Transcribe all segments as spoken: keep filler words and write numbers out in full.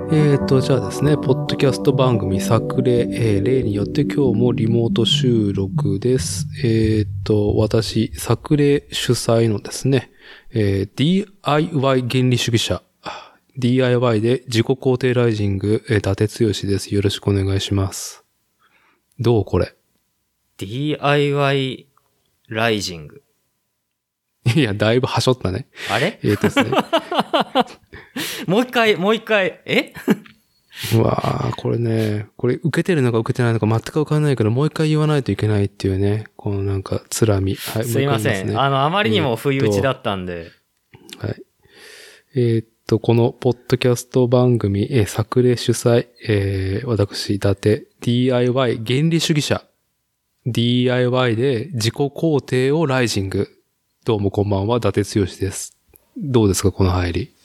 えーと、じゃあですね、ポッドキャスト番組作例、えー例によって今日もリモート収録です。えーと、私、作例主催のですね、えー ディーアイワイ 原理主義者、ディーアイワイ で自己肯定ライジング、えー、伊達剛です。よろしくお願いします。どうこれ？ ディーアイワイ ライジング。 いや、だいぶはしょったね。 あれえーとですね。 もう一回、もう一回、えうわー、これね、これ受けてるのか受けてないのか全くわからないからもう一回言わないといけないっていうね、このなんか、つらみ。はい、 すいません。 もう一回言いますね。 あの、あまりにも不意打ちだったんで。 はい。えーっと、このポッドキャスト番組、えー、作例主催、えー、私、伊達、ディーアイワイ 原理主義者、ディーアイワイ で自己肯定をライジング。どうもこんばんは、伊達剛です。どうですか、この入り。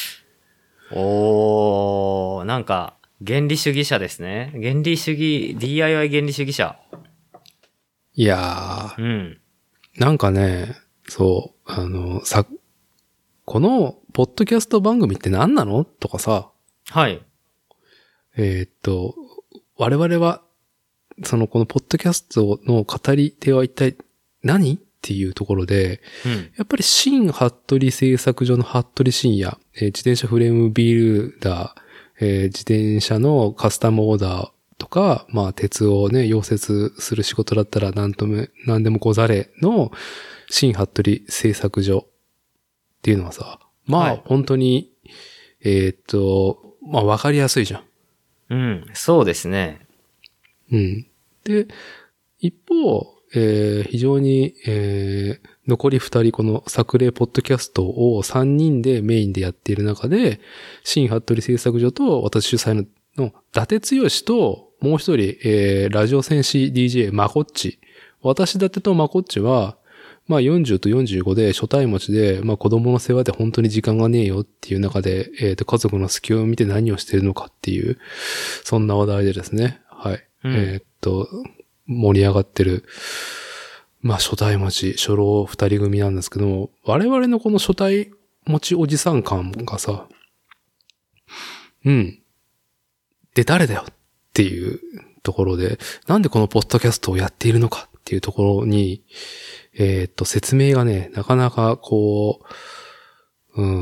おー、なんか、原理主義者ですね。原理主義、ディーアイワイ 原理主義者。 いやー、 うん。 なんかね、そう、あの、さ、この、ポッドキャスト番組って何なのとかさ、 はい。 えーっと、我々は、その、このポッドキャストの語り手は一体何っていうところで、 うん。 やっぱり新服部製作所の服部深也、えー自転車フレームビルダー、えー自転車のカスタムオーダーとか、まあ鉄をね、溶接する仕事だったら何とも、何でもござれの新服部製作所っていうのはさ、まあはい本当に、えーっと、まあわかりやすいじゃん。 うん。そうですね。 うん。で、一方、えー非常に、えー残り二人この作例ポッドキャストを三人でメインでやっている中で、新服部製作所と私主催のの伊達剛ともう一人、えーラジオ戦士 ディージェー まこっち。私伊達とまこっちは、まあよんじゅうとよんじゅうごで初対持ちで、まあ子供の世話で本当に時間がねえよっていう中で、えっと家族の隙を見て何をしているのかっていう、そんな話題でですね。はい。 うんえーっと、盛り上がってる、まあ初対持ち、初老二人組なんですけども、我々のこの初対持ちおじさん感がさ、うん。で、誰だよっていうところで、なんでこのポッドキャストをやっているのかっていうところに、えーっと、説明がね、なかなかこう、うん、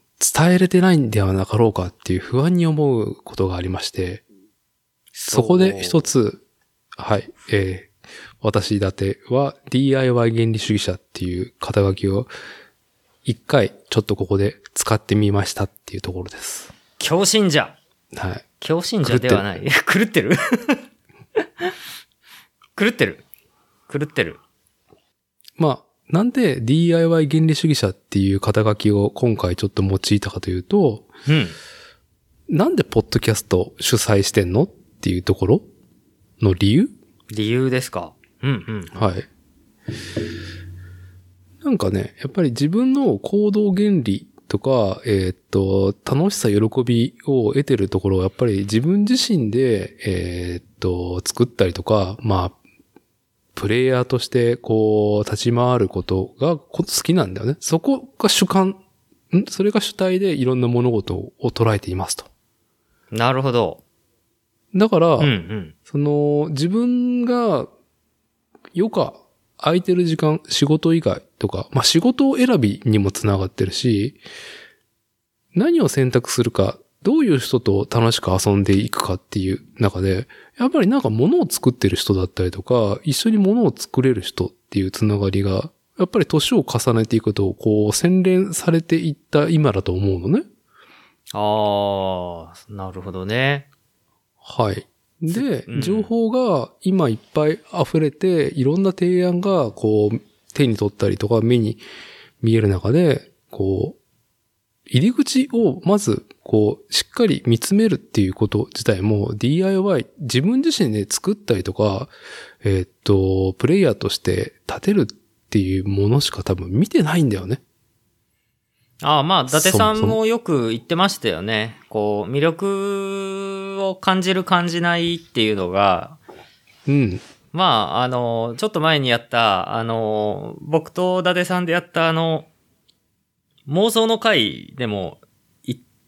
伝えれてないんではなかろうかっていう不安に思うことがありまして、そこで一つ、はい、えー、私だては ディーアイワイ 原理主義者っていう肩書きを一回ちょっとここで使ってみましたっていうところです。 狂信者。 はい。 狂信者ではない。狂ってる狂ってる。狂ってる。 まあ、なんで ディーアイワイ 原理主義者っていう肩書きを今回ちょっと用いたかというと、 うん。 なんでポッドキャスト主催してんのっていうところの理由？ 理由ですか。うんうん。 はい。なんかね、やっぱり自分の行動原理とか、えーっと、楽しさ、喜びを得てるところをやっぱり自分自身で、えーっと、作ったりとか、まあ、プレイヤーとしてこう、立ち回ることが好きなんだよね。そこが主観、んそれが主体でいろんな物事を捉えていますと。 なるほど。 だから、 うんうん。 その、自分が余暇、空いてる時間、仕事以外とか、まあ仕事選びにもつながってるし、何を選択するか、どういう人と楽しく遊んでいくかっていう中で、やっぱりなんか物を作ってる人だったりとか、一緒に物を作れる人っていうつながりが、やっぱり年を重ねていくと、こう、洗練されていった今だと思うのね。 ああ、なるほどね。 はい。で、 うん情報が今いっぱい溢れて、いろんな提案がこう手に取ったりとか目に見える中で、こう、入り口をまずこうしっかり見つめるっていうこと自体も ディーアイワイ 自分自身で作ったりとか、えーっと、プレイヤーとして立てるっていうものしか多分見てないんだよね。 ああ、まあ、伊達さんそもそもよく言ってましたよね。こう、魅力を感じる感じないっていうのが、 うん。 まあ、あの、ちょっと前にやった、あの、僕と伊達さんでやったあの、妄想の回でもい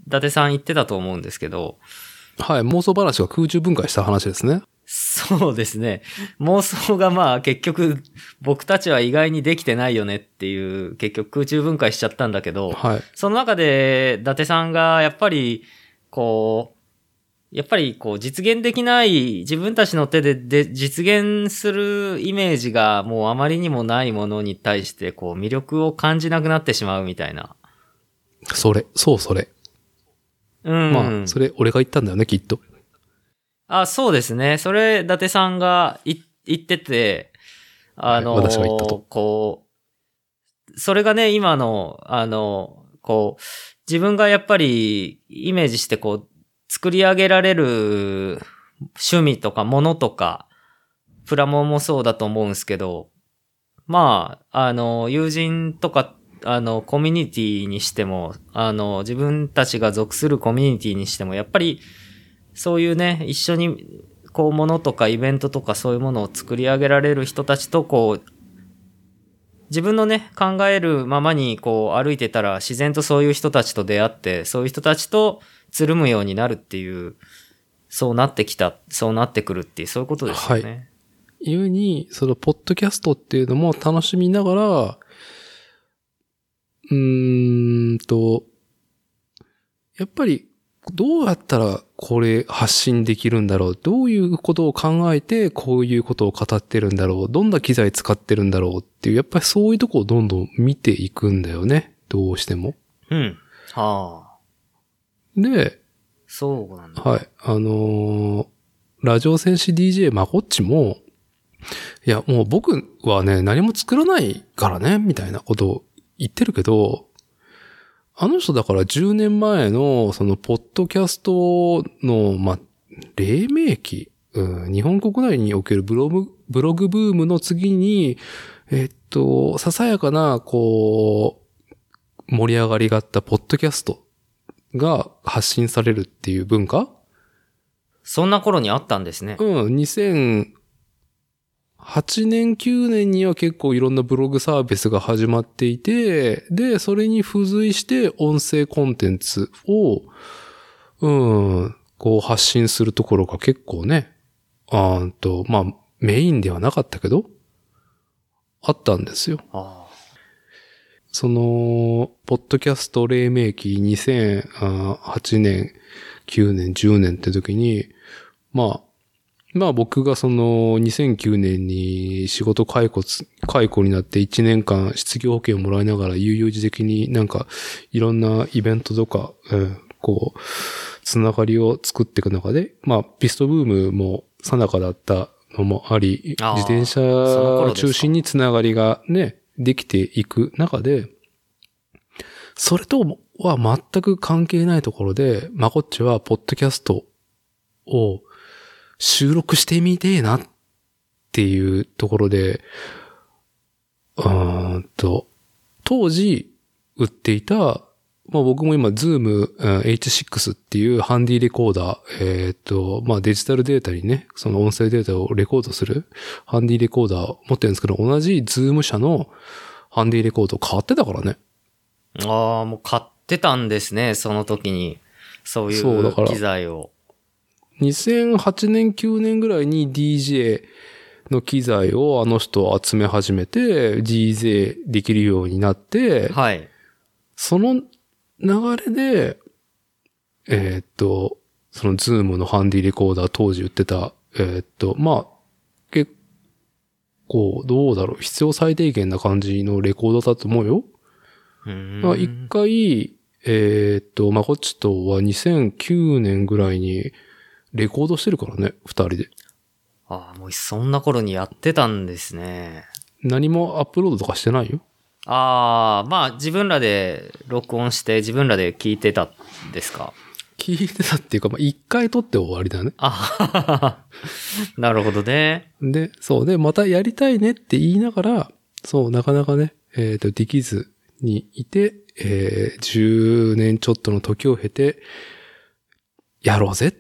伊達さん言ってたと思うんですけど。 はい、妄想話が空中分解した話ですね。 そうですね。妄想がまあ結局僕たちは意外にできてないよねっていう結局空中分解しちゃったんだけど、 はい。 その中で伊達さんがやっぱりこう、やっぱりこう実現できない自分たちの手でで実現するイメージがもうあまりにもないものに対してこう魅力を感じなくなってしまうみたいな。 それ、そうそれ。 うん。 まあ、それ俺が言ったんだよね、きっと。 あ、そうですね。それ、伊達さんがい言ってて、あの、 はい私が言ったとこう、それがね、今の、あの、こう、自分がやっぱりイメージしてこう、作り上げられる趣味とかものとか、プラモもそうだと思うんですけど、まあ、あの、友人とか、あの、コミュニティにしても、あの、自分たちが属するコミュニティにしても、やっぱり、そういうね、一緒に、こう、ものとかイベントとかそういうものを作り上げられる人たちと、こう、自分のね、考えるままに、こう、歩いてたら、自然とそういう人たちと出会って、そういう人たちとつるむようになるっていう、そうなってきた、そうなってくるっていう、そういうことですよね。はい。 いうに、その、ポッドキャストっていうのも楽しみながら、うーんと、やっぱり、どうやったらこれ発信できるんだろう、どういうことを考えてこういうことを語ってるんだろう、どんな機材使ってるんだろうっていう、やっぱりそういうとこをどんどん見ていくんだよね。どうしても。 うん。はあ。 で、 そうなんだ。 はい。あのー、ラジオ戦士 ディージェー まこっちも、いや、もう僕はね、何も作らないからね、みたいなことを言ってるけど、あの人だからじゅうねんまえの、その、ポッドキャストの、ま、黎明期、うん、日本国内におけるブログ、ブログブームの次に、えっと、ささやかな、こう、盛り上がりがあったポッドキャストが発信されるっていう文化？ そんな頃にあったんですね。 うん、にせんはちねん、きゅうねんには結構いろんなブログサービスが始まっていて、で、それに付随して音声コンテンツを、うん、こう発信するところが結構ね、あーと、まあ、メインではなかったけど、あったんですよ。 ああ。 その、ポッドキャスト黎明期にせんはちねん、きゅうねん、じゅうねんって時に、まあ、まあ僕がそのにせんきゅうねんに仕事解雇、解雇になっていちねんかん失業保険をもらいながら悠々自適になんかいろんなイベントとか、うん、こう、つながりを作っていく中で、まあピストブームも最中だったのもあり、自転車中心につながりがね、できていく中で、それとは全く関係ないところで、まこっちはポッドキャストを収録してみてえなっていうところで、うーんと、当時売っていた、まあ僕も今 Zoom エイチシックス っていうハンディレコーダー、えっと、まあデジタルデータにね、その音声データをレコードするハンディレコーダーを持ってるんですけど、同じ Zoom 社のハンディレコードを買ってたからね。 ああ、もう買ってたんですね、その時に。そういう機材を。 にせんはちねん、きゅうねんぐらいに ディージェー の機材をあの人集め始めて、ディージェー できるようになって、 はい。 その流れで、えー、っと、その Zoom のハンディレコーダー当時売ってた、えー、っと、まあ、結構、どうだろう、必要最低限な感じのレコードだと思うよ。一回、えー、っと、まこっちとはにせんきゅうねんぐらいにレコードしてるからね、二人で。 ああ、もうそんな頃にやってたんですね。 何もアップロードとかしてないよ。 ああ、まあ自分らで録音して自分らで聞いてたんですか？ 聞いてたっていうか、まあ一回撮って終わりだね。 あははは。なるほどね。 で、そう。で、またやりたいねって言いながら、そう、なかなかね、えっと、できずにいて、えー、じゅうねんちょっとの時を経て、やろうぜって、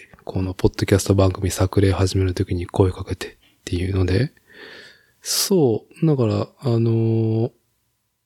このポッドキャスト番組作例始める時に声かけてっていうので、そう、だから、あのー、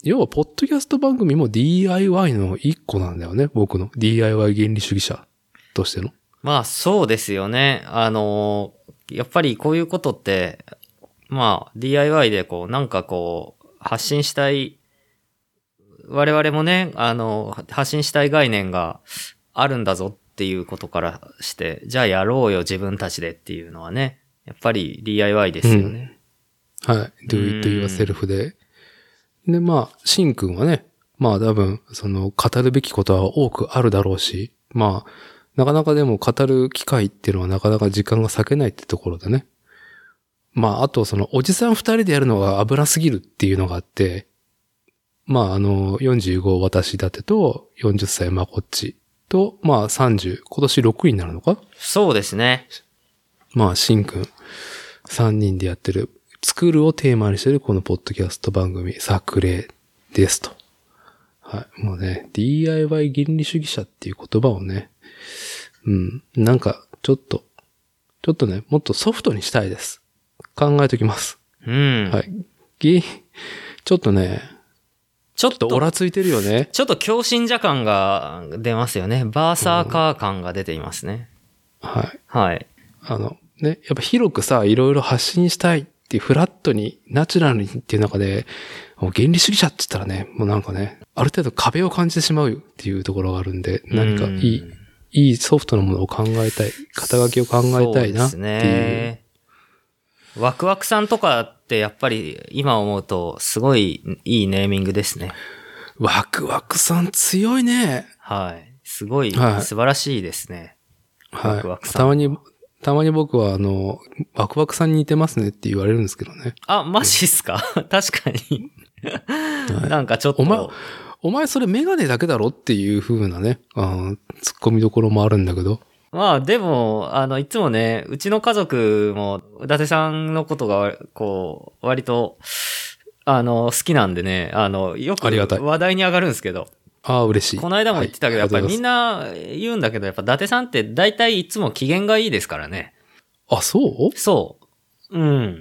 要は、ポッドキャスト番組も ディーアイワイ の一個なんだよね。僕の ディーアイワイ 原理主義者としての。 まあそうですよね。あの、やっぱりこういうことって、まあ ディーアイワイ でこう、なんかこう、発信したい、我々もね、あの、発信したい概念があるんだぞっていうことからして、じゃあやろうよ自分たちでっていうのはね、やっぱり ディーアイワイ ですよね。 うん、はい。do it yourself で。で、まあ、シンくんはね、まあ多分、その、語るべきことは多くあるだろうし、まあ、なかなかでも語る機会っていうのはなかなか時間が割けないってところでね。まあ、あとその、おじさん二人でやるのが危なすぎるっていうのがあって、まあ、あの、よんじゅうご私立てと、よんじゅっさいまこっちと、まあさんじゅう、今年ろくになるのか？ そうですね。まあ、シンくん、さんにんでやってる、作るをテーマにしてるこのポッドキャスト番組、作例ですと。はい。もうね、ディーアイワイ 原理主義者っていう言葉をね、うん、なんか、ちょっと、ちょっとね、もっとソフトにしたいです。考えときます。 うん。 はい。ぎ、ちょっとね、ちょっとオラついてるよね。 ちょっと強信者感が出ますよね。バーサーカー感が出ていますね。 うん、はい。 はい。 あの、ね、やっぱ広くさ、いろいろ発信したいっていうフラットに、ナチュラルにっていう中で、もう原理主義者って言ったらね、もうなんかね、ある程度壁を感じてしまうっていうところがあるんで、何かいい、いいソフトなものを考えたい、肩書きを考えたいなっていう。そうですね。 ワクワクさんとかってやっぱり今思うとすごいいいネーミングですね。 ワクワクさん強いね。 はい。すごい素晴らしいですね。 はい。ワクワクさん。たまに、たまに僕はあの、ワクワクさんに似てますねって言われるんですけどね。 あ、マジっすか？確かに。はい、なんかちょっと。 お前、お前それメガネだけだろっていう風なね、あツッコミどころもあるんだけど。 まあでも、あの、いつもね、うちの家族も、伊達さんのことが、こう、割と、あの、好きなんでね、あの、よく話題に上がるんですけど。 ああ、嬉しい。 この間も言ってたけど、はい、やっぱりみんな言うんだけど、やっぱ伊達さんって大体いつも機嫌がいいですからね。 あ、そうそう。うん。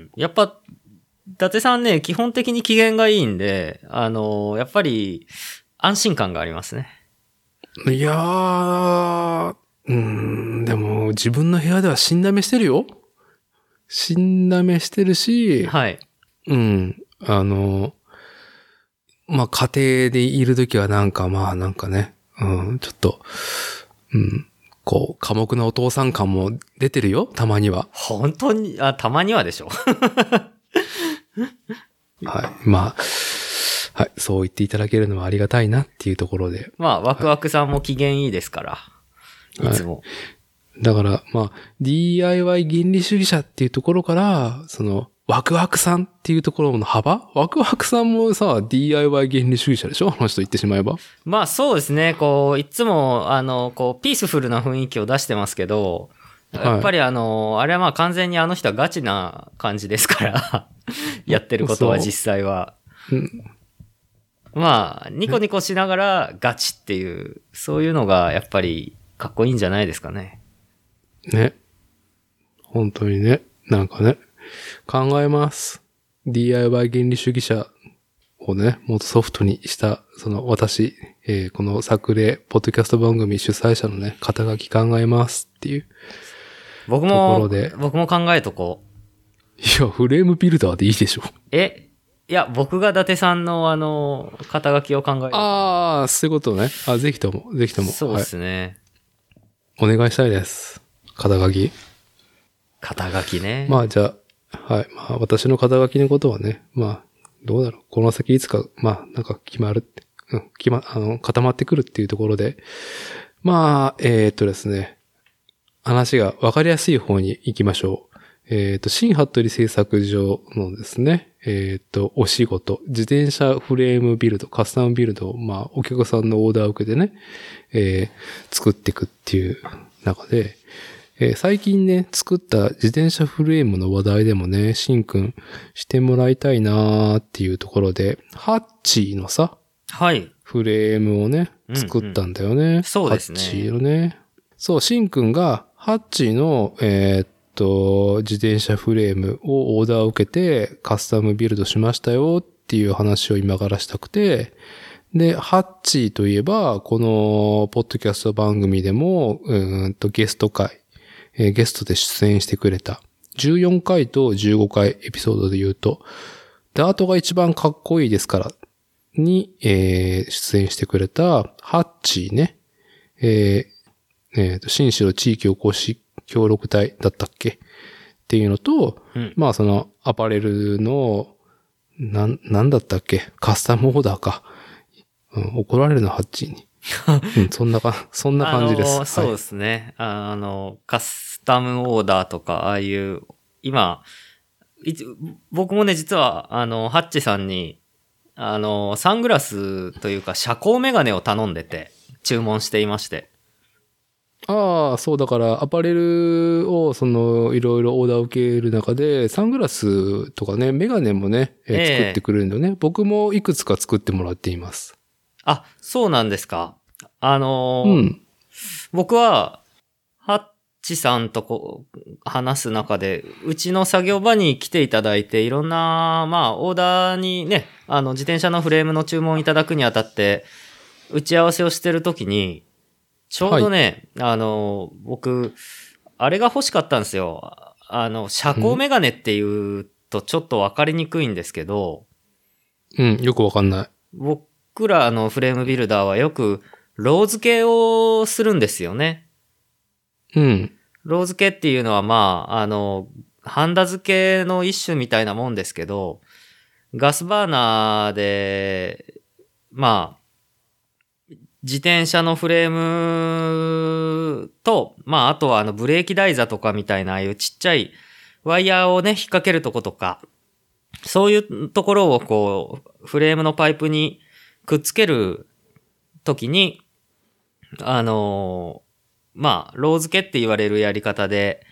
やっぱ、伊達さんね、基本的に機嫌がいいんで、あの、やっぱり、安心感がありますね。 いやー、うーん、でも自分の部屋では死んだ目してるよ。死んだ目してるし、 はい。 うん、あの、まあ、家庭でいるときはなんかまあなんかね、うん、ちょっと、うん、こう、寡黙なお父さん感も出てるよ、たまには。 本当に、あ、たまにはでしょ。 はい、まあ、はい、そう言っていただけるのはありがたいなっていうところで。 まあ、ワクワクさんも機嫌いいですから。はいいつも。 はい、だから、まあ、ディーアイワイ 原理主義者っていうところから、その、ワクワクさんっていうところの幅ワクワクさんもさ、ディーアイワイ 原理主義者でしょあの人言ってしまえば。 まあそうですね。こう、いつも、あの、こう、ピースフルな雰囲気を出してますけど、やっぱりあの、はい、あれはまあ完全にあの人はガチな感じですから、やってることは実際は。うん、まあ、ニコニコしながらガチっていう、そういうのがやっぱり、かっこいいんじゃないですかね。 ね。本当にね。なんかね。考えます。ディーアイワイ 原理主義者をね、もっとソフトにした、その私、えー、この作例、ポッドキャスト番組主催者のね、肩書き考えますっていう。 僕も、ところで僕も考えとこう。いや、フレームビルダーでいいでしょ。 えいや、僕が伊達さんのあの、肩書きを考える。 ああ、そういうことね。あ、ぜひとも、ぜひとも。 そうですね。 はい、お願いしたいです。肩書き。 肩書きね。 まあじゃあ、はい。まあ私の肩書きのことはね、まあ、どうだろう。この先いつか、まあなんか決まるって、うん、決ま、あの、固まってくるっていうところで、まあ、えー、っとですね、話が分かりやすい方に行きましょう。えー、っと、新服部製作所のですね、えー、っと、お仕事、自転車フレームビルド、カスタムビルドを、まあ、お客さんのオーダーを受けてね、えー、作っていくっていう中で、えー、最近ね、作った自転車フレームの話題でもね、しんくんしてもらいたいなーっていうところで、ハッチーのさ、 はい。 フレームをね、作ったんだよね。うんうん、 そうですね。 ハッチーのね。そう、しんくんが、ハッチーの、えー、っと、自転車フレームをオーダーを受けてカスタムビルドしましたよっっていう話を今からしたくて、で、ハッチーといえば、このポッドキャスト番組でも、うーんとゲスト会、えー、ゲストで出演してくれた。じゅうよんかいとじゅうごかいエピソードで言うと、ダートが一番かっこいいですから、に、えー、出演してくれた、ハッチーね。えー、えー、と、新城地域おこし協力隊だったっけっていうのと、 うん、 まあそのアパレルの、なん、なんだったっけカスタムオーダーか。うん、怒られるのハッチーに。うん、そんなか、そんな感じです。 あのー、そうですね。ああの、カスタムオーダーとか、ああいう、今、い僕もね、実は、あの、ハッチさんに、あの、サングラスというか、遮光メガネを頼んでて、注文していまして。 ああ、そうだから、アパレルを、その、いろいろオーダーを受ける中で、サングラスとかね、メガネもね、えーええ作ってくれるんだよね。僕もいくつか作ってもらっています。 あ、そうなんですか。あのーうん。 僕は、ハッチさんとこう、話す中で、うちの作業場に来ていただいて、いろんな、まあ、オーダーにね、あの、自転車のフレームの注文いただくにあたって、打ち合わせをしてるときに、ちょうどね、あの、僕、あれが欲しかったんですよ。あの、遮光メガネっていうとちょっとわかりにくいんですけど、 うん、よくわかんない。 僕らのフレームビルダーはよく、ロー付けをするんですよね。 うん。 ロー付けっていうのはまあ、あの、ハンダ付けの一種みたいなもんですけど、ガスバーナーで、まあ、自転車のフレームと、まあ、あとはあのブレーキ台座とかみたいなああいうちっちゃいワイヤーをね、引っ掛けるとことか、そういうところをこう、フレームのパイプにくっつけるときに、あの、まあ、ロー付けって言われるやり方で、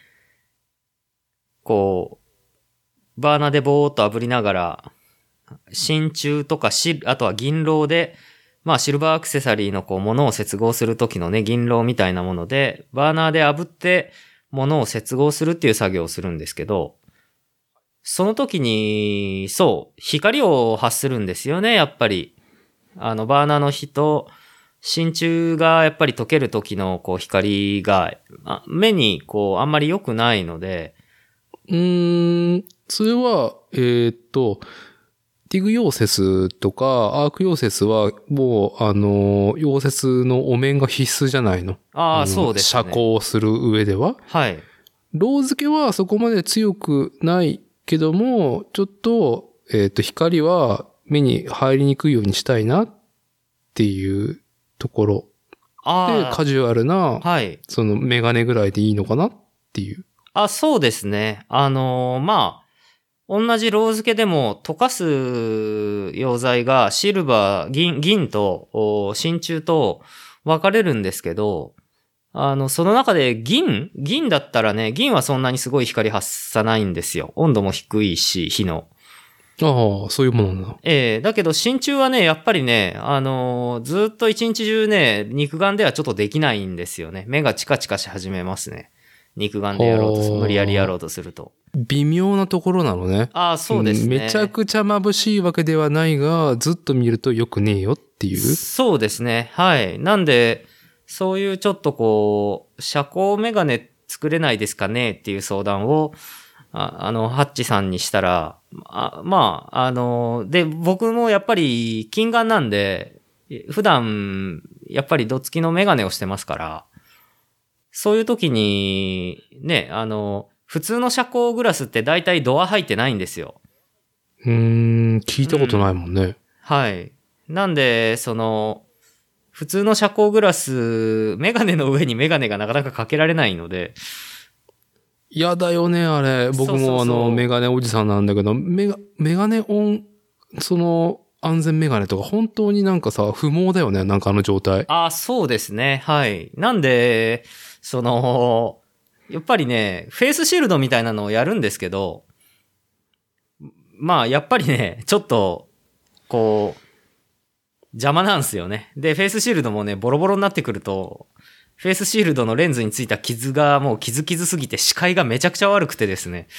こう、バーナーでボーっと炙りながら、真鍮とかシル、あとは銀ローで、まあシルバーアクセサリーのこう物を接合するときのね、銀ローみたいなもので、バーナーで炙って物を接合するっていう作業をするんですけど、その時に、そう、光を発するんですよね、やっぱり。あの、バーナーの火と、真鍮がやっぱり溶ける時のこう光が、目にこうあんまり良くないので。 うーん、それは、えー、っと、ティグ溶接とかアーク溶接はもう、あの、溶接のお面が必須じゃないの？ ああ、そうですね。 遮光する上では。 はい。 ロー付けはそこまで強くないけども、ちょっと、えー、っと、光は目に入りにくいようにしたいなっていうところ。で、カジュアルな、 はい。 そのメガネぐらいでいいのかなっていう。 あ、そうですね。あのー、まあ、同じロー付けでも溶かす溶剤がシルバー、銀、銀と真鍮と分かれるんですけど、あの、その中で銀銀だったらね、銀はそんなにすごい光発さないんですよ。温度も低いし、火の。 ああ、そういうものなんだ。 ええー、だけど真鍮はね、やっぱりね、あのー、ずっと一日中ね、肉眼ではちょっとできないんですよね。目がチカチカし始めますね。肉眼でやろうとする、無理やりやろうとすると。 微妙なところなのね。 ああ、そうですね。 めちゃくちゃ眩しいわけではないが、ずっと見るとよくねえよっていう。 そうですね。はい。なんで、そういうちょっとこう、遮光メガネ作れないですかねっていう相談を、あ, あの、ハッチさんにしたら、あまあ、あの、で、僕もやっぱり近眼なんで、普段、やっぱりどつきのメガネをしてますから、そういう時に、ね、あの、普通の遮光グラスって大体ドア入ってないんですよ。 うーん、聞いたことないもんね。うん、 はい。なんで、その、普通の遮光グラス、メガネの上にメガネがなかなかかけられないので。 嫌だよね、あれ。僕もあの、メガネおじさんなんだけど、メガ、メガネオン、その、安全メガネとか本当になんかさ、不毛だよね、なんかあの状態。 あ、そうですね。はい。なんで、その、やっぱりね、フェイスシールドみたいなのをやるんですけど、まあ、やっぱりね、ちょっと、こう、邪魔なんですよね。で、フェイスシールドもね、ボロボロになってくると、フェイスシールドのレンズについた傷がもう傷傷すぎて視界がめちゃくちゃ悪くてですね。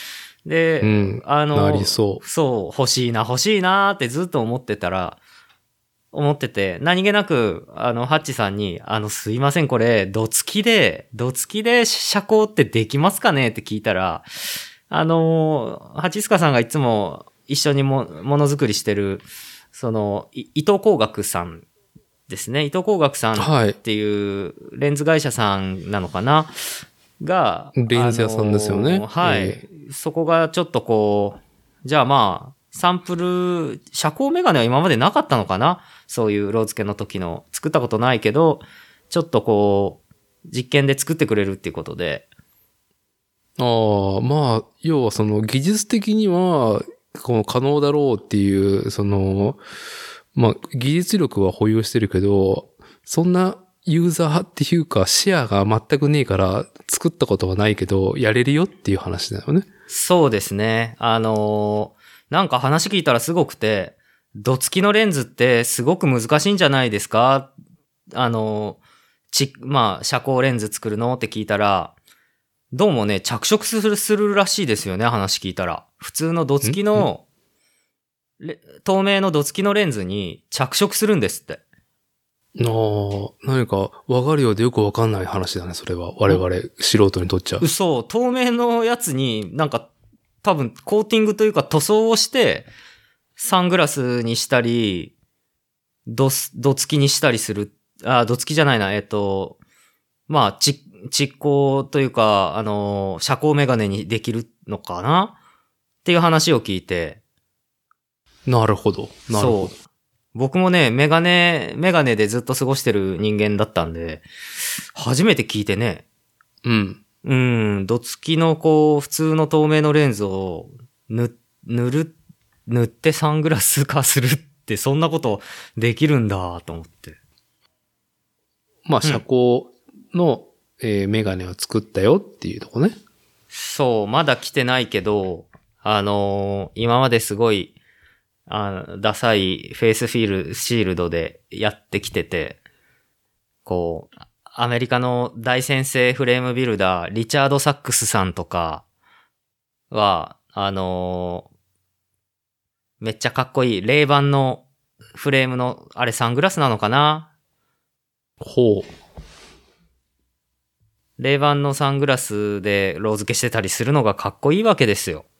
で、 うん、 あの、 なりそう。 そう、欲しいな、欲しいなってずっと思ってたら、思ってて、何気なく、あの、ハッチさんに、あの、すいません、これ、どつきで、どつきで遮光ってできますかねって聞いたら、あの、ハチスカさんがいつも一緒にも、ものづくりしてる、その、伊藤工学さんですね。伊藤工学さんっていうレンズ会社さんなのかな、が、 レンズ屋さんですよね。 はい、 えー。そこがちょっとこう、じゃあまあ、サンプル、遮光メガネは今までなかったのかな、そういうロー付けの時の。作ったことないけど、ちょっとこう、実験で作ってくれるっていうことで。 ああ、まあ、要はその技術的には、この可能だろうっていう、その、まあ、技術力は保有してるけど、そんなユーザーっていうかシェアが全くねえから作ったことはないけど、やれるよっていう話だよね。 そうですね。あのー、なんか話聞いたらすごくて、度付きのレンズってすごく難しいんじゃないですか？あのー、ち、まあ、遮光レンズ作るのって聞いたら、どうもね、着色する、するらしいですよね、話聞いたら。普通の度付きの、透明の度付きのレンズに着色するんですって。 ああ、何か分かるようでよく分かんない話だね、それは。我々、素人にとっちゃ。 そう、透明のやつになんか、多分コーティングというか塗装をして、サングラスにしたり、度、度付きにしたりする。あ、度付きじゃないな、えっと、まあ、ち、蓄光というか、あの、遮光メガネにできるのかなっていう話を聞いて。 なるほど。なるほど。 そう。僕もね、メガネ、メガネでずっと過ごしてる人間だったんで、初めて聞いてね。 うん。 うん、度付きのこう、普通の透明のレンズを塗、塗る、塗ってサングラス化するってそんなことできるんだと思って。 まあ、遮光の、うん、えー、メガネを作ったよっていうとこね。 そう、まだ来てないけど、あのー、今まですごい、あダサいフェイスフィール、シールドでやってきてて、こう、アメリカの大先生フレームビルダー、リチャード・サックスさんとかは、あのー、めっちゃかっこいい、レイバンのフレームの、あれサングラスなのかな？ ほう。 レイバンのサングラスでロー付けしてたりするのがかっこいいわけですよ。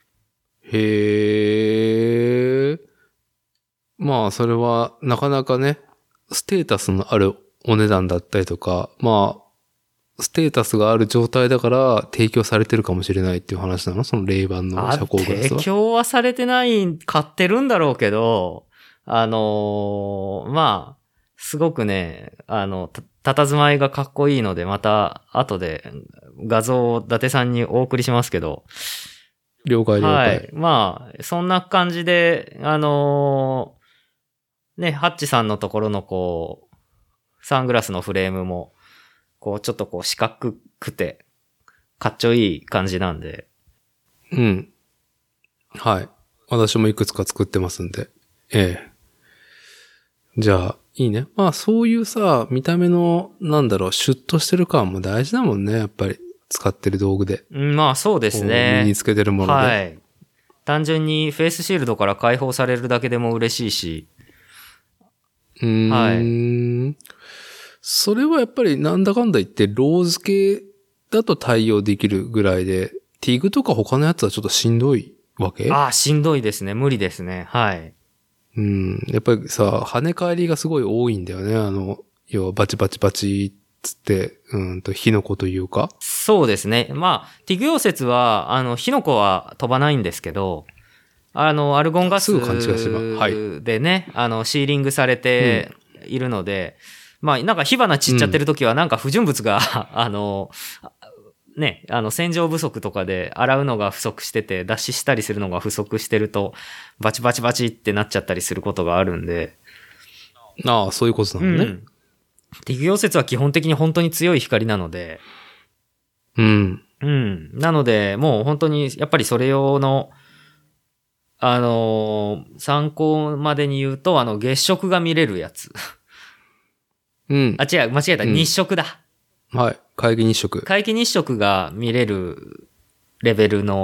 へえ。まあ、それは、なかなかね、ステータスのあるお値段だったりとか、まあ、ステータスがある状態だから提供されてるかもしれないっていう話なの？そのレイバンの遮光グラスは。 提供はされてない、買ってるんだろうけど、あのー、まあ、すごくね、あの、た、佇まいがかっこいいので、また、後で画像を伊達さんにお送りしますけど。 了解了解。 はい。まあ、そんな感じで、あのー、ね、ハッチさんのところのこう、サングラスのフレームも、こう、ちょっとこう四角くて、かっちょいい感じなんで。 うん。はい。私もいくつか作ってますんで。ええ。じゃあ、いいね。まあ、そういうさ、見た目の、なんだろう、シュッとしてる感も大事だもんね、やっぱり。使ってる道具で。 うん、まあ、そうですね。 身につけてるもので。 はい。単純にフェイスシールドから解放されるだけでも嬉しいし。 うーん。はい。それはやっぱりなんだかんだ言ってロー付けだと対応できるぐらいで、ティグとか他のやつはちょっとしんどいわけ？ ああ、しんどいですね。無理ですね。はい。 うん。やっぱりさ、跳ね返りがすごい多いんだよね。あの、要はバチバチバチつって、うんと火の粉というか。 そうですね。まあ、ティグ溶接は、あの、火の粉は飛ばないんですけど、あの、アルゴンガスでね、あの、シーリングされているので、うん、まあ、なんか火花散っちゃってる時はなんか不純物が、うん、あの、ね、あの、洗浄不足とかで洗うのが不足してて、脱脂したりするのが不足してると、バチバチバチってなっちゃったりすることがあるんで。 ああ、そういうことなのね。うん、 ティグ溶接は基本的に本当に強い光なので。 うん。 うん。なので、もう本当に、やっぱりそれ用の、あのー、参考までに言うと、あの、月食が見れるやつ。 うん。 あ、違う、間違えた。うん、日食だ。 はい。皆既日食。 皆既日食が見れるレベルの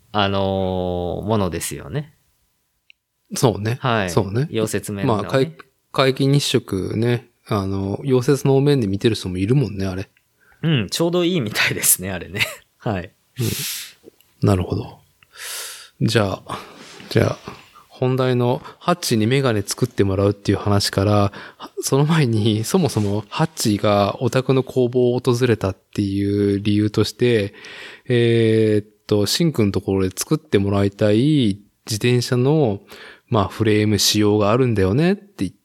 あのーものですよね。 そうね。 はい。 そうね。 溶接面の、ね。 まあ、皆皆既日食ね、あの、溶接の面で見てる人もいるもんね、あれ。 うん、ちょうどいいみたいですね、あれね。はい。 うん。なるほど。じゃあ、じゃあ、本題のハッチーにメガネ作ってもらうっていう話から、その前にそもそもハッチーがオタクの工房を訪れたっていう理由として、えー、っと、シンくんのところで作ってもらいたい自転車の、まあフレーム仕様があるんだよねって言って、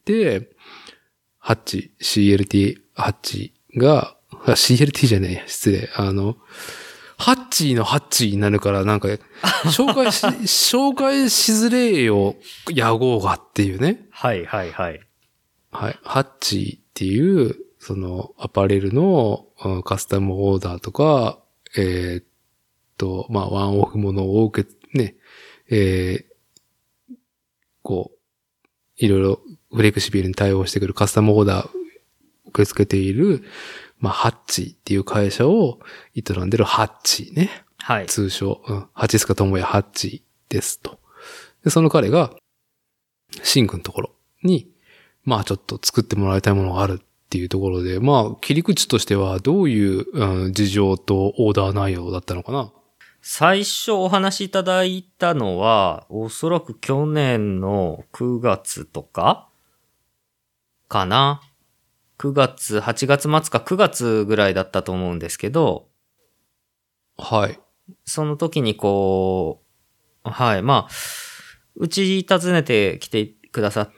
ハッチ、シーエルティー ハッチが、シーエルティー じゃねえや、失礼。あの、ハッチーのハッチーになるから、なんか、紹介し、紹介しづれえよ、野号がっていうね。 はいはいはい。 はい。ハッチーっていう、その、アパレルの、うん、カスタムオーダーとか、えー、っと、まあ、ワンオフものを受け、ね、えー、こう、いろいろフレキシビルに対応してくるカスタムオーダー受け付けている、まあ、ハッチーっていう会社を営んでるハッチーね。 はい。 通称、うん、ハチスカトモヤハッチーですと。で、その彼が、シンくんのところに、まあちょっと作ってもらいたいものがあるっていうところで、まあ切り口としてはどういう、うん、事情とオーダー内容だったのかな？ 最初お話しいただいたのは、おそらく去年のくがつとかかな。くがつ、はちがつ末かくがつぐらいだったと思うんですけど、 はい。 その時にこう、はい、まあ、うち訪ねてきてくださって、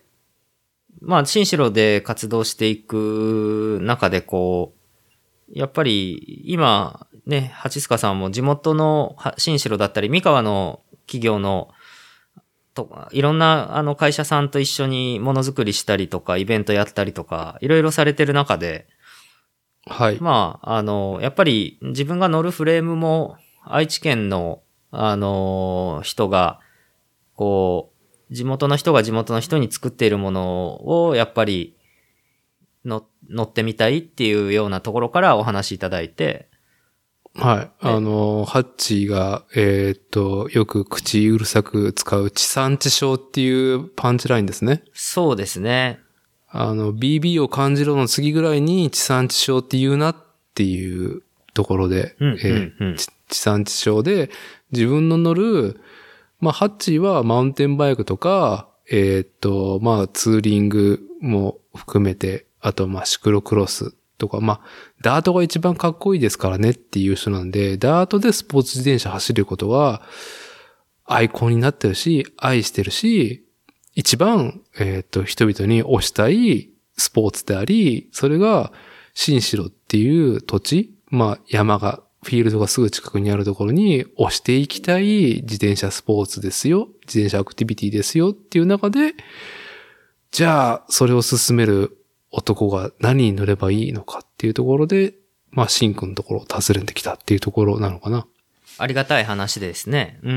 まあ、新城で活動していく中でこう、やっぱり今ね、八塚さんも地元の新城だったり、三河の企業のとか、いろんなあの会社さんと一緒にものづくりしたりとか、イベントやったりとか、いろいろされてる中で、 はい。 まあ、あの、やっぱり自分が乗るフレームも愛知県の、あの、人が、こう、地元の人が地元の人に作っているものを、やっぱりの、乗ってみたいっていうようなところからお話しいただいて、 はい。あの、ハッチーが、えー、っと、よく口うるさく使う地産地消っていうパンチラインですね。 そうですね。 あの、ビービー を感じろの次ぐらいに地産地消って言うなっていうところで、 うんうんうんえー地産地消で自分の乗る、まあ、ハッチーはマウンテンバイクとか、えー、っと、まあ、ツーリングも含めて、あと、まあ、シクロクロスとか、まあ、ダートが一番かっこいいですからねっていう人なんで、ダートでスポーツ自転車走ることがアイコンになってるし、愛してるし、一番、えっと、人々に推したいスポーツであり、それが、新城っていう土地、まあ、山が、フィールドがすぐ近くにあるところに推していきたい自転車スポーツですよ、自転車アクティビティですよっていう中で、じゃあ、それを進める男が何に乗ればいいのかっていうところで、まあ、シンくんのところを訪ねてきたっていうところなのかな。 ありがたい話ですね。うん。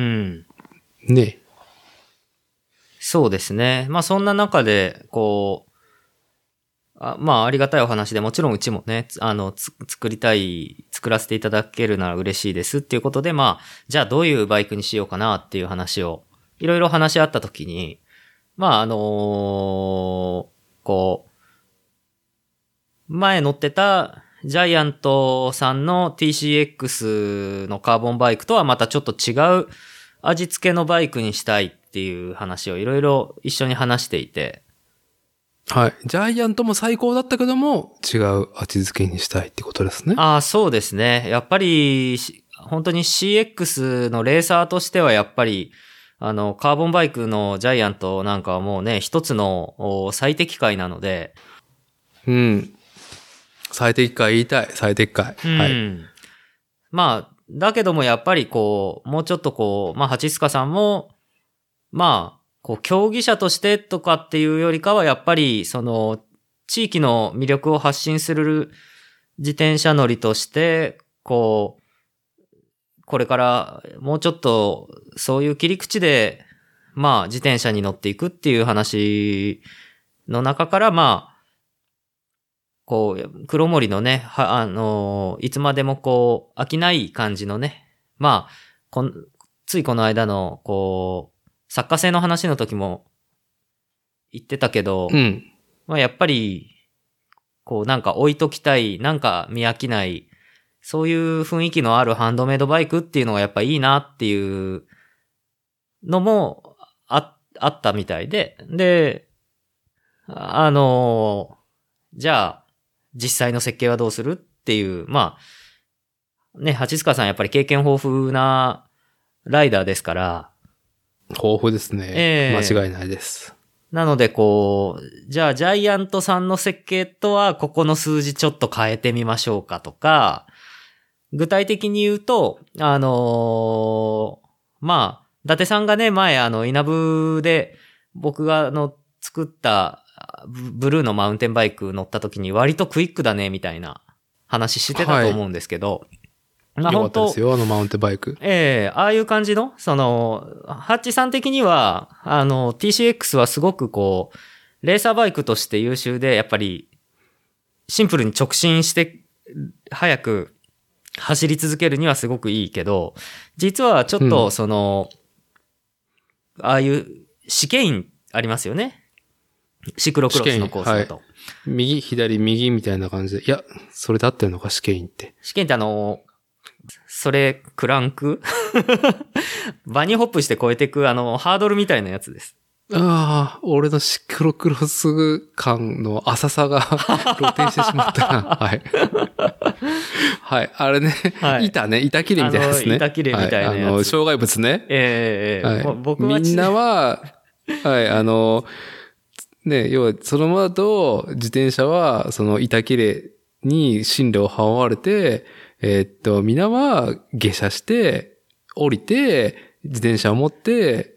ね。 そうですね。まあそんな中で、こう、あまあありがたいお話でもちろんうちもね、あの、つ作りたい、作らせていただけるなら嬉しいですっていうことで、まあ、じゃあどういうバイクにしようかなっていう話を、いろいろ話し合ったときに、まああのーこう、前乗ってたジャイアントさんの ティーシーエックス のカーボンバイクとはまたちょっと違う味付けのバイクにしたいっていう話をいろいろ一緒に話していて。 はい。ジャイアントも最高だったけども、違う味付けにしたいってことですね。 ああ、そうですね。やっぱり、本当に シーエックス のレーサーとしてはやっぱり、あの、カーボンバイクのジャイアントなんかはもうね、一つの最適解なので。 うん。最適解言いたい。最適解。 うん。 はい。 まあ、だけどもやっぱりこう、もうちょっとこう、まあ、八塚さんも、まあ、こう、競技者としてとかっていうよりかは、やっぱり、その、地域の魅力を発信する自転車乗りとして、こう、これからもうちょっと、そういう切り口で、まあ、自転車に乗っていくっていう話の中から、まあ、こう、黒森のね、は、あの、いつまでもこう、飽きない感じのね、まあ、こんついこの間の、こう、作家性の話の時も言ってたけど、 うん。 まあやっぱり、こうなんか置いときたい、なんか見飽きない、そういう雰囲気のあるハンドメイドバイクっていうのがやっぱいいなっていうのもあ、あったみたいで、で、あの、じゃあ、実際の設計はどうするっていう、まあ、ね、八塚さんやっぱり経験豊富なライダーですから、 豊富ですね。 ええ間違いないです。 なのでこう、じゃあジャイアントさんの設計とはここの数字ちょっと変えてみましょうかとか、具体的に言うと、あのーまあ、伊達さんがね、前あの、稲部で僕があの、作ったブブルーのマウンテンバイク乗った時に割とクイックだねみたいな話してたと思うんですけど、まあよか本当ったですよ、あのマウンテンバイク。 ええああいう感じの、その、ハッチさん的には、あの、ティーシーエックス はすごくこう、レーサーバイクとして優秀で、やっぱり、シンプルに直進して、早く走り続けるにはすごくいいけど、実はちょっうと、 んその、ああいう試験員ありますよね。シクロクロスのコースだと。 右、左、右みたいな感じで。いや、それで合ってるのか、試験員って。 試験ってあの、それ、クランクバニーホップして越えていく、あの、ハードルみたいなやつです。 ああ、俺のシクロクロス感の浅さが露呈してしまったな。はい。はい。あれね、 はい、 板ね、板切れみたいなやつね。 板切れみたいなやつ。 はい、あの、障害物ね。 ええー、 はい、 僕はみんなは、はい、あの、ね、要は、そのままだと、自転車は、その板切れに進路を阻まれて、えー、っと、みんなは下車して、降りて、自転車を持って、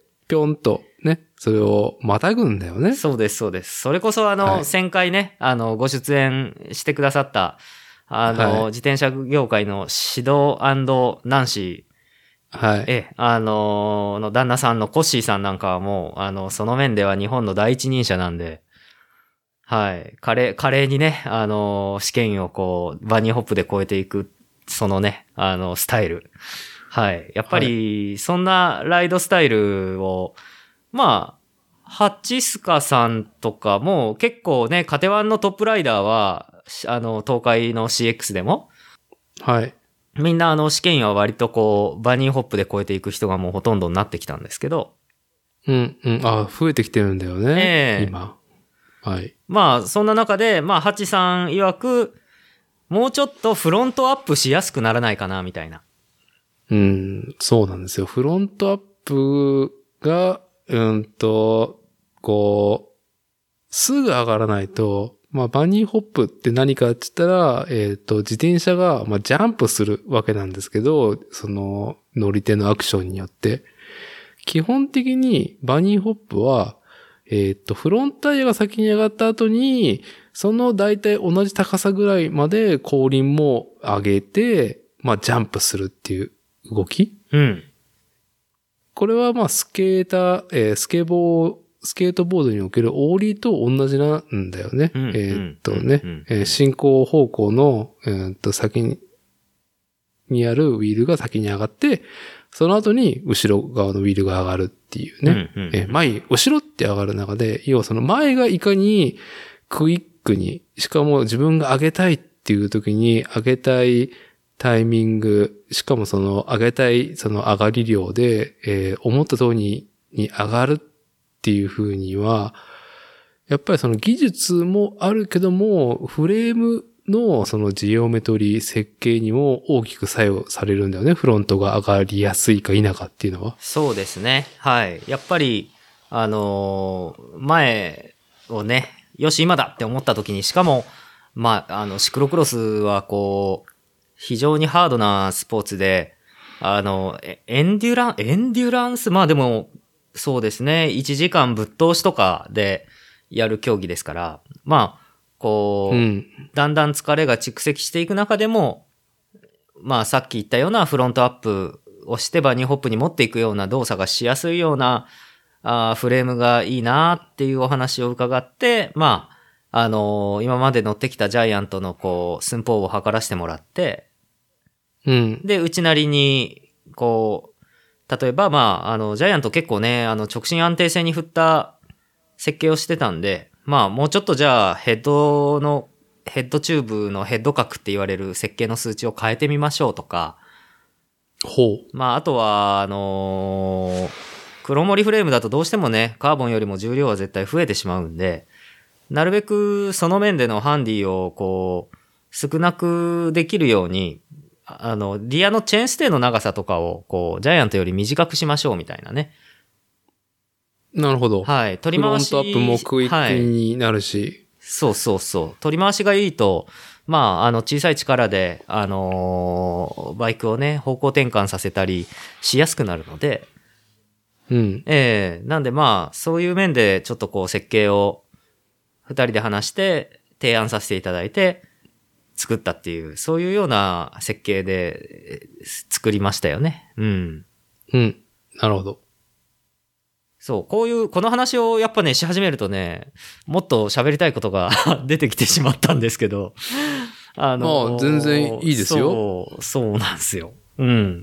ぴょんと、ね、それをまたぐんだよね。 そうです、そうです。それこそ、あの、 はい、 先回ね、あの、ご出演してくださった、あの、はい、自転車業界の指導&ナンシー、 はい。 ええ、あの、の旦那さんのコッシーさんなんかはもう、あの、その面では日本の第一人者なんで、はい。華麗、華麗にね、あの、試験をこう、バニーホップで超えていく、そのね、あの、スタイル。はい。やっぱり、そんなライドスタイルを、まあ、ハッチスカさんとかも結構ね、カテワンのトップライダーは、あの、東海の シーエックス でも、 はい。 みんなあの試験は割とこう、バニーホップで超えていく人がもうほとんどになってきたんですけど。 うんうん。あ、増えてきてるんだよね。 ええー、 今。はい。 まあ、そんな中で、まあ、ハチさん曰く、もうちょっとフロントアップしやすくならないかな、みたいな。 うん、そうなんですよ。フロントアップが、うんと、こう、すぐ上がらないと、まあ、バニーホップって何かって言ったら、えっと、自転車が、まあ、ジャンプするわけなんですけど、その、乗り手のアクションによって。基本的に、バニーホップは、えっと、フロントタイヤが先に上がった後に、その大体同じ高さぐらいまで後輪も上げて、まあ、ジャンプするっていう動き。 うん。 これはまあ、スケーター、えー、スケボー、スケートボードにおけるオーリーと同じなんだよね。 うん、 えー、っとね、 うんえー、進行方向の、えー、っと先に、にあるウィールが先に上がって、その後に後ろ側のウィールが上がるっていうね。 うんうんうん、 えー、前、後ろって上がる中で、要はその前がいかにクイックに、しかも自分が上げたいっていう時に上げたいタイミング、しかもその上げたいその上がり量で、えー、思った通りに、に上がるっていう風には、やっぱりその技術もあるけども、フレームのそのジオメトリー設計にも大きく作用されるんだよね。フロントが上がりやすいか否かっていうのは。 そうですね。はい。やっぱり、あのー、前をね、よし今だって思った時に、しかも、まあ、あの、シクロクロスはこう、非常にハードなスポーツで、あの、エンデュラン、エンデュランス、まあでも、そうですね、いちじかんぶっ通しとかでやる競技ですから、まあ、こう、うん、だんだん疲れが蓄積していく中でも、まあさっき言ったようなフロントアップをしてバニーホップに持っていくような動作がしやすいようなあフレームがいいなっていうお話を伺って、まあ、あのー、今まで乗ってきたジャイアントのこう、寸法を測らせてもらって、 うん。 で、うちなりに、こう、 例えば、まあ、あの、ジャイアント結構ね、あの、直進安定性に振った設計をしてたんで、まあ、もうちょっとじゃあ、ヘッドの、ヘッドチューブのヘッド角って言われる設計の数値を変えてみましょうとか、 ほう。 まあ、あとは、あのー黒森フレームだとどうしてもね、カーボンよりも重量は絶対増えてしまうんで、なるべくその面でのハンディをこう、少なくできるように、あの、リアのチェーンステイの長さとかを、こう、ジャイアントより短くしましょうみたいなね。 なるほど。 はい。取り回し。 フロントアップもクイックになるし。 はい、そうそうそう。取り回しがいいと、まあ、あの、小さい力で、あのーバイクをね、方向転換させたりしやすくなるので、 うん。 ええなんでまあ、そういう面でちょっとこう設計を二人で話して提案させていただいて作ったっていう、そういうような設計で作りましたよね。うん。 うん。なるほど。 そう、こういう、この話をやっぱね、し始めるとね、もっと喋りたいことが出てきてしまったんですけど、あのー、 ああ、全然いいですよ。 そう、そうなんですよ。うん。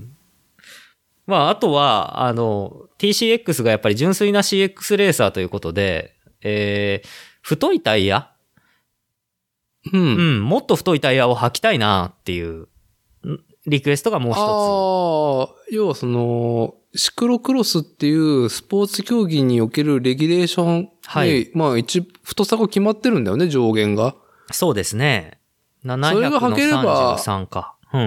まあ、あとは、あの、ティーシーエックス がやっぱり純粋な シーエックス レーサーということで、えー、太いタイヤ、 うん、 うん、もっと太いタイヤを履きたいなっていうリクエストがもう一つ。 ああ、要はその、シクロクロスっていうスポーツ競技におけるレギュレーションで、はい、まあ一、太さが決まってるんだよね、上限が。 そうですね。ななひゃくのさんじゅうさんか。うんうん。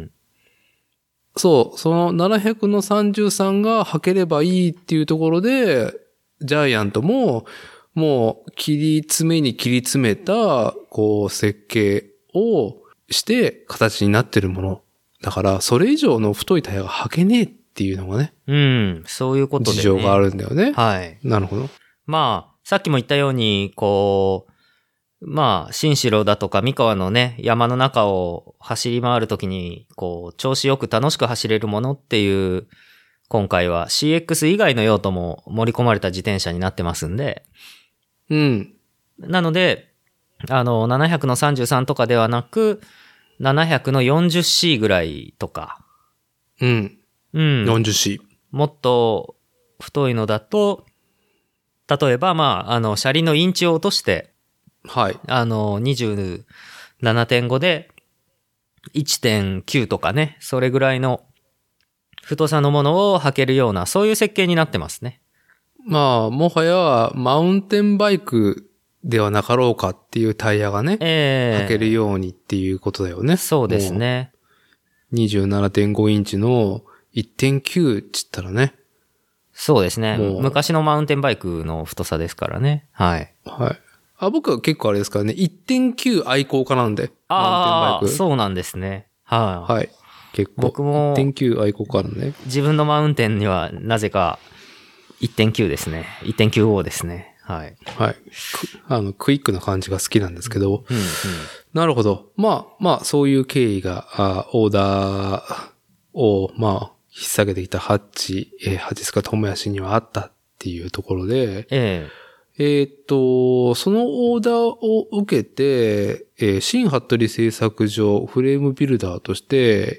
そう、そのななひゃくのさんじゅうさんが履ければいいっていうところで、ジャイアントも、もう切り詰めに切り詰めた、こう、設計をして形になってるもの。だから、それ以上の太いタイヤが履けねえっていうのがね。 うん、そういうことで、ね。 事情があるんだよね。 はい。 なるほど。 まあ、さっきも言ったように、こう、まあ、新城だとか三河のね、山の中を走り回るときに、こう、調子よく楽しく走れるものっていう、今回は シーエックス 以外の用途も盛り込まれた自転車になってますんで。 うん。 なので、あの、ななひゃくのさんじゅうさんとかではなく、ななひゃくの よんじゅっシー ぐらいとか。 うん。 うん。 よんじゅっシー。 もっと太いのだと、例えば、まあ、あの、車輪のインチを落として、 はい。 あの、にじゅうななてんご で いってんきゅう とかね、それぐらいの太さのものを履けるような、そういう設計になってますね。 まあ、もはや、マウンテンバイクではなかろうかっていうタイヤがね、 ええー。 履けるようにっていうことだよね。 そうですね。 にじゅうななてんご インチの いってんきゅう っつったらね。 そうですね。昔のマウンテンバイクの太さですからね。はい。 はい。あ、僕は結構あれですからね、いってんきゅう 愛好家なんで。 ああ、そうなんですね。はい、 あ。はい。結構。 僕もいってんきゅう 愛好家なんで。 自分のマウンテンにはなぜか いってんきゅう ですね。いってんきゅうご ですね。はい。 はい。あの、クイックな感じが好きなんですけど。 うんうん、 なるほど。まあ、まあ、そういう経緯が、あオーダーを、まあ、引っ提げてきたハッチ、えー、ハチスカ友ヤシにはあったっていうところで、 ええー、っと、そのオーダーを受けて、えー、新服部製作所フレームビルダーとして、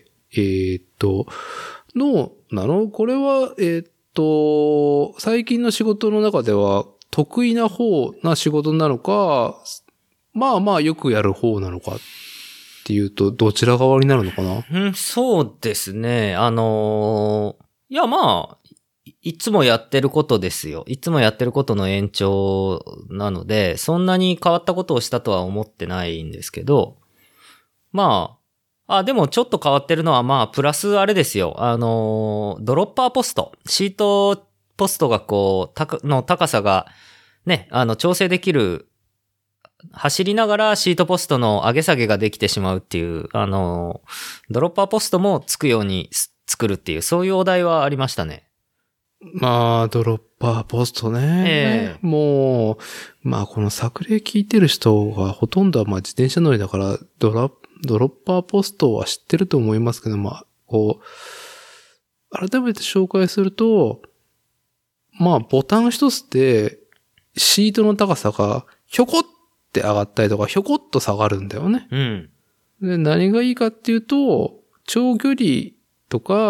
えー、っと、の、なのこれは、えー、っと、最近の仕事の中では得意な方な仕事なのか、まあまあよくやる方なのかっていうと、どちら側になるのかな？ うん、そうですね。あのー、いやまあ、いつもやってることですよ。いつもやってることの延長なので、そんなに変わったことをしたとは思ってないんですけど、まあ、あ、でもちょっと変わってるのはまあ、プラスあれですよ。あの、ドロッパーポスト。シートポストがこう、高、の高さがね、あの、調整できる、走りながらシートポストの上げ下げができてしまうっていう、あの、ドロッパーポストもつくように作るっていう、そういうお題はありましたね。 まあ、ドロッパーポストね。えー、もう、まあ、この作例聞いてる人がほとんどはまあ自転車乗りだから、ドラ、ドロッパーポストは知ってると思いますけど、まあ、こう、改めて紹介すると、まあ、ボタン一つで、シートの高さが、ひょこって上がったりとか、ひょこっと下がるんだよね。 うん。 で、何がいいかっていうと、長距離とか、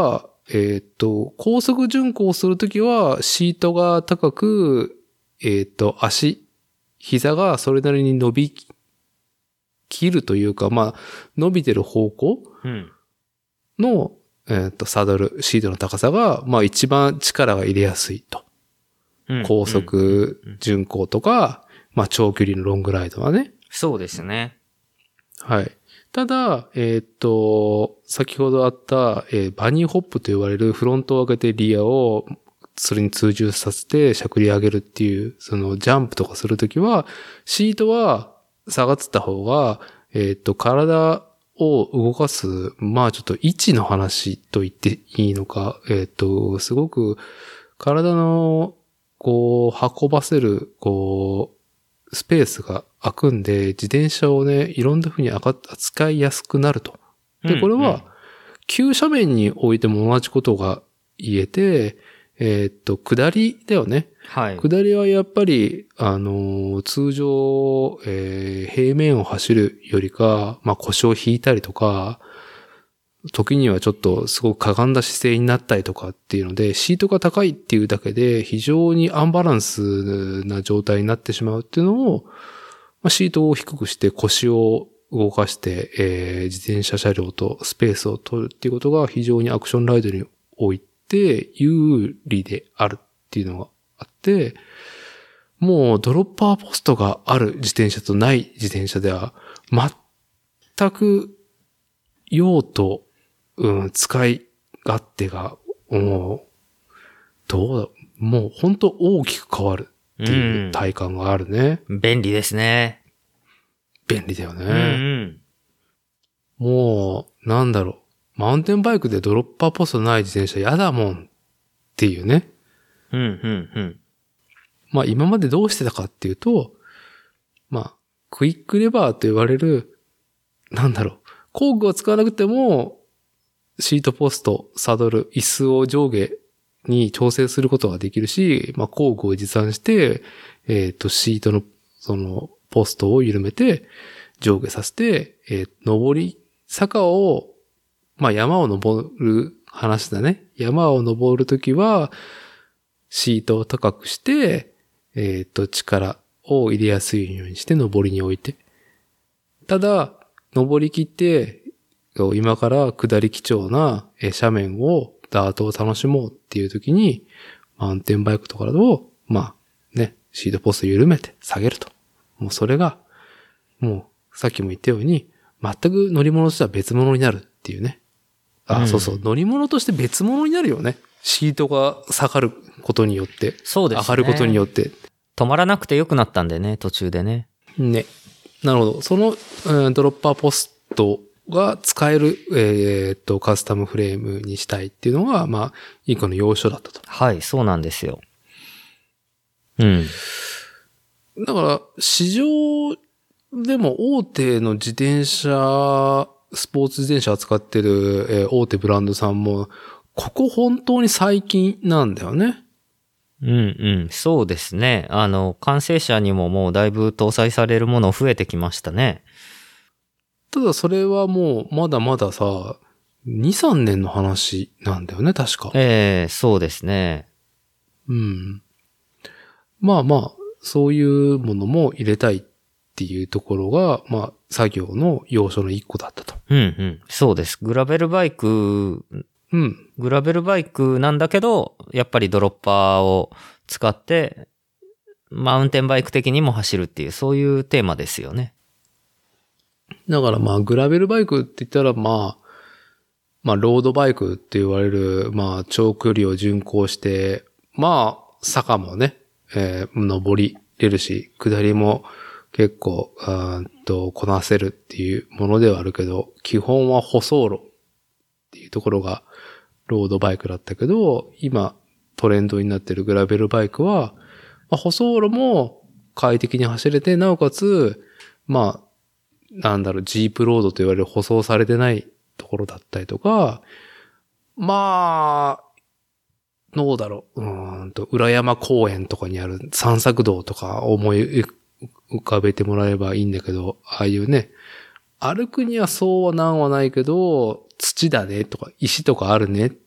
えっと、高速巡航するときは、シートが高く、えっと、足、膝がそれなりに伸び切るというか、まあ、伸びてる方向の、うん、えっと、サドル、シートの高さが、まあ一番力が入れやすいと。うん、高速巡航とか、まあ長距離のロングライドはね。 そうですね。 はい。ただ、えっと、先ほどあった、えー、バニーホップと呼ばれるフロントを上げてリアをそれに通じさせてしゃくり上げるっていう、そのジャンプとかするときは、シートは下がってた方が、えっと、体を動かす、まあちょっと位置の話と言っていいのか、えっと、すごく体の、こう、運ばせる、こう、スペースが空くんで、自転車をね、いろんな風に扱いやすくなると。で、これは、急斜面においても同じことが言えて、えー、っと、下りだよね。 はい。 下りはやっぱり、あのー、通常、えー、平面を走るよりか、まあ、腰を引いたりとか、時にはちょっとすごくかがんだ姿勢になったりとかっていうので、シートが高いっていうだけで非常にアンバランスな状態になってしまうっていうのを、まあ、シートを低くして腰を動かして、えー、自転車車両とスペースを取るっていうことが非常にアクションライドにおいて有利であるっていうのがあって、もうドロッパーポストがある自転車とない自転車では全く用途うん、使い勝手が、もう、どうだ、もう本当大きく変わるっていう体感があるね。 うん、便利ですね。 便利だよね。 うんうん、 もう、なんだろう。マウンテンバイクでドロッパーポストない自転車嫌だもんっていうね。 うんうんうん、 まあ今までどうしてたかっていうと、まあ、クイックレバーと言われる、なんだろう。工具を使わなくても、シートポスト、サドル、椅子を上下に調整することができるし、まあ、工具を持参して、えっと、シートの、その、ポストを緩めて、上下させて、えー、登り、坂を、まあ、山を登る話だね。山を登るときは、シートを高くして、えっと、力を入れやすいようにして登りに置いて。ただ、登り切って、今から下り基調な斜面をダートを楽しもうっていう時に、マウンテンバイクとかだと、まあね、シートポスト緩めて下げると。もうそれが、もうさっきも言ったように、全く乗り物としては別物になるっていうね。あ、うん、そうそう、乗り物として別物になるよね。シートが下がることによって。 そうですね。 上がることによって。 止まらなくてよくなったんでね、途中でね。 ね。なるほど。その、うん、ドロッパーポストが使える、えー、っと、カスタムフレームにしたいっていうのが、まあ、一個の要所だったと。 はい、そうなんですよ。うん。 だから、市場でも大手の自転車、スポーツ自転車扱ってる、えー、大手ブランドさんも、ここ本当に最近なんだよね。 うんうん、そうですね。あの、完成車にももうだいぶ搭載されるもの増えてきましたね。 ただそれはもうまだまださ、に、さんねんの話なんだよね、確か。 ええー、そうですね。 うん。まあまあ、そういうものも入れたいっていうところが、まあ、作業の要素の一個だったと。 うんうん。そうです。グラベルバイク、 うん。 グラベルバイクなんだけど、やっぱりドロッパーを使って、マウンテンバイク的にも走るっていう、そういうテーマですよね。 だからまあ、グラベルバイクって言ったらまあ、まあ、ロードバイクって言われる、まあ、長距離を巡航して、まあ、坂もね、えー、登りれるし、下りも結構、うんと、こなせるっていうものではあるけど、基本は舗装路っていうところが、ロードバイクだったけど、今トレンドになってるグラベルバイクは、まあ、舗装路も快適に走れて、なおかつ、まあ、なんだろう、ジープロードと言われる舗装されてないところだったりとか、まあ、どうだろう、うーんと、裏山公園とかにある散策道とか思い浮かべてもらえばいいんだけど、ああいうね、歩くにはそうはなんはないけど、土だねとか石とかあるねっ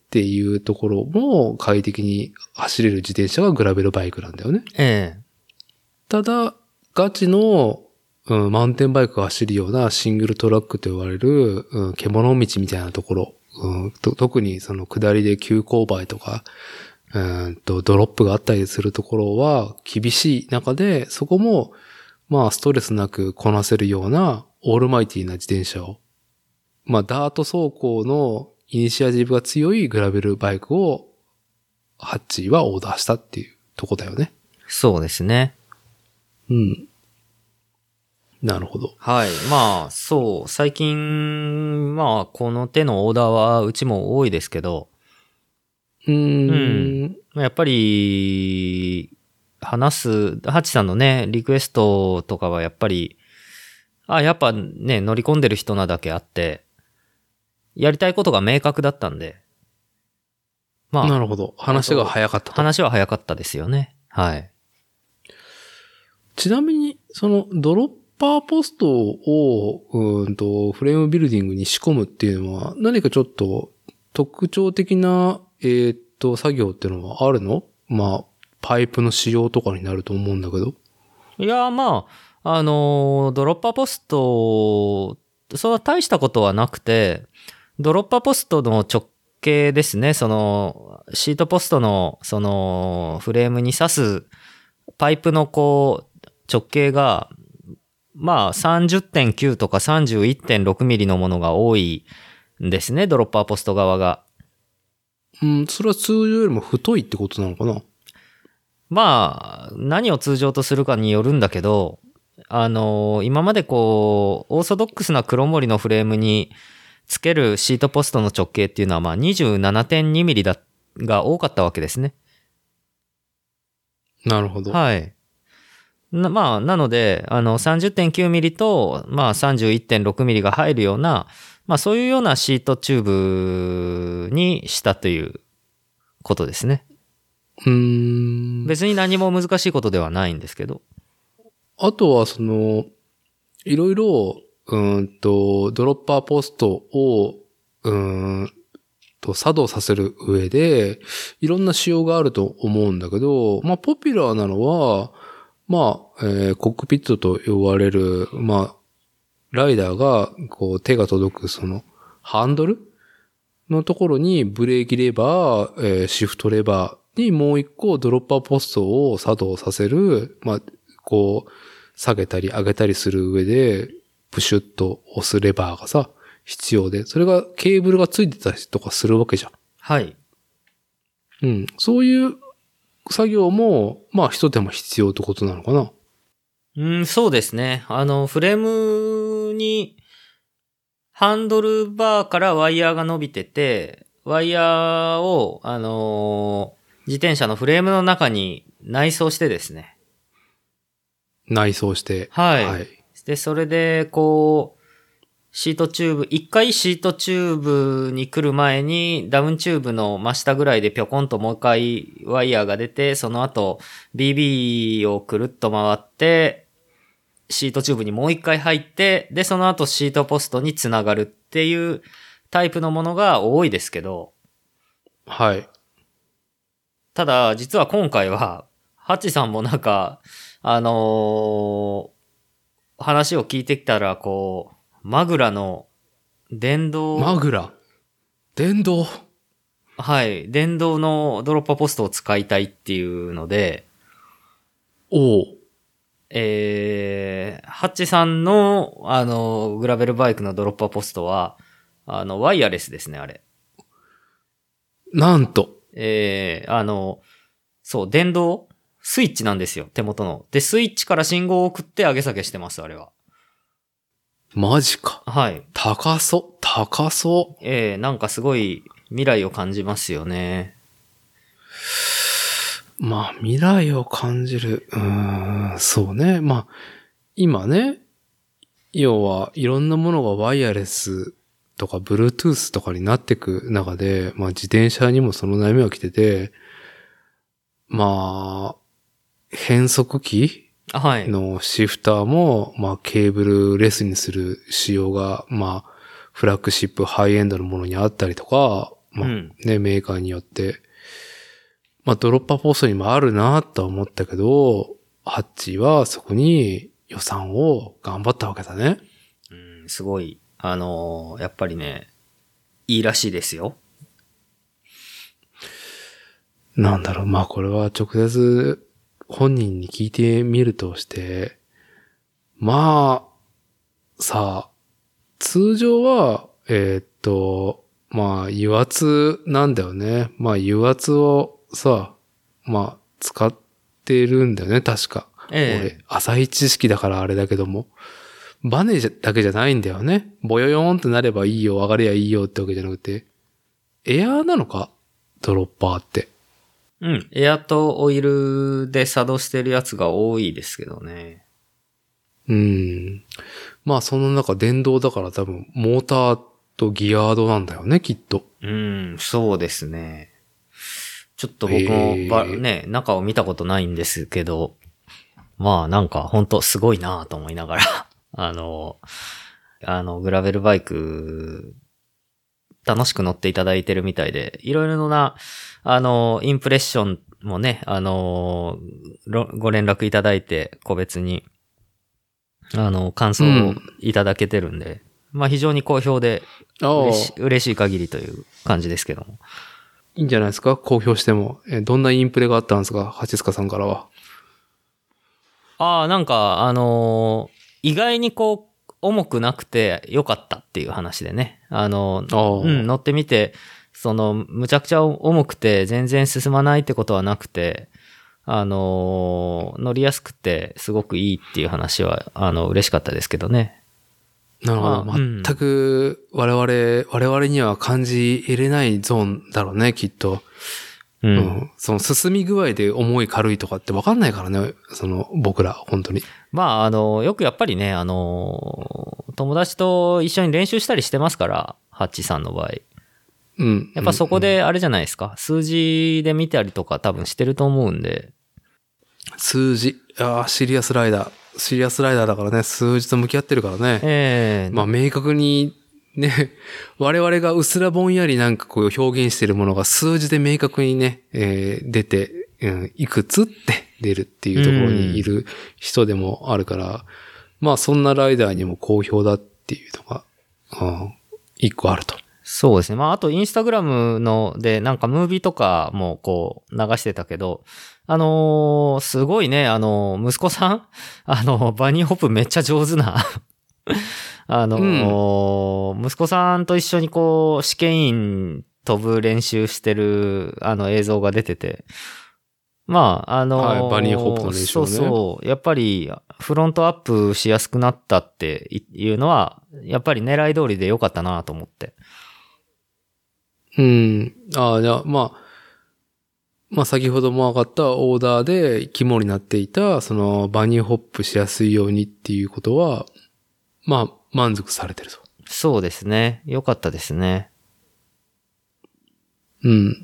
っていうところも快適に走れる自転車がグラベルバイクなんだよね。 ええ。 ただ、ガチの、うん、マウンテンバイクが走るようなシングルトラックと呼ばれる、うん、獣道みたいなところ、うん、と特にその下りで急勾配とか、うんとドロップがあったりするところは厳しい中で、そこもまあストレスなくこなせるようなオールマイティな自転車を、まあダート走行のイニシアチブが強いグラベルバイクをハッチーはオーダーしたっていうとこだよね。 そうですね。 うん。なるほど。 はい。まあ、そう。最近、まあ、この手のオーダーはうちも多いですけど、 うーん。 うん、やっぱり、話す、ハチさんのね、リクエストとかはやっぱり、あ、やっぱね、乗り込んでる人なだけあって、やりたいことが明確だったんで、まあ。 なるほど。話が早かったと。 話は早かったですよね。はい。 ちなみに、そのドロッパーポストを、うんと、フレームビルディングに仕込むっていうのは、何かちょっと特徴的な、えー、っと、作業っていうのはあるの？まあ、パイプの仕様とかになると思うんだけど。 いや、まあ、あの、ドロッパーポスト、そんな大したことはなくて、ドロッパーポストの直径ですね、その、シートポストの、その、フレームに刺すパイプのこう、直径が、まあ さんじゅってんきゅう とか さんじゅういってんろく ミリのものが多いんですね、ドロッパーポスト側が。 うん、それは通常よりも太いってことなのかな？ まあ、何を通常とするかによるんだけど、あの、今までこう、オーソドックスな黒森のフレームにつけるシートポストの直径っていうのは、まあ にじゅうななてんに ミリだ、が多かったわけですね。 なるほど。 はい。なまあ、なので、あの、さんじゅってんきゅう ミリと、まあ さんじゅういってんろく ミリが入るような、まあそういうようなシートチューブにしたということですね。 うーん。 別に何も難しいことではないんですけど。 あとは、その、いろいろ、うーんと、ドロッパーポストを、うーんと、作動させる上で、いろんな仕様があると思うんだけど、まあ、ポピュラーなのは、まあ、えー、コックピットと呼ばれる、まあ、ライダーが、こう、手が届く、その、ハンドルのところに、ブレーキレバー、えー、シフトレバーにもう一個ドロッパーポストを作動させる、まあ、こう、下げたり上げたりする上で、プシュッと押すレバーがさ、必要で、それがケーブルがついてたりとかするわけじゃん。 はい。 うん。そういう作業も、まあ一手間必要ってことなのかな。 うん、そうですね。あの、フレームに、ハンドルバーからワイヤーが伸びてて、ワイヤーを、あのー、自転車のフレームの中に内装してですね。 内装して。 はい。 はい、 で、それで、こう、シートチューブ、一回シートチューブに来る前に、ダウンチューブの真下ぐらいでぴょこんともう一回ワイヤーが出て、その後、ビービー をくるっと回って、シートチューブにもう一回入って、で、その後シートポストにつながるっていうタイプのものが多いですけど。 はい。 ただ、実は今回は、ハッチさんもなんか、あのー、話を聞いてきたら、こう、マグラの電動。 マグラ電動はい。電動のドロッパーポストを使いたいっていうので、 おう。 えー、ハッチさんの、あの、グラベルバイクのドロッパーポストは、あの、ワイヤレスですね、あれ。 なんと。 えー、あの、そう、電動スイッチなんですよ、手元の。で、スイッチから信号を送って上げ下げしてます、あれは。 マジか。 はい。 高そう。高そう。 えー、なんかすごい未来を感じますよね。 まあ、未来を感じる。うーん、そうね。まあ、今ね、要はいろんなものがワイヤレスとか Bluetooth とかになってく中で、まあ自転車にもその悩みが来てて、まあ、変速機はい。 のシフターも、まあケーブルレスにする仕様が、まあ、フラッグシップハイエンドのものにあったりとか、 まあ、 うんね、メーカーによって。まあ、ドロッパーポストにもあるなとは思ったけど、ハッチーはそこに予算を頑張ったわけだね。 うん、すごい、あのーやっぱりね、いいらしいですよ。 なんだろう、まあこれは直接本人に聞いてみるとして、まあ、さあ、通常は、えーっと、まあ油圧なんだよね。まあ油圧をさ、まあ使ってるんだよね、確か。 ええ俺、浅い知識だからあれだけども。バネだけじゃないんだよね。ボヨヨーンってなればいいよ、上がればいいよってわけじゃなくて。エアーなのかドロッパーって。 うん。エアとオイルで作動してるやつが多いですけどね。 うん。まあその中電動だから多分モーターとギアードなんだよね、きっと。 うん、そうですね。ちょっと僕もば、 へーね、中を見たことないんですけど、まあなんか本当すごいなと思いながら、あの、あの、グラベルバイク、楽しく乗っていただいてるみたいで、いろいろな、あの、インプレッションもね、あの、ろご連絡いただいて、個別に、あの、感想をいただけてるんで、まあ非常に好評で、 ああ、 嬉し嬉しい限りという感じですけども。 いいんじゃないですか公表しても。え、どんなインプレがあったんですかハチスカさんからは。 ああ、なんか、あのー意外にこう、重くなくて良かったっていう話でね。あのーああうん、乗ってみて、その、むちゃくちゃ重くて全然進まないってことはなくて、あのー乗りやすくてすごくいいっていう話は、あの、嬉しかったですけどね。 なるほど。 まあうん全く我々、我々には感じ入れないゾーンだろうね、きっと。 う。 うんん。その進み具合で重い軽いとかって分かんないからね、その僕ら、本当に。 まあ、あの、よくやっぱりね、あの、友達と一緒に練習したりしてますから、ハッチさんの場合。 うん。 やっぱそこであれじゃないですか。数字で見たりとか多分してると思うんで。 数字。ああ、シリアスライダー。シリアスライダーだからね、数字と向き合ってるからね。 ええまあ明確にね、我々がうすらぼんやりなんかこう表現しているものが数字で明確にね、えー出て、うん、いくつって出るっていうところにいる人でもあるから、まあそんなライダーにも好評だっていうのが、うん、一個あると。 そうですね。まあ、あとインスタグラムので、なんかムービーとかもこう流してたけど、あのーすごいね、あのー息子さんあの、バニーホップめっちゃ上手なあのー息子さんと一緒にこう、試験員飛ぶ練習してる、あの映像が出てて、まあ、あのーはいバニーホップの練習をねそうそう。やっぱり、フロントアップしやすくなったっていうのは、やっぱり狙い通りで良かったなと思って。 うん。ああ、じゃあ、まあ、まあ先ほども上がったオーダーで肝になっていた、そのバニーホップしやすいようにっていうことは、まあ満足されてると。 そうですね。良かったですね。 うん。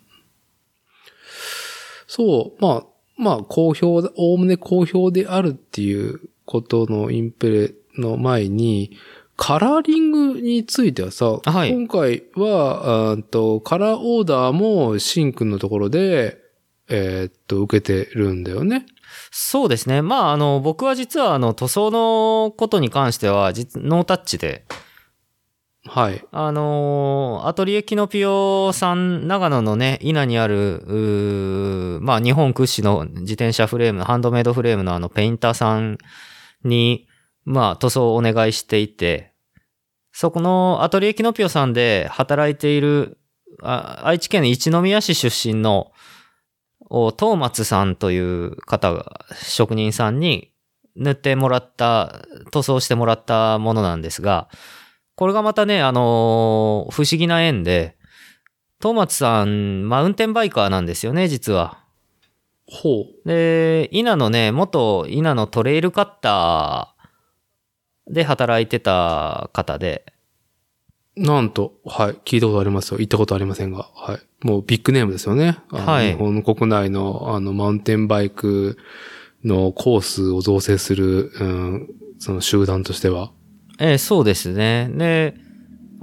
そう、まあ、まあ好評だ、おおむね好評であるっていうことのインプレの前に、カラーリングについてはさ、 はい今回は、あーとカラーオーダーもシンくんのところで、えーっと、受けてるんだよね。 そうですね。まあ、あの、僕は実は、あの、塗装のことに関しては、実、ノータッチで、 はい。 あのーアトリエキノピオさん、長野のね、稲にある、うーまあ、日本屈指の自転車フレーム、ハンドメイドフレームのあの、ペインターさんに、まあ、塗装をお願いしていて、そこのアトリエキノピオさんで働いている、あ愛知県の一宮市出身の、を東松さんという方が、職人さんに塗ってもらった、塗装してもらったものなんですが、これがまたね、あのー不思議な縁で、東松さん、マウンテンバイカーなんですよね、実は。 ほで、稲のね、元稲のトレイルカッターで働いてた方で、 う。なんと、はい。聞いたことありますよ。行ったことありませんが。はい。もうビッグネームですよね。あのはい日本国内の、あの、マウンテンバイクのコースを造成する、うん、その集団としては。 えーそうですね。で、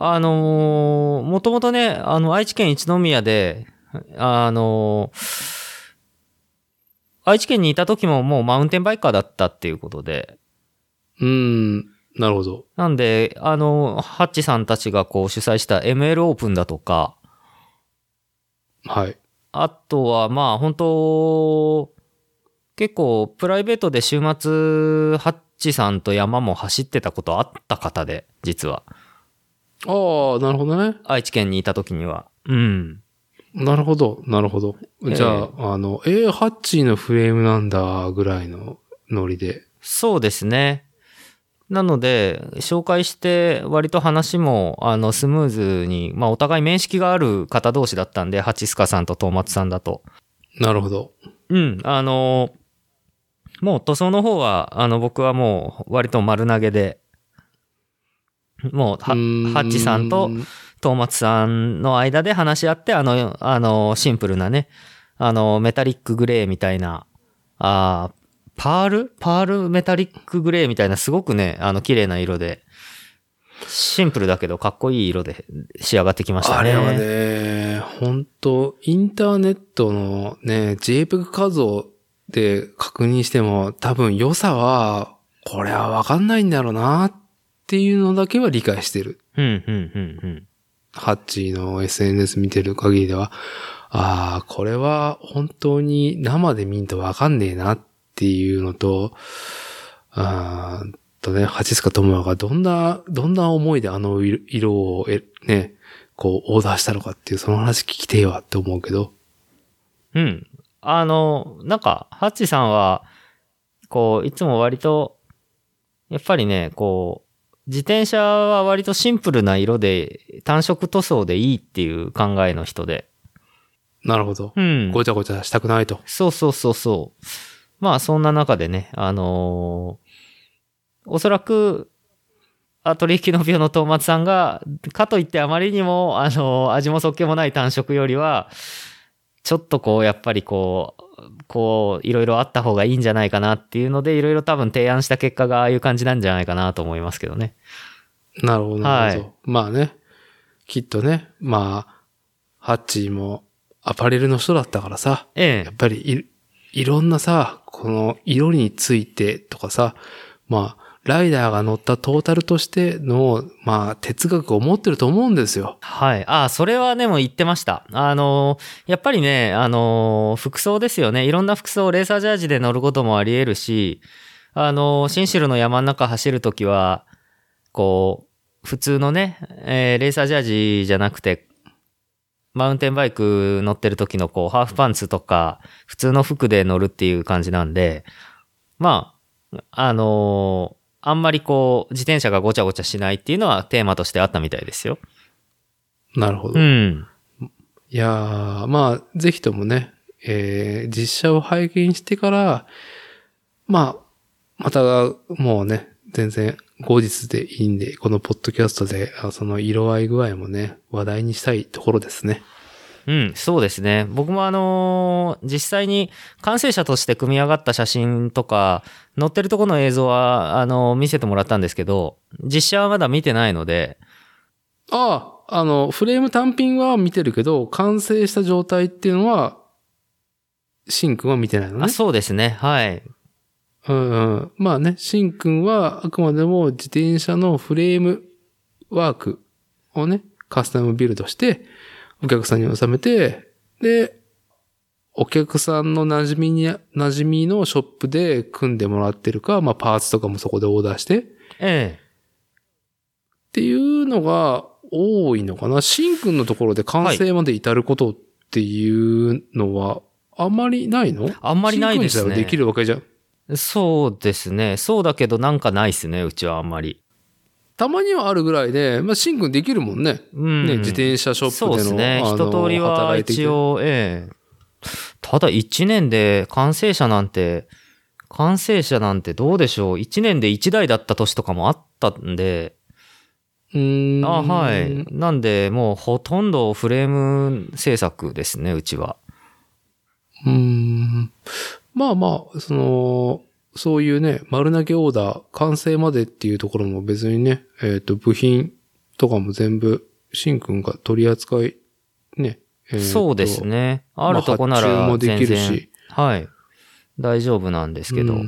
あのー、もともとね、あの、愛知県一宮で、あのー、愛知県にいた時ももうマウンテンバイカーだったっていうことで。 うーん、なるほど。 なんで、あの、ハッチさんたちがこう主催した エムエル オープンだとか、 はい。 あとはまあ本当、結構プライベートで週末、ハッチさんと山も走ってたことあった方で、実は。 ああ、なるほどね。 愛知県にいた時には。うん。 なるほど、なるほど。じゃあ、 ええあの、えー、ハッチーのフレームなんだ、ぐらいのノリで。 そうですね。なので、紹介して割と話もあのスムーズに、まあお互い面識がある方同士だったんで、ハチスカさんとトーマツさんだと。 なるほど。 うん、あの、もう塗装の方は、あの僕はもう割と丸投げで、もうは、 うーんハッチさんとトーマツさんの間で話し合って、あの、あの、シンプルなね、あの、メタリックグレーみたいな、あパールパールメタリックグレーみたいなすごくね、あの、綺麗な色で、シンプルだけどかっこいい色で仕上がってきましたね。 あれはね、本当インターネットのね、JPEG 画像で確認しても多分良さは、これはわかんないんだろうなっていうのだけは理解してる。 うん、うん、うん、うん。 ハッチーの エスエヌエス 見てる限りでは、ああ、これは本当に生で見んとわかんねえなっていうのと、あーとね、ハチスカトモヤがどんな、どんな思いであの色をえね、こうオーダーしたのかっていうその話聞きてえわって思うけど。 うん。あの、なんか、ハッチさんは、こう、いつも割と、やっぱりね、こう、自転車は割とシンプルな色で、単色塗装でいいっていう考えの人で。 なるほど。 うん。 ごちゃごちゃしたくないと。 そうそうそうそう。まあ、そんな中でね、あのーおそらく、あ取引の病のトーマツさんが、かといってあまりにも、あのー味もそっけもない単色よりは、ちょっとこう、やっぱりこう、こう、いろいろあった方がいいんじゃないかなっていうので、いろいろ多分提案した結果がああいう感じなんじゃないかなと思いますけどね。 なるほど、なるほど。 はいまあね、きっとね、まあ、ハッチーもアパレルの人だったからさ、 ええ。 やっぱりい、いろんなさ、この色についてとかさ、まあ、ライダーが乗ったトータルとしての、まあ、哲学を持ってると思うんですよ。 はい。ああ、それはでも言ってました。あのーやっぱりね、あのー服装ですよね。いろんな服装、レーサージャージで乗ることもあり得るし、あのーシンシルの山の中走るときは、こう、普通のね、えーレーサージャージじゃなくて、マウンテンバイク乗ってる時のこう、ハーフパンツとか、普通の服で乗るっていう感じなんで、まあ、あのーあんまりこう、自転車がごちゃごちゃしないっていうのはテーマとしてあったみたいですよ。 なるほど。いうん。 やー、まあ、ぜひともね、えー、実写を拝見してから、まあ、また、もうね、全然後日でいいんで、このポッドキャストで、あその色合い具合もね、話題にしたいところですね。 うん、そうですね。僕もあのー実際に完成車として組み上がった写真とか、載ってるところの映像は、あのー見せてもらったんですけど、実写はまだ見てないので、 ああ、あの、フレーム単品は見てるけど、完成した状態っていうのは、シンくんは見てないのね。 あ、そうですね。はい。 うんうん。まあね、シンくんはあくまでも自転車のフレームワークをね、カスタムビルドして、お客さんに収めて、で、お客さんの馴染みに、馴染みのショップで組んでもらってるか、まあパーツとかもそこでオーダーして、っええ。 ていうのが多いのかな。シンくんのところで完成まで至ることっていうのは、あんまりないの？ あんまりないですねシンくん自体はできるわけじゃん。 そうですね。そうだけどなんかないっすね、うちはあんまり。 たまにはあるぐらいで、まあ、シンくんできるもんね。 うん。 ね、自転車ショップそうでの、 ですね。 あの一通りは働いていて一応、ええ。ただ一年で完成車なんて、完成車なんてどうでしょう。一年で一台だった年とかもあったんで、 うーん。 あ、はい。なんで、もうほとんどフレーム制作ですね、うちは。 うーん。まあまあ、その、そういうね、丸投げオーダー、完成までっていうところも別にね、えっと、部品とかも全部、シンくんが取り扱い、ね。 えー、そうですね。あるとこなら全然、まあ、発注もできるし。はい。大丈夫なんですけど。うん。うん、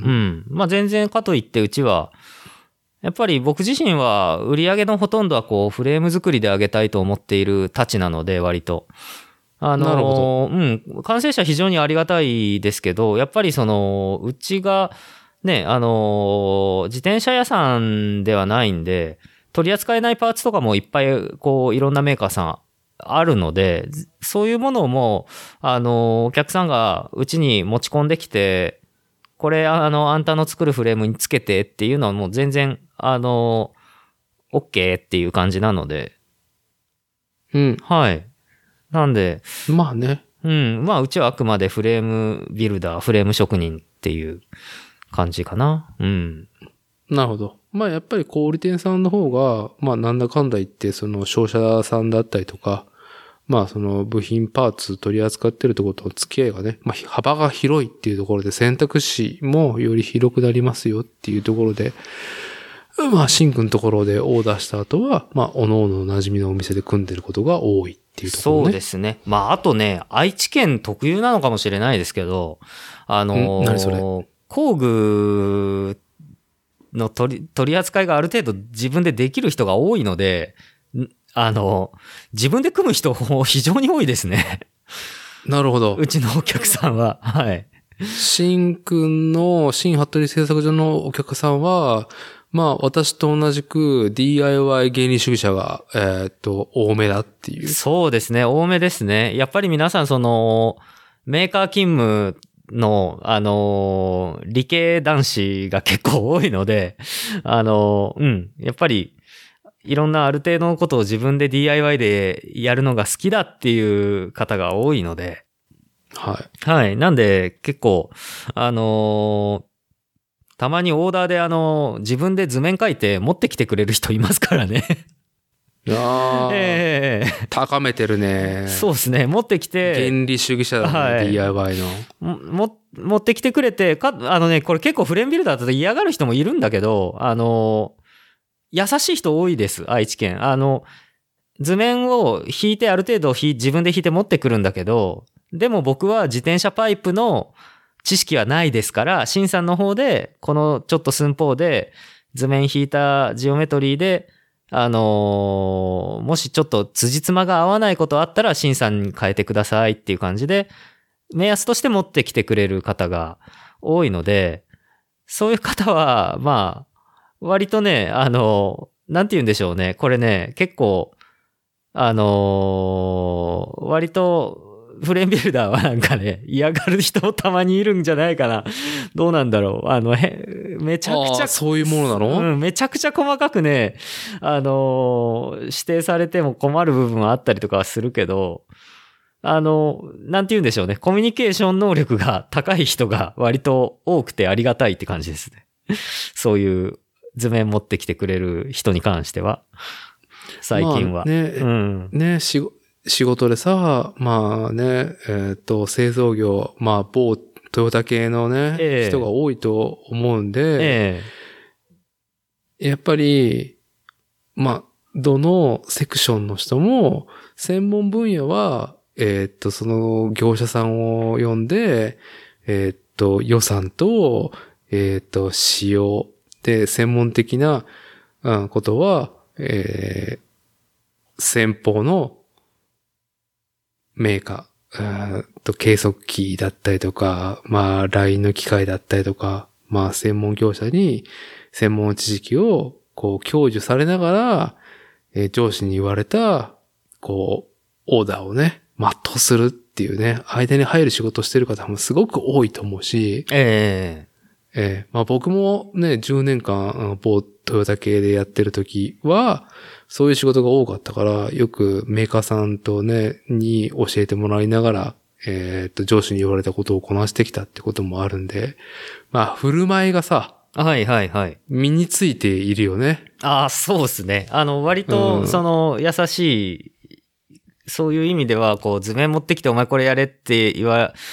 まあ全然かといってうちは、やっぱり僕自身は売り上げのほとんどはこうフレーム作りで上げたいと思っているたちなので割と。あのー、なるほど。うん。完成者非常にありがたいですけど、やっぱりその、うちがね、あのー、自転車屋さんではないんで、取り扱えないパーツとかもいっぱいこういろんなメーカーさんあるので、そういうものも、あのー、お客さんがうちに持ち込んできて、これ、あの、あんたの作るフレームにつけてっていうのはもう全然、あの、OK っていう感じなので。 うん。 はい。なんで。 まあね。 うん。まあ、うちはあくまでフレームビルダー、フレーム職人っていう感じかな。うん。 なるほど。まあ、やっぱり小売店さんの方が、まあ、なんだかんだ言って、その商社さんだったりとか、まあその部品パーツ取り扱ってるところと付き合いがね、まあ幅が広いっていうところで選択肢もより広くなりますよっていうところで、まあシンクのところでオーダーした後は、まあ各々の馴染みのお店で組んでることが多いっていうところね。 そうですね。まああとね、愛知県特有なのかもしれないですけど、あのー、 何それ？ 工具の取り、取り扱いがある程度自分でできる人が多いので、あの、自分で組む人非常に多いですね。 なるほど。 うちのお客さんは。はい。 シンくんの、新服部製作所のお客さんは、まあ私と同じく ディーアイワイ 原理主義者が、えー、っと、多めだっていう。 そうですね、多めですね。やっぱり皆さんその、メーカー勤務の、あの、理系男子が結構多いので、あの、うん、やっぱり、いろんなある程度のことを自分で ディーアイワイ でやるのが好きだっていう方が多いので。 はい。 はい。なんで結構、あのー、たまにオーダーであのー、自分で図面書いて持ってきてくれる人いますからね。 ああ、えー、高めてるね。 そうですね。持ってきて。 原理主義者だね、はい、ディーアイワイ の。 も、持ってきてくれて、か、あのね、これ結構フレームビルダーだと嫌がる人もいるんだけど、あのー、優しい人多いです、愛知県。あの、図面を引いてある程度自分で引いて持ってくるんだけど、でも僕は自転車パイプの知識はないですから、新さんの方で、このちょっと寸法で図面引いたジオメトリーで、あのー、もしちょっと辻褄が合わないことあったら、新さんに変えてくださいっていう感じで、目安として持ってきてくれる方が多いので、そういう方は、まあ、割とね、あの、なんて言うんでしょうね。これね、結構、あのー、割と、フレームビルダーはなんかね、嫌がる人もたまにいるんじゃないかな。どうなんだろう。あの、へ、めちゃくちゃ。 そういうものなの？ うん、めちゃくちゃ細かくね、あのー、指定されても困る部分はあったりとかはするけど、あの、なんて言うんでしょうね。コミュニケーション能力が高い人が割と多くてありがたいって感じですね。そういう図面持ってきてくれる人に関しては。最近は。 まあ、ね、 うん。 ね、仕事でさ、まあね、えっと、製造業、まあ、某トヨタ系のね、えー、人が多いと思うんで、えー、やっぱり、まあ、どのセクションの人も、専門分野は、えっと、その業者さんを呼んで、えっと、予算と、えっと、仕様で、専門的な、うん、ことは、えー、先方のメーカー、と計測器だったりとか、まあ、ライン の機械だったりとか、まあ、専門業者に専門知識を、こう、享受されながら、えー、上司に言われた、こう、オーダーをね、全うするっていうね、間に入る仕事をしてる方もすごく多いと思うし、 ええー、えー、まあ僕もね、じゅうねんかん、某トヨタ系でやってる時は、そういう仕事が多かったから、よくメーカーさんとね、に教えてもらいながら、えー、っと、上司に言われたことをこなしてきたってこともあるんで、まあ、振る舞いがさ、 はいはいはい。 身についているよね。 ああ、そうですね。あの、割と、その、優しい、そういう意味では、こう、図面持ってきてお前これやれって言わ、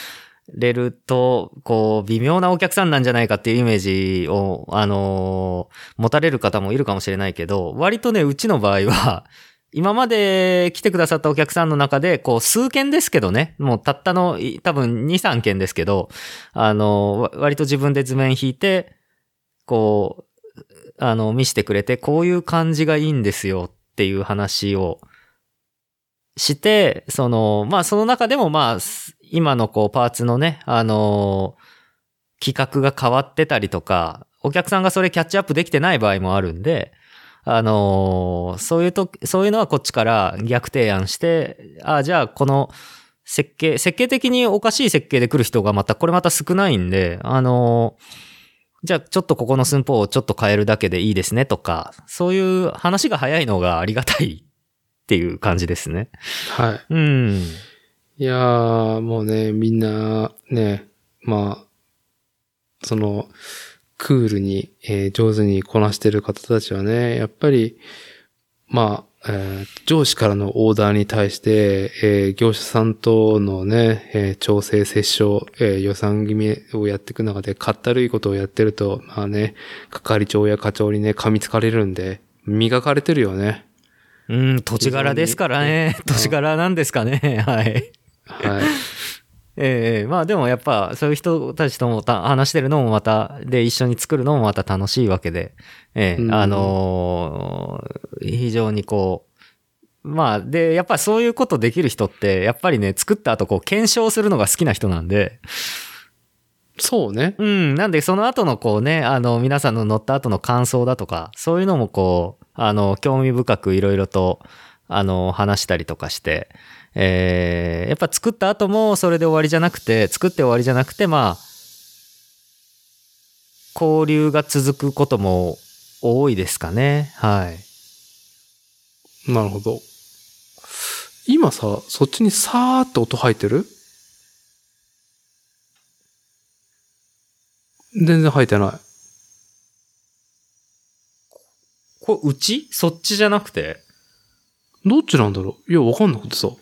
れると、こう、微妙なお客さんなんじゃないかっていうイメージを、あのー、持たれる方もいるかもしれないけど、割とね、うちの場合は、今まで来てくださったお客さんの中で、こう、数件ですけどね、もうたったの、多分に、さんけんですけど、あのー、割と自分で図面引いて、こう、あの、見せてくれて、こういう感じがいいんですよっていう話をして、その、まあ、その中でもまあ、今のこう、パーツのね、あのー、企画が変わってたりとか、お客さんがそれキャッチアップできてない場合もあるんで、あのー、そういうと、そういうのはこっちから逆提案して、あ、じゃあこの設計、設計的におかしい設計で来る人がまた、これまた少ないんで、あのー、じゃあちょっとここの寸法をちょっと変えるだけでいいですねとか、そういう話が早いのがありがたいっていう感じですね。 はい。 うん。 いやー、もうね、みんな、ね、まあ、その、クールに、えー、上手にこなしてる方たちはね、やっぱり、まあ、えー、上司からのオーダーに対して、えー、業者さんとのね、えー、調整折衝、えー、予算決めをやっていく中で、かったるいことをやってると、まあね、係長や課長にね、噛みつかれるんで、磨かれてるよね。 うん、土地柄ですからね。土地柄なんですかね。はい。 はい。 ええー、まあでもやっぱそういう人たちともた話してるのもまた、で一緒に作るのもまた楽しいわけで、ええー、あのー、非常にこう、まあで、やっぱそういうことできる人って、やっぱりね、作った後こう検証するのが好きな人なんで、 そうね。 うん。なんでその後のこうね、あの皆さんの乗った後の感想だとか、そういうのもこう、あの、興味深くいろいろと、あの、話したりとかして、えー、やっぱ作った後もそれで終わりじゃなくて、作って終わりじゃなくて、まあ、交流が続くことも多いですかね。はい。 なるほど。今さ、そっちにさーって音入ってる？全然入ってない。 これ、うち？そっちじゃなくて？ どっちなんだろう？いや、わかんなくてさ。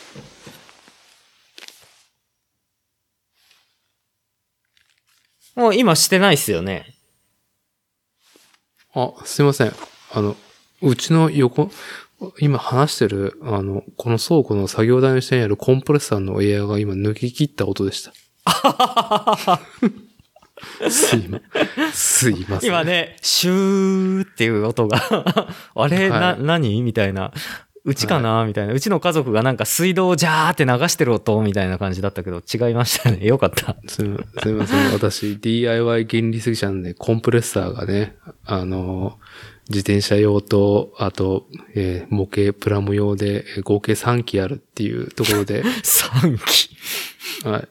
もう今してないっすよね。 あ、すいません。あの、うちの横、今話してる、あの、この倉庫の作業台の下にあるコンプレッサーのエアが今抜き切った音でした。すいま、すいません。 今ね、シューっていう音があれ、はい、な、何みたいな。うちかな、はい、みたいな。うちの家族がなんか水道をジャーって流してる音みたいな感じだったけど、違いましたね。よかった。 すみません。私、ディーアイワイ 原理主義者なんで、コンプレッサーがね、あの、自転車用と、あと、えー、模型プラモ用で、合計さんきあるっていうところで。 さんきはい。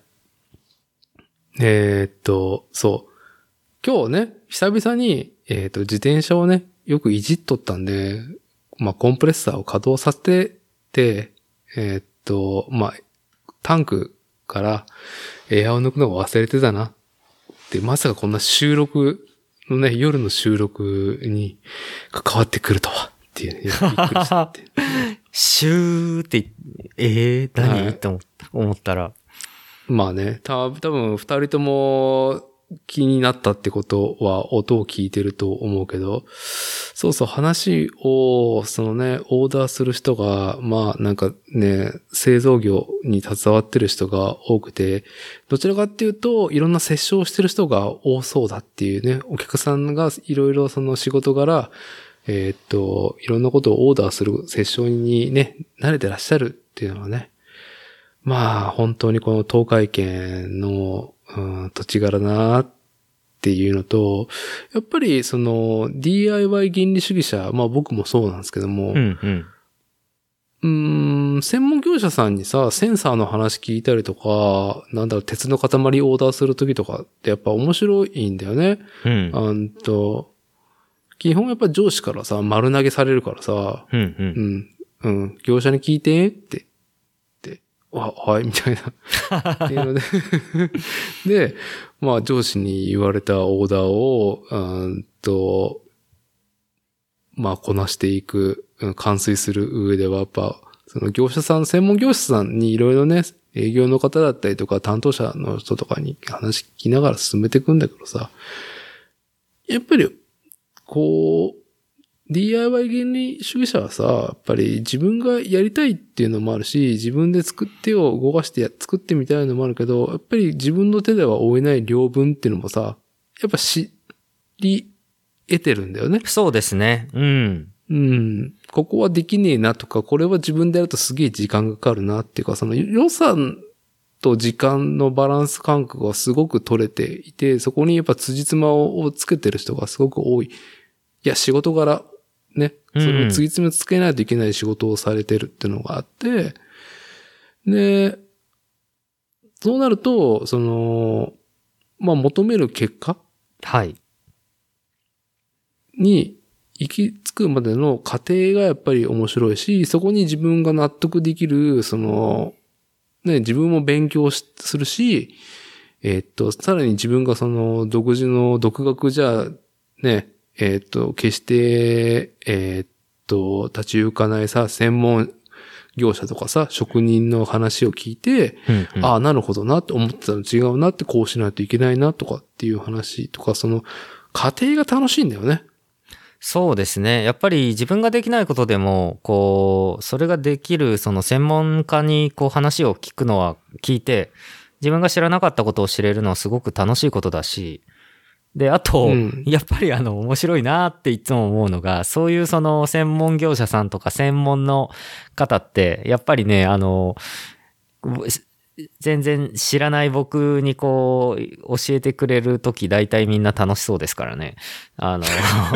えー、っと、そう。今日ね、久々に、えー、っと、自転車をね、よくいじっとったんで、まあ、コンプレッサーを稼働させてて、えー、っと、まあ、タンクからエアを抜くのを忘れてたな。で、まさかこんな収録のね、夜の収録に関わってくるとは、っていうね、びっくりしたって。 シューって、えー、何、はい、って思ったら。 まあね、た多分二人とも気になったってことは音を聞いてると思うけど、そうそう話を、そのね、オーダーする人が、まあなんかね、製造業に携わってる人が多くて、どちらかっていうと、いろんな接触をしてる人が多そうだっていうね、お客さんがいろいろその仕事柄、えー、っと、いろんなことをオーダーする接触にね、慣れてらっしゃるっていうのはね、まあ本当にこの東海圏の、うん、土地柄だなっていうのと、やっぱりその ディーアイワイ 原理主義者、まあ僕もそうなんですけども、 うんうんうーん、専門業者さんにさ、センサーの話聞いたりとか、なんだろう、鉄の塊オーダーするときとかってやっぱ面白いんだよね。 うん。 あんと、基本やっぱ上司からさ、丸投げされるからさ、 うんうん。 うん、うん、業者に聞いてって、ってあ、はい、みたいな。っていうのでで、まあ上司に言われたオーダーを、うんと、まあこなしていく、完遂する上ではやっぱ、その業者さん、専門業者さんにいろいろね、 営業の方だったりとか担当者の人とかに話聞きながら進めていくんだけどさ、やっぱり、こう、ディーアイワイ 原理主義者はさ、やっぱり自分がやりたいっていうのもあるし、自分で作ってを動かしてや作ってみたいのもあるけど、やっぱり自分の手では追えない領分っていうのもさ、やっぱ知り得てるんだよね。 そうですね。うん。 うん。ここはできねえなとか、これは自分でやるとすげえ時間がかかるなっていうか、その予算と時間のバランス感覚がすごく取れていて、そこにやっぱ辻褄をつけてる人がすごく多い。いや、仕事柄、ね。それを次々つけないといけない仕事をされてるっていうのがあって、で、そうなると、その、まあ、求める結果はい。 に行き着くまでの過程がやっぱり面白いし、そこに自分が納得できる、その、ね、自分も勉強するし、えーっと、さらに自分がその独自の独学じゃ、ね、えーっと、決して、えーっと、立ち行かないさ、専門業者とかさ、職人の話を聞いて、 うんうん、 ああ、なるほどなって思ってたの違うなって、こうしないといけないなとかっていう話とか、その、過程が楽しいんだよね。 そうですね。やっぱり自分ができないことでも、こう、それができる、その専門家にこう話を聞くのは聞いて、自分が知らなかったことを知れるのはすごく楽しいことだし、で、あと、うん、やっぱりあの、面白いなっていつも思うのが、そういうその専門業者さんとか専門の方って、やっぱりね、あの、全然知らない僕にこう、教えてくれるとき大体みんな楽しそうですからね。あの、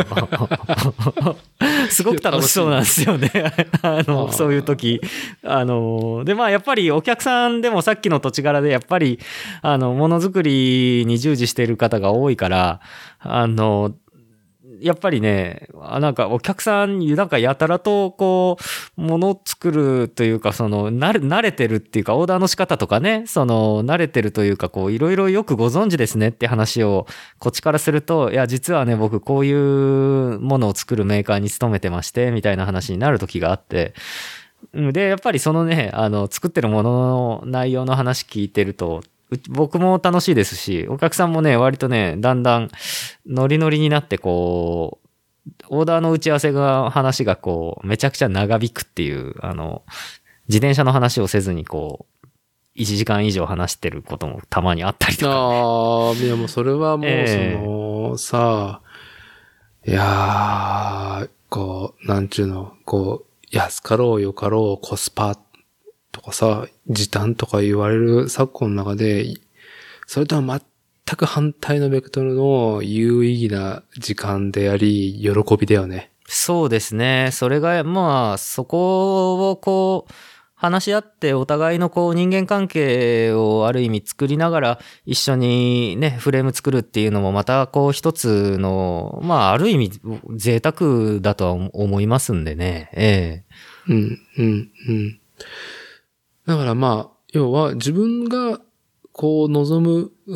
すごく楽しそうなんですよね。あの、そういうとき。あの、で、まあやっぱりお客さんでもさっきの土地柄でやっぱり、あの、ものづくりに従事している方が多いから、あの、やっぱりね、なんかお客さんになんかやたらとこう、物を作るというか、その、慣れ、慣れてるっていうか、オーダーの仕方とかね、その、慣れてるというか、こう、いろいろよくご存知ですねって話を、こっちからすると、いや、実はね、僕こういうものを作るメーカーに勤めてまして、みたいな話になる時があって、で、やっぱりそのね、あの、作ってるものの内容の話聞いてると、僕も楽しいですし、お客さんもね、割とね、だんだんノリノリになってこう、オーダーの打ち合わせが、話がこう、めちゃくちゃ長引くっていう、あの、自転車の話をせずにこう、いちじかん以上話してることもたまにあったりとか、ね。 ああ、いやもうそれはもうその、えー、さあ、いやー、こう、なんちゅうの、こう、安かろうよかろうコスパとかさ、時短とか言われる昨今の中で、それとは全く反対のベクトルの有意義な時間であり、喜びだよね。 そうですね。それが、まあ、そこをこう、話し合ってお互いのこう人間関係をある意味作りながら一緒にね、フレーム作るっていうのもまたこう一つの、まあある意味贅沢だとは思いますんでね。ええ。うん、うん、うん。だからまあ、要は自分がこう望む、うん、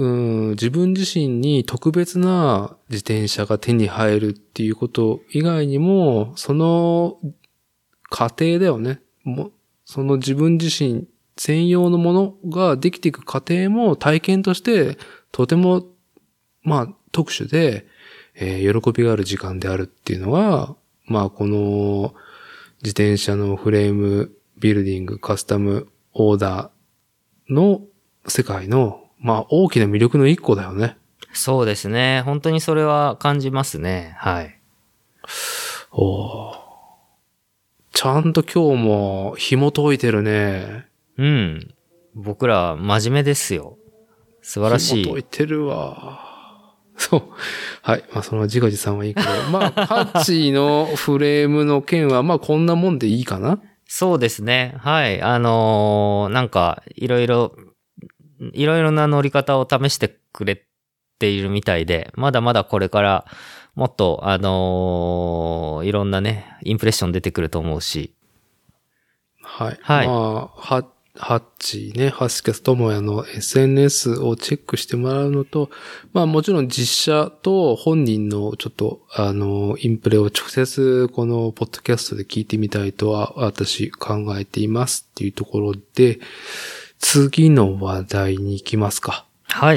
自分自身に特別な自転車が手に入るっていうこと以外にも、その過程だよね。もその自分自身専用のものができていく過程も体験としてとても、まあ特殊で、えー、喜びがある時間であるっていうのが、まあこの自転車のフレームビルディング、カスタムオーダーの世界の、まあ大きな魅力の一個だよね。 そうですね。本当にそれは感じますね。はい。 おー。ちゃんと今日も紐解いてるね。 うん。僕ら真面目ですよ。素晴らしい。 紐解いてるわ。そう。はい。まあその自画自賛はいいけど。まあ、ハッチのフレームの件はまあこんなもんでいいかな。 そうですね。はい。あのー、なんか、いろいろ、いろいろな乗り方を試してくれているみたいで、まだまだこれからもっと、あのー、いろんなね、インプレッション出てくると思うし。 はい。はい。まあ、ハッ、ハッチね、ハスキャストモヤの エスエヌエス をチェックしてもらうのと、まあもちろん実写と本人のちょっと、あの、インプレを直接このポッドキャストで聞いてみたいとは私考えていますっていうところで、 次の話題に行きますか。 はい。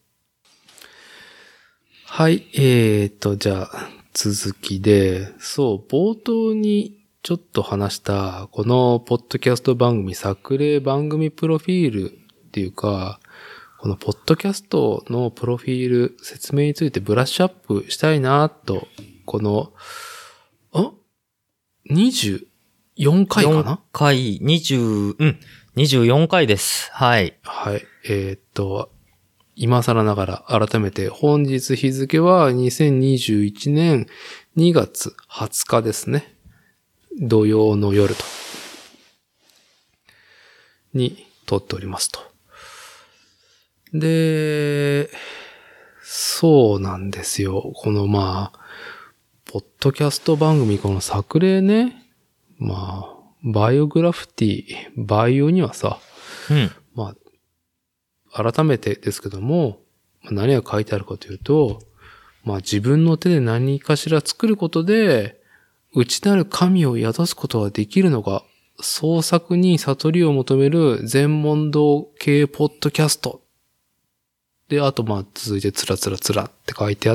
はい。えーと、じゃあ、続きで、そう、冒頭にちょっと話した、このポッドキャスト番組、作例番組プロフィールっていうか、このポッドキャストのプロフィール説明についてブラッシュアップしたいなと、この、あ ?にじゅうよん 回かな ?よん回、にじゅう、うん、にじゅうよんかいです。はい。 はい。えー、っと、今更ながら改めて本日日付はにせんにじゅういちねんにがつはつかですね。土曜の夜と。に撮っておりますと。で、そうなんですよ。このまあ、ポッドキャスト番組、この作例ね。まあ、バイオグラフィティ、バイオにはさ、 うん。 まあ、改めてですけども、何が書いてあるかというと、まあ自分の手で何かしら作ることで、内なる神を宿すことができるのが、創作に悟りを求める全問答系ポッドキャスト。で、あとまあ続いてつらつらつらって書いてあって、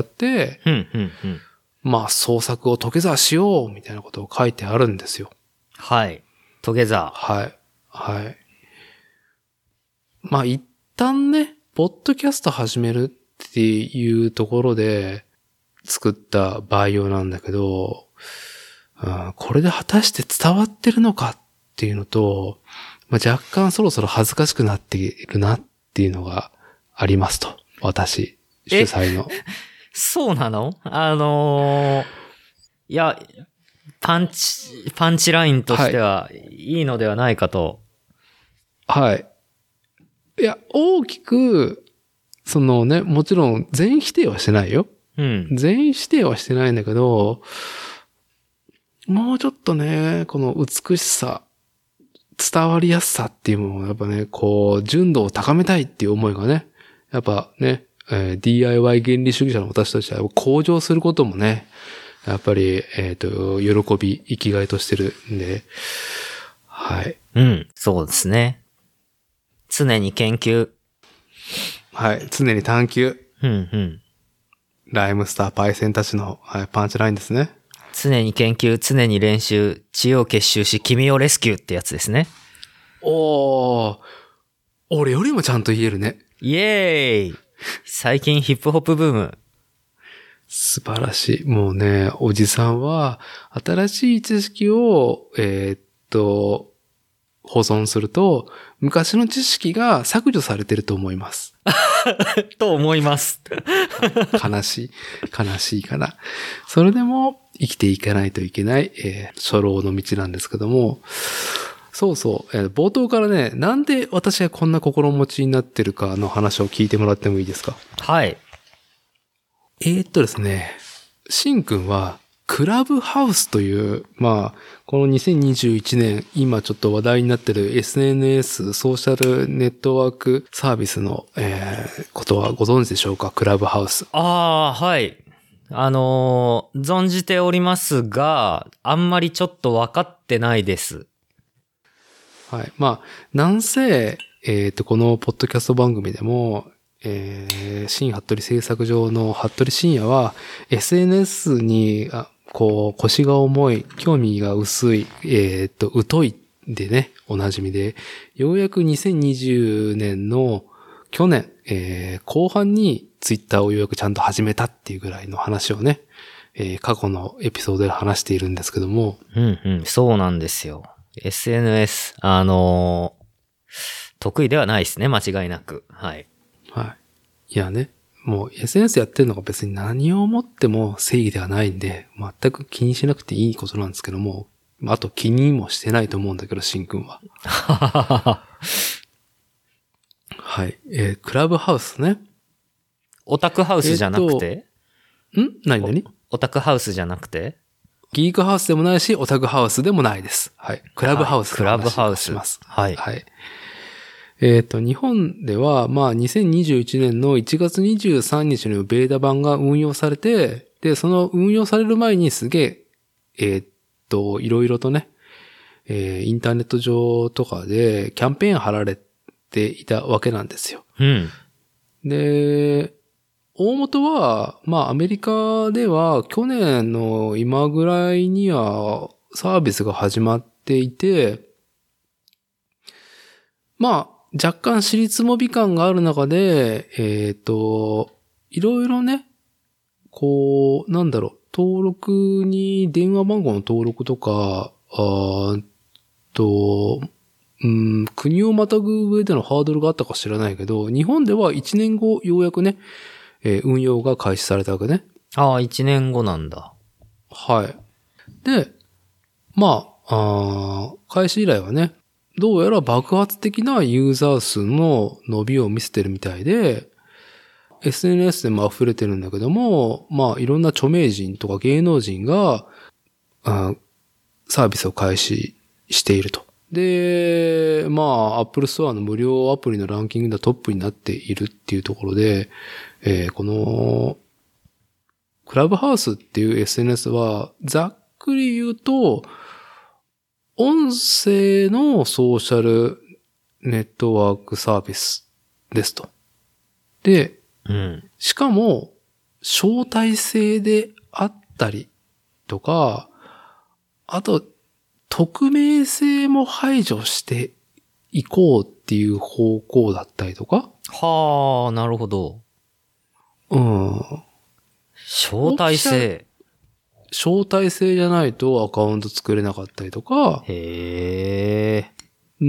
うん、うん、うん。 まあ創作をトゲザーしようみたいなことを書いてあるんですよ。 はい。トゲザー。 はい。はい。まあ一旦ね、ポッドキャスト始めるっていうところで作ったバイオなんだけど、うん、これで果たして伝わってるのかっていうのと、まあ、若干そろそろ恥ずかしくなっているなっていうのがありますと。私、主催の。 そうなの？あのー、いや、パンチ、パンチラインとしてはいいのではないかと。 はい。いや、大きく、そのね、もちろん全否定はしてないよ。 うん。 全否定はしてないんだけど、もうちょっとね、この美しさ、伝わりやすさっていうものをやっぱね、こう、純度を高めたいっていう思いがね、やっぱね、えー、ディーアイワイ 原理主義者の私としては向上することもね、やっぱり、えっと、喜び、生きがいとしてるんで、はい。 うん、そうですね。常に研究。 はい。常に探求。 うん、うん。 ライムスター、パイセンたちの、はい、パンチラインですね。 常に研究、常に練習、知恵を結集し、君をレスキューってやつですね。 おー、俺よりもちゃんと言えるね。 イエーイ！最近ヒップホップブーム。 素晴らしい。もうね、おじさんは、新しい知識を、えー、っと、保存すると、昔の知識が削除されてると思います。 と思います。 悲しい。悲しいかな。それでも生きていかないといけない、えー、初老の道なんですけども、そうそう、えー、冒頭からね、なんで私がこんな心持ちになってるかの話を聞いてもらってもいいですか？ はい。 えー、っとですね、しんくんは、クラブハウスという、まあ、このにせんにじゅういちねん、今ちょっと話題になってる エスエヌエス、ソーシャルネットワークサービスの、えー、ことはご存知でしょうか？クラブハウス。 ああ、はい。あのー、存じておりますが、あんまりちょっと分かってないです。 はい。まあ、なんせ、えっと、このポッドキャスト番組でも、えー、新服部製作上の服部深也は、エスエヌエス に、あこう、腰が重い、興味が薄い、えっと、疎いでね、おなじみで、ようやくにせんにじゅうねんの去年、えー、後半にツイッターをようやくちゃんと始めたっていうぐらいの話をね、えー、過去のエピソードで話しているんですけども。 うんうん、そうなんですよ。エスエヌエス、あのー、得意ではないですね、間違いなく。はい。 はい。いやね、もう エスエヌエス やってるのが別に何をもっても正義ではないんで、全く気にしなくていいことなんですけども、あと気にもしてないと思うんだけど、しんくんは。はい。えー、クラブハウスね。 オタクハウスじゃなくて、 えー、ん何何オタクハウスじゃなくてギークハウスでもないし、オタクハウスでもないです。はい。クラブハウス、はい、 クラブハウスします。 はい。 はい。えっと、日本では、まあ、にせんにじゅういちねんのいちがつにじゅうさんにちのベータ版が運用されて、で、その運用される前にすげえ、えっと、いろいろとね、えー、インターネット上とかでキャンペーン貼られっていたわけなんですよ。 うん。 で、大元は、まあアメリカでは去年の今ぐらいにはサービスが始まっていて、まあ若干尻つもび感がある中で、えっと、いろいろね、こう、なんだろう、登録に電話番号の登録とか、あと、うん、国をまたぐ上でのハードルがあったか知らないけど、日本ではいちねんごようやくね、えー運用が開始されたわけね。 ああ、一年後なんだ。 はい。で、まあ、あ開始以来はね、どうやら爆発的なユーザー数の伸びを見せてるみたいで、エスエヌエス でも溢れてるんだけども、まあ、いろんな著名人とか芸能人が、あサービスを開始していると。で、まあ、Apple Store の無料アプリのランキングではトップになっているっていうところで、えー、この、クラブハウスっていう エスエヌエス は、ざっくり言うと、音声のソーシャルネットワークサービスですと。で、 うん。 しかも、招待制であったりとか、あと、匿名性も排除していこうっていう方向だったりとか。 はあ、なるほど。 うん。 招待制。 招待制じゃないとアカウント作れなかったりとか。 へえ。 うん。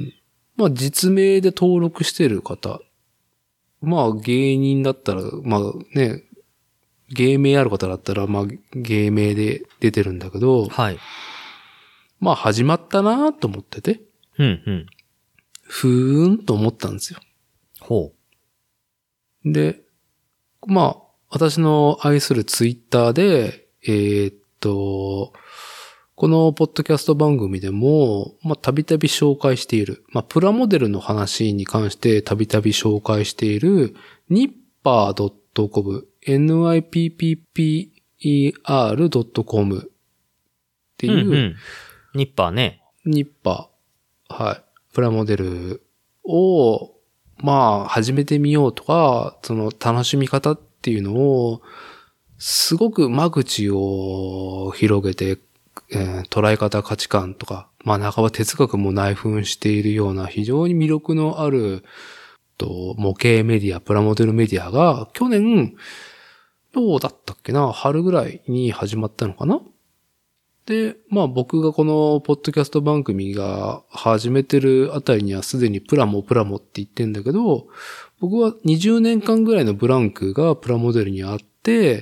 まあ実名で登録してる方。まあ芸人だったら、まあね、芸名ある方だったら、まあ芸名で出てるんだけど。 はい。 まあ始まったなと思ってて。 うんうん。 ふーんと思ったんですよ。 ほう。で、まあ、私の愛するツイッターで、えー、っと、このポッドキャスト番組でも、まあ、たびたび紹介している、まあ、プラモデルの話に関してたびたび紹介している、ニッパー ドットコム、ニッパー ドットコム っていう、 うんうん、ニッパーね。 ニッパー、はい。プラモデルを、まあ、始めてみようとか、その楽しみ方っていうのを、すごく間口を広げて、えー、捉え方価値観とか、まあ、半ば哲学も内紛しているような非常に魅力のある、と模型メディア、プラモデルメディアが、去年、どうだったっけな、春ぐらいに始まったのかな。で、まあ僕がこのポッドキャスト番組が始めてるあたりにはすでにプラモプラモって言ってんだけど、僕はにじゅうねんかんぐらいのブランクがプラモデルにあって、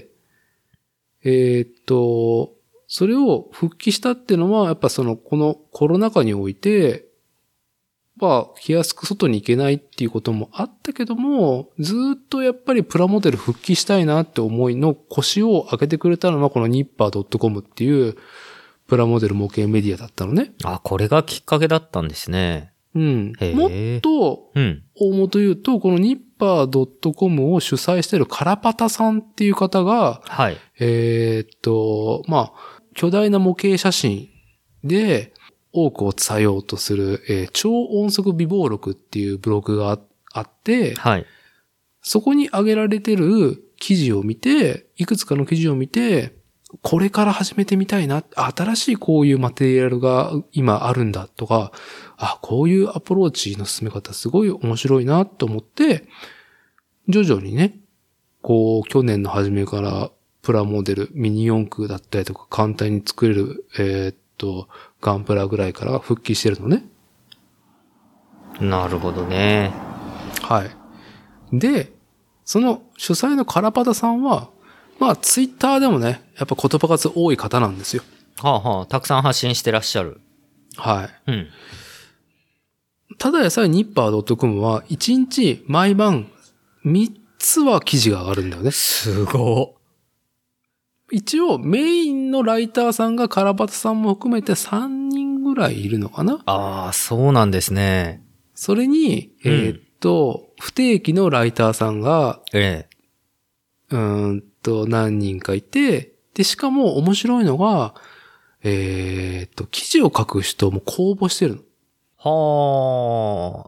えー、っと、それを復帰したっていうのはやっぱそのこのコロナ禍において、まあ気安く外に行けないっていうこともあったけども、ずーっとやっぱりプラモデル復帰したいなって思いの腰を上げてくれたのはこのニッパー ドットコム っていうプラモデル模型メディアだったのね。 あ、これがきっかけだったんですね。 うん。もっと、大元言うと、このニッパー ドットコム を主催しているカラパタさんっていう方が、 はい。 えー、っと、まあ、巨大な模型写真で多くを伝えようとする、えー、超音速微暴録っていうブログがあって、 はい。 そこに上げられてる記事を見て、いくつかの記事を見て、これから始めてみたいな。新しいこういうマテリアルが今あるんだとか、あ、こういうアプローチの進め方すごい面白いなと思って、徐々にね、こう去年の初めからプラモデル、ミニ四駆だったりとか簡単に作れる、えー、っと、ガンプラぐらいから復帰してるのね。 なるほどね。 はい。で、その主催のカラパタさんは、まあ、ツイッターでもね、やっぱ言葉数多い方なんですよ。 はあはあ、たくさん発信してらっしゃる。 はい。 うん。 ただでさえニッパー ドットコム はいちにち毎晩みっつは記事が上がるんだよね。 すご。 一応メインのライターさんがカラパタさんも含めてさんにんぐらいいるのかな。 ああ、そうなんですね。 それに、えー、っと、うん、不定期のライターさんが、 ええ、うーんと何人かいて、で、しかも面白いのが、えー、っと、記事を書く人も公募してるの。 はあ、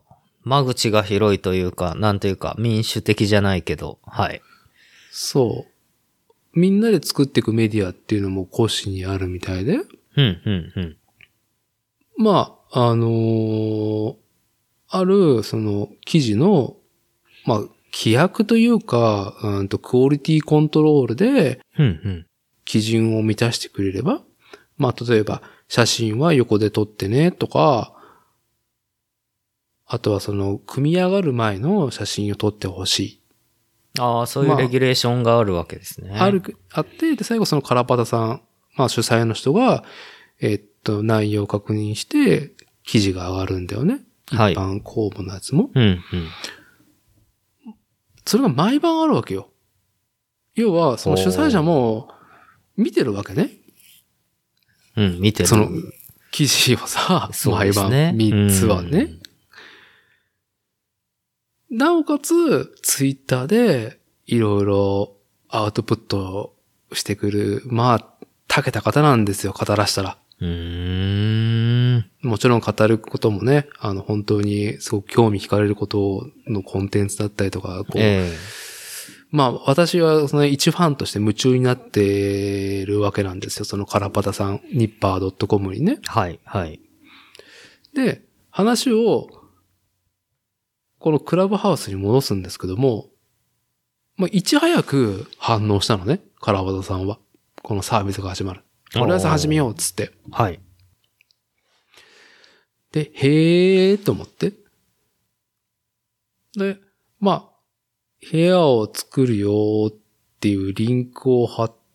間口が広いというか、なんというか、民主的じゃないけど、はい。 そう。みんなで作っていくメディアっていうのも講師にあるみたいで。 うん、うん、うん。 まあ、あのー、ある、その、記事の、まあ、規約というか、うんと、クオリティコントロールで、 うん、うん。 基準を満たしてくれれば、まあ、例えば、写真は横で撮ってね、とか、あとはその、組み上がる前の写真を撮ってほしい。 ああ、そういうレギュレーションがあるわけですね。 ある、あって、で、最後そのカラパタさん、まあ主催の人が、えっと、内容を確認して、記事が上がるんだよね。 はい。 一般公募のやつも。 うん、うん。 それが毎晩あるわけよ。要は、その主催者も、見てるわけね。 うん、見てる。 その、記事をさ、毎晩、みっつはね。なおかつ、ツイッターで、いろいろアウトプットしてくる、まあ、長けた方なんですよ、語らしたら。 うーん。 もちろん語ることもね、あの、本当にすごく興味惹かれることのコンテンツだったりとか、こう、 えー、 まあ、私はその一ファンとして夢中になってるわけなんですよ、そのカラパタさん、ニッパー .com にね。 はい、はい。 で、話を、このクラブハウスに戻すんですけども、まあ、いち早く反応したのね、カラパタさんは。このサービスが始まる。とりあえず始めようっつって。 はい。 で、へーと思って。で、まあ、部屋を作るよっていうリンクを貼って、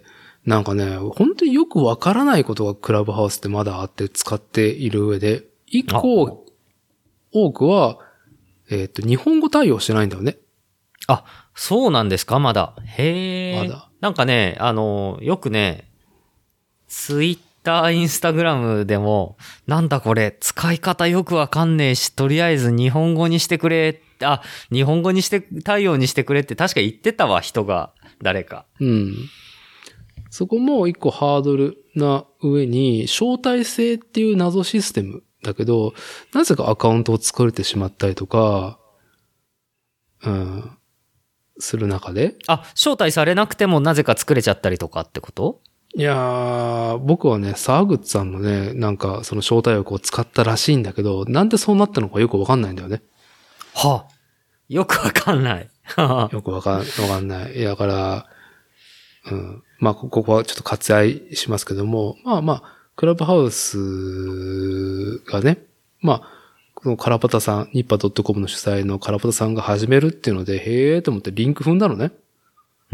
なんかね、本当によくわからないことがクラブハウスってまだあって使っている上で、一個、多くは、えっと、日本語対応してないんだよね。 あ、そうなんですかまだ。へえ。まだ。なんかね、あの、よくね、ツイッター、インスタグラムでも、なんだこれ、使い方よくわかんねえし、とりあえず日本語にしてくれ、あ、日本語にして、対応にしてくれって確か言ってたわ、人が、誰か。 うん。そこも一個ハードルな上に、招待制っていう謎システムだけど、なぜかアカウントを作れてしまったりとか、うん、する中で。 あ、招待されなくてもなぜか作れちゃったりとかってこと？ いやー、僕はね、沢口さんのね、なんかその招待欲を使ったらしいんだけど、なんでそうなったのかよくわかんないんだよね。 はあ、よくわかんない。 よくわかん、わかんない。いや、だから、うん。まあ、ここはちょっと割愛しますけども、まあまあ、クラブハウスがね、まあ、このカラパタさん、ニッパ .com の主催のカラパタさんが始めるっていうので、へーと思ってリンク踏んだのね。 うん。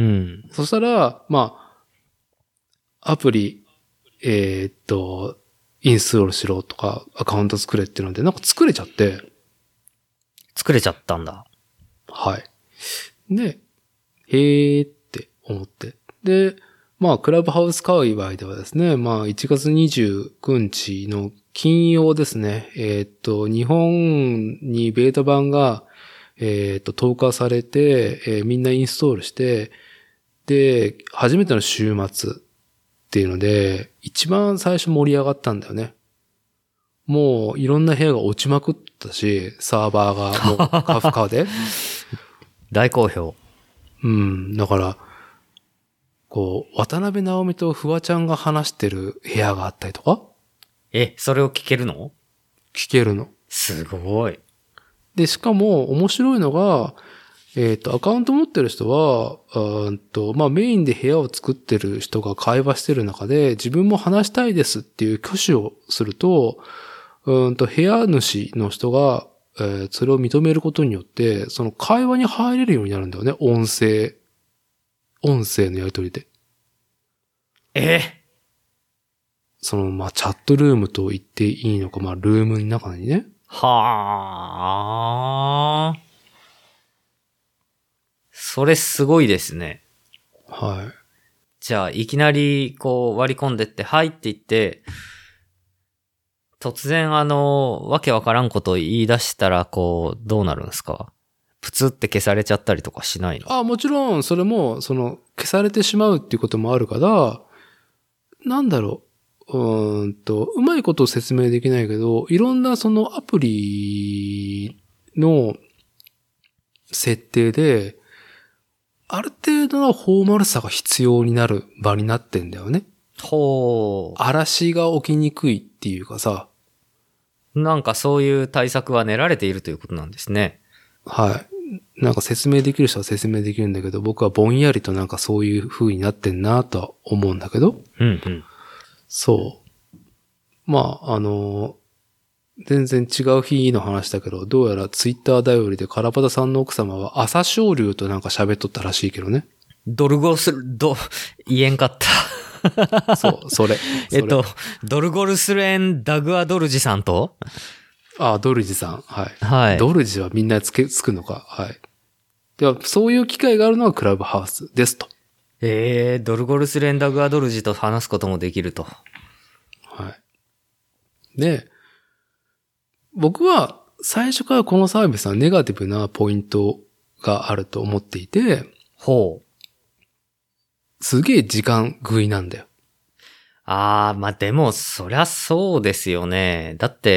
そしたら、まあ、アプリ、えー、っと、インストールしろとか、アカウント作れっていうので、なんか作れちゃって。 作れちゃったんだ。 はい。で、へーって思って。で、まあ、クラブハウス界隈ではですね、まあ、いちがつにじゅうくにちの金曜ですね、えー、っと、日本にベータ版が、えー、っと、投下されて、えー、みんなインストールして、で、初めての週末っていうので、一番最初盛り上がったんだよね。もう、いろんな部屋が落ちまくったし、サーバーがもうカフカで。 大好評。 うん、だから、こう、渡辺直美とフワちゃんが話してる部屋があったりとか。 え、それを聞けるの？ 聞けるの。 すごい。 で、しかも面白いのが、えっと、アカウント持ってる人は、うんと、まあ、メインで部屋を作ってる人が会話してる中で、自分も話したいですっていう挙手をすると、うんと、部屋主の人が、えー、それを認めることによって、その会話に入れるようになるんだよね。音声、音声のやり取りで。 えその、まあ、チャットルームと言っていいのか、まあ、ルームの中にね。 はあ。それすごいですね。 はい。 じゃあ、いきなり、こう、割り込んでって、はいって言って、突然、あの、わけわからんことを言い出したら、こう、どうなるんですか？プツって消されちゃったりとかしないの？ あ、もちろん、それも、その、消されてしまうっていうこともあるから、なんだろう、うーんと、うまいことを説明できないけど、いろんなそのアプリの設定で、ある程度のフォーマルさが必要になる場になってんだよね。 ほう。 嵐が起きにくいっていうかさ。 なんかそういう対策は練られているということなんですね。 はい。なんか説明できる人は説明できるんだけど、僕はぼんやりとなんかそういう風になってんなとは思うんだけど。 うんうん。 そう。まあ、あの、全然違う日の話だけど、どうやらツイッター頼りでカラパタさんの奥様は朝青龍となんか喋っとったらしいけどね。 ドルゴスル、ど、言えんかった。 そう、それ。 えっと、ドルゴルスレン・ダグアドルジさんとああ、ドルジさん。はい。 はい。 ドルジはみんなつけ、つくのか。はい。では、そういう機会があるのはクラブハウスですと。 ええー、ドルゴルスレン・ダグアドルジと話すこともできると。 はい。で、僕は最初からこのサービスはネガティブなポイントがあると思っていて、 ほう。 すげえ時間食いなんだよ。 あー、まあ、でも、そりゃそうですよね。だって、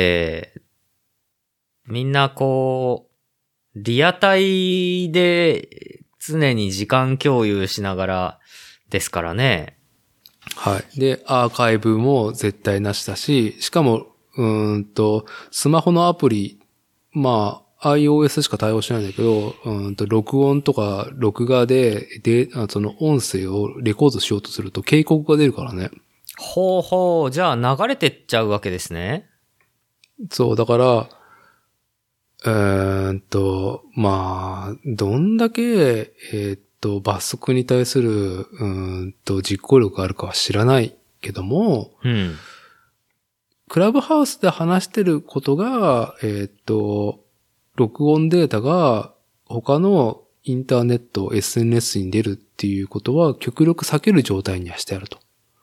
みんなこう、リアタイで常に時間共有しながらですからね。 はい。で、アーカイブも絶対なしだし、しかも、うーんと、スマホのアプリ、まあ、iOS しか対応しないんだけど、うーんと、録音とか録画で、で、あその音声をレコードしようとすると警告が出るからね。 ほうほう、じゃあ流れてっちゃうわけですね。 そう、だから、えーっと、まあ、どんだけ、えーっと、罰則に対する、うーんと、実行力があるかは知らないけども、 うん。 クラブハウスで話してることが、えーっと、録音データが他のインターネット、エスエヌエス に出るっていうことは極力避ける状態にはしてあると。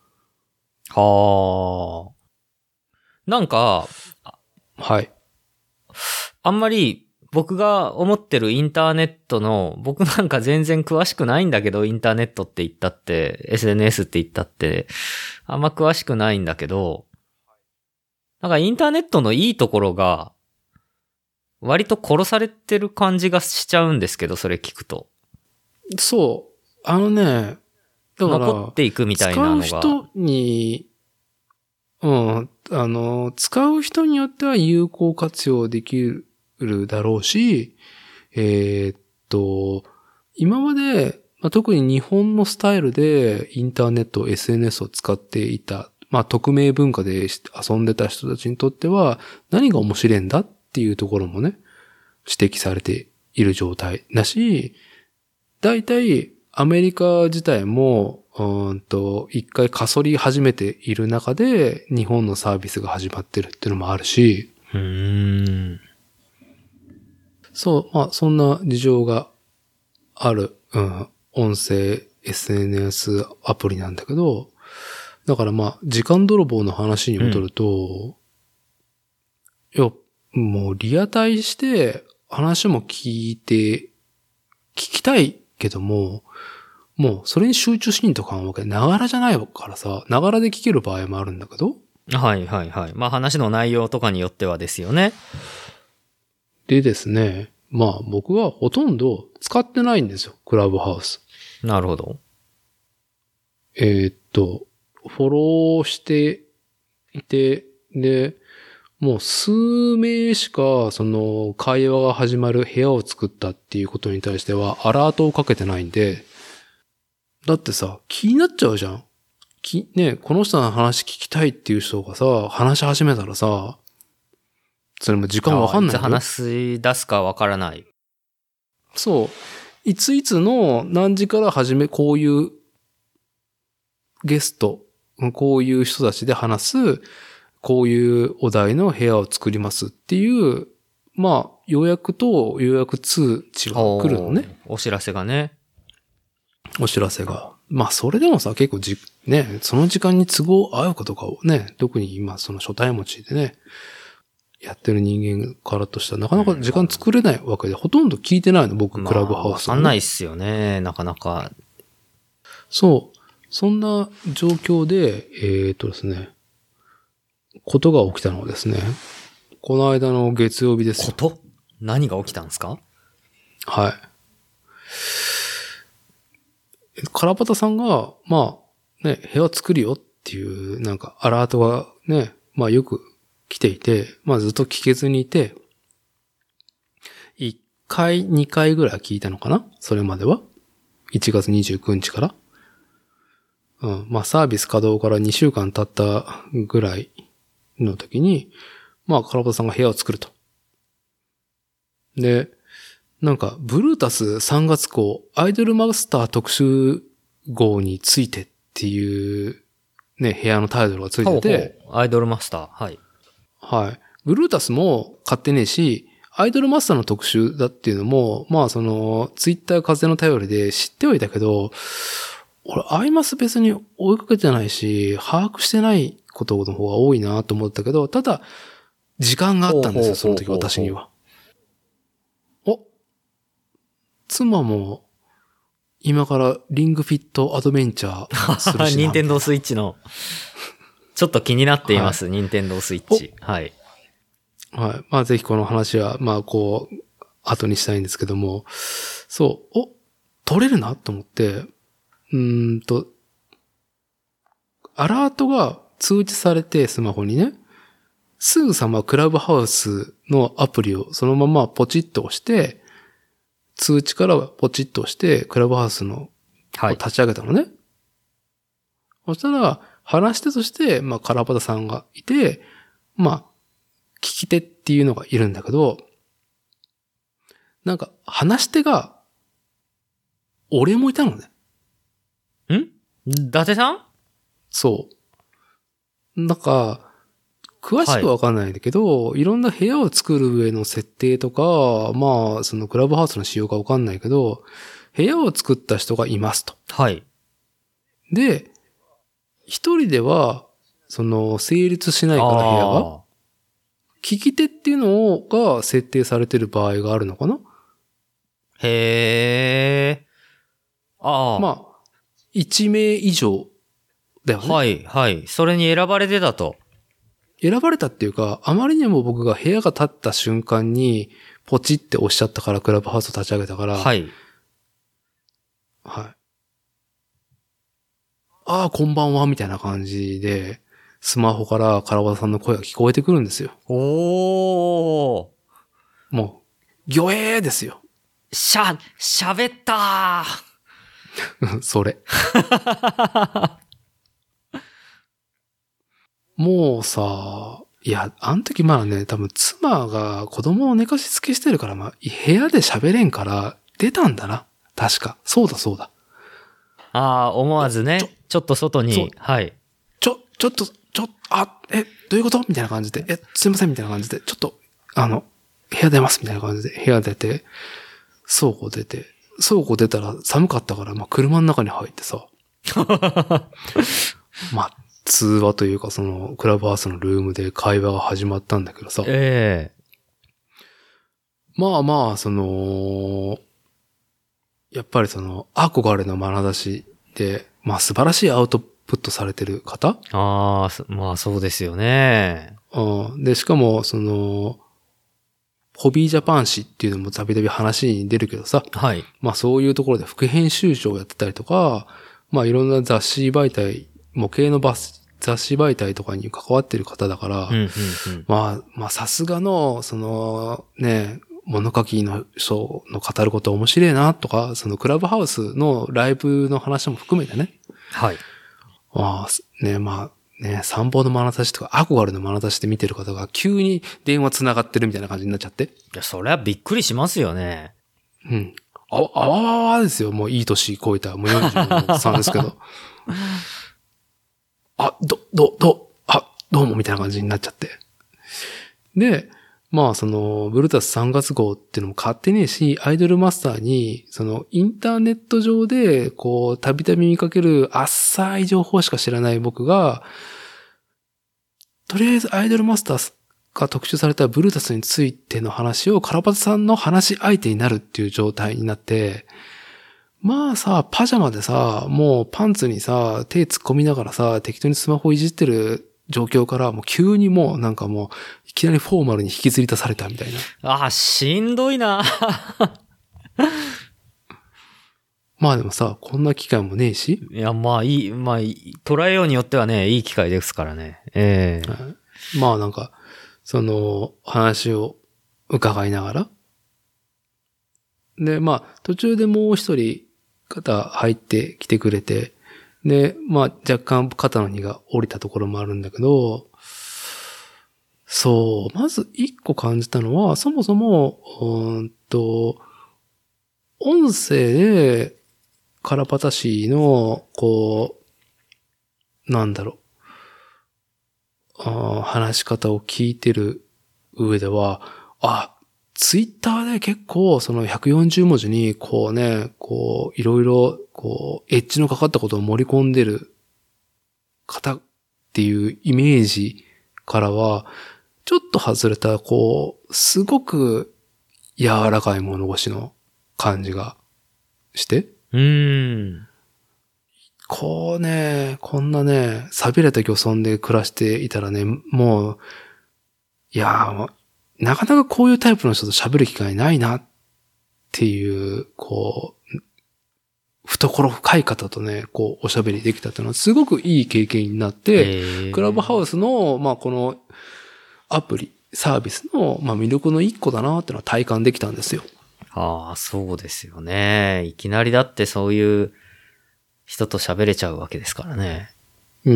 はあ。なんか、 はい。 あんまり僕が思ってるインターネットの、僕なんか全然詳しくないんだけど、インターネットって言ったって、エスエヌエス って言ったって、あんま詳しくないんだけど、なんかインターネットのいいところが、割と殺されてる感じがしちゃうんですけど、それ聞くと。 そう。あのね、だから、 残っていくみたいなのが。 使う人に、うん、あの、使う人によっては有効活用できるだろうし、えーっと、今まで、まあ、特に日本のスタイルでインターネット、エスエヌエス を使っていた、まあ、匿名文化で遊んでた人たちにとっては、何が面白いんだっていうところもね、指摘されている状態だし、大体アメリカ自体も、うーんと、一回かそり始めている中で、日本のサービスが始まってるっていうのもあるし、 うーん。 そう、まあ、そんな事情がある、うん、音声 エスエヌエス アプリなんだけど、だからまあ、時間泥棒の話に戻ると、うん、いや、もうリアタイして話も聞いて、聞きたいけども、もうそれに集中しんとかんわけ。ながらじゃないからさ、ながらで聞ける場合もあるんだけど。 はいはいはい。まあ話の内容とかによってはですよね。 でですね、まあ僕はほとんど使ってないんですよ、クラブハウス。 なるほど。 えー、っと、フォローしていて、で、もう数名しか、その、会話が始まる部屋を作ったっていうことに対しては、アラートをかけてないんで、だってさ、気になっちゃうじゃん。き、ね、この人の話聞きたいっていう人がさ、話し始めたらさ、それも時間わかんないよ。 いつ話し出すかわからない。 そう。いついつの何時から始め、こういうゲスト、こういう人たちで話す、こういうお題の部屋を作りますっていう、まあ、予約と予約通知が来るのね。 お知らせがね。 お知らせが。まあ、それでもさ、結構じ、ね、その時間に都合合うかとかをね、特に今、その初対持ちでね、やってる人間からとしたらなかなか時間作れないわけで、ほとんど聞いてないの、僕、クラブハウス、 まあ。わかんないっすよね、なかなか。 そう。そんな状況で、えー、っとですね、ことが起きたのはですね、この間の月曜日ですよ。 こと何が起きたんですか？ はい。カラパタさんが、まあ、ね、部屋作るよっていう、なんか、アラートがね、まあよく来ていて、まあずっと聞けずにいて、いっかい、にかいぐらい聞いたのかな？それまでは。いちがつにじゅうくにちから。うん。まあサービス稼働からにしゅうかん経ったぐらいの時に、まあカラパタさんが部屋を作ると。で、なんか、ブルータスさんがつ号、アイドルマスター特集号についてっていう、ね、部屋のタイトルがついてて、 ほうほうアイドルマスター。はい。 はい。ブルータスも買ってねえし、アイドルマスターの特集だっていうのも、まあその、ツイッター風の頼りで知ってはいたけど、俺、アイマス別に追いかけてないし、把握してないことの方が多いなと思ったけど、ただ、時間があったんですよ、その時私には。お、妻も、今からリングフィットアドベンチャーするしな。 ニンテンドースイッチの、ちょっと気になっています、ニンテンドースイッチ。はい。 はい。まあぜひこの話は、まあこう、後にしたいんですけども、そう、お、取れるなと思って、うーんと、アラートが通知されてスマホにね、すぐさまクラブハウスのアプリをそのままポチッと押して、通知からポチッと押して、クラブハウスの、を立ち上げたのね。そしたら、話し手として、まあ、カラパタさんがいて、まあ、聞き手っていうのがいるんだけど、なんか、話し手が、俺もいたのね。 ん？伊達さん？ そう。なんか、詳しくわかんないんだけど、はい、いろんな部屋を作る上の設定とか、まあ、そのクラブハウスの仕様かわかんないけど、部屋を作った人がいますと。 はい。 で、一人では、その、成立しないから部屋が。聞き手っていうのが設定されてる場合があるのかな？ へー。ああ。 まあ、いちめい以上だよね。 はい、はい。それに選ばれてたと。 選ばれたっていうか、あまりにも僕が部屋が立った瞬間に、ポチって押しちゃったから、クラブハウスを立ち上げたから。 はい。 はい。ああ、こんばんは、みたいな感じで、スマホからカラバタさんの声が聞こえてくるんですよ。 おー。 もう、ギョエーですよ。 しゃ、喋ったーそれ。もうさ、いや、あの時まだね、多分妻が子供を寝かしつけしてるから、まあ、部屋で喋れんから、出たんだな。確か。そうだそうだ。 ああ、思わずね、ちょ、ちょっと外に、はい。 ちょ、ちょっと、ちょ、あ、え、どういうことみたいな感じで、え、すいません、みたいな感じで、ちょっと、あの、部屋出ます、みたいな感じで、部屋出て、倉庫出て、倉庫出たら寒かったから、まあ、車の中に入ってさ。まあ、通話というか、その、クラブハウスのルームで会話が始まったんだけどさ。 ええー。まあまあ、その、やっぱりその、憧れの眼差しで、まあ素晴らしいアウトプットされてる方？ ああ、まあそうですよね。 うん。で、しかも、その、ホビージャパン誌っていうのもたびたび話に出るけどさ。 はい。 まあそういうところで副編集長をやってたりとか、まあいろんな雑誌媒体、模型の雑誌媒体とかに関わってる方だから、 うんうんうん、 まあ、まあさすがの、その、ね、物書きの人の語ること面白いなとか、そのクラブハウスのライブの話も含めてね。 はい。 まあ、ね、まあ、ね、参謀の眼差しとか、憧れの眼差しで見てる方が急に電話繋がってるみたいな感じになっちゃって。いや、そりゃびっくりしますよね。 うん。あ、あわわわですよ。もういい年超えた。もうよんじゅうさんですけど。あ、ど、ど、ど、あ、どうもみたいな感じになっちゃって。で、まあその、ブルータスさんがつ号っていうのも買ってねえし、アイドルマスターに、そのインターネット上で、こう、たびたび見かける浅い情報しか知らない僕が、とりあえずアイドルマスターが特集されたブルータスについての話をカラパタさんの話し相手になるっていう状態になって、まあさ、パジャマでさ、もうパンツにさ、手突っ込みながらさ、適当にスマホいじってる状況からもう急にもうなんかもういきなりフォーマルに引きずり出されたみたいな。 ああ、しんどいな。 まあでもさ、こんな機会もねえし。 いや、まあいい、まあ、捉えようによってはね、いい機会ですからね。ええー。 まあなんか、その話を伺いながら。で、まあ途中でもう一人方入ってきてくれて、で、まあ若干肩の荷が下りたところもあるんだけど、そう、まず一個感じたのは、そもそも、うーんと、音声で、カラパタ氏の、こう、なんだろう、あ話し方を聞いてる上では、あ、ツイッターで結構そのひゃくよんじゅうもじに、こうね、こう、いろいろ、こう、エッジのかかったことを盛り込んでる方っていうイメージからは、ちょっと外れた、こう、すごく柔らかい物腰の感じがして、 うーん。 こうね、こんなね、寂れた漁村で暮らしていたらね、もう、いや、なかなかこういうタイプの人と喋る機会ないなっていう、こう、懐深い方とね、こう、おしゃべりできたっていうのはすごくいい経験になって、クラブハウスの、まあ、このアプリ、サービスの、まあ、魅力の一個だなっていうのは体感できたんですよ。 ああ、そうですよね。いきなりだってそういう人と喋れちゃうわけですからね。 うん。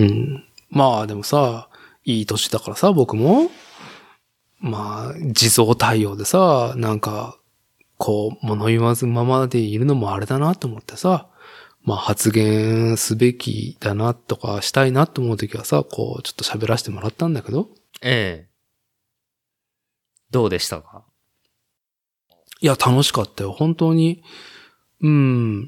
まあでもさ、いい年だからさ、僕も、まあ、自動対応でさ、なんか、こう、物言わずままでいるのもあれだなと思ってさ、まあ発言すべきだなとかしたいなと思うときはさ、こう、ちょっと喋らせてもらったんだけど。 ええ。どうでしたか？ いや、楽しかったよ。本当に。うん、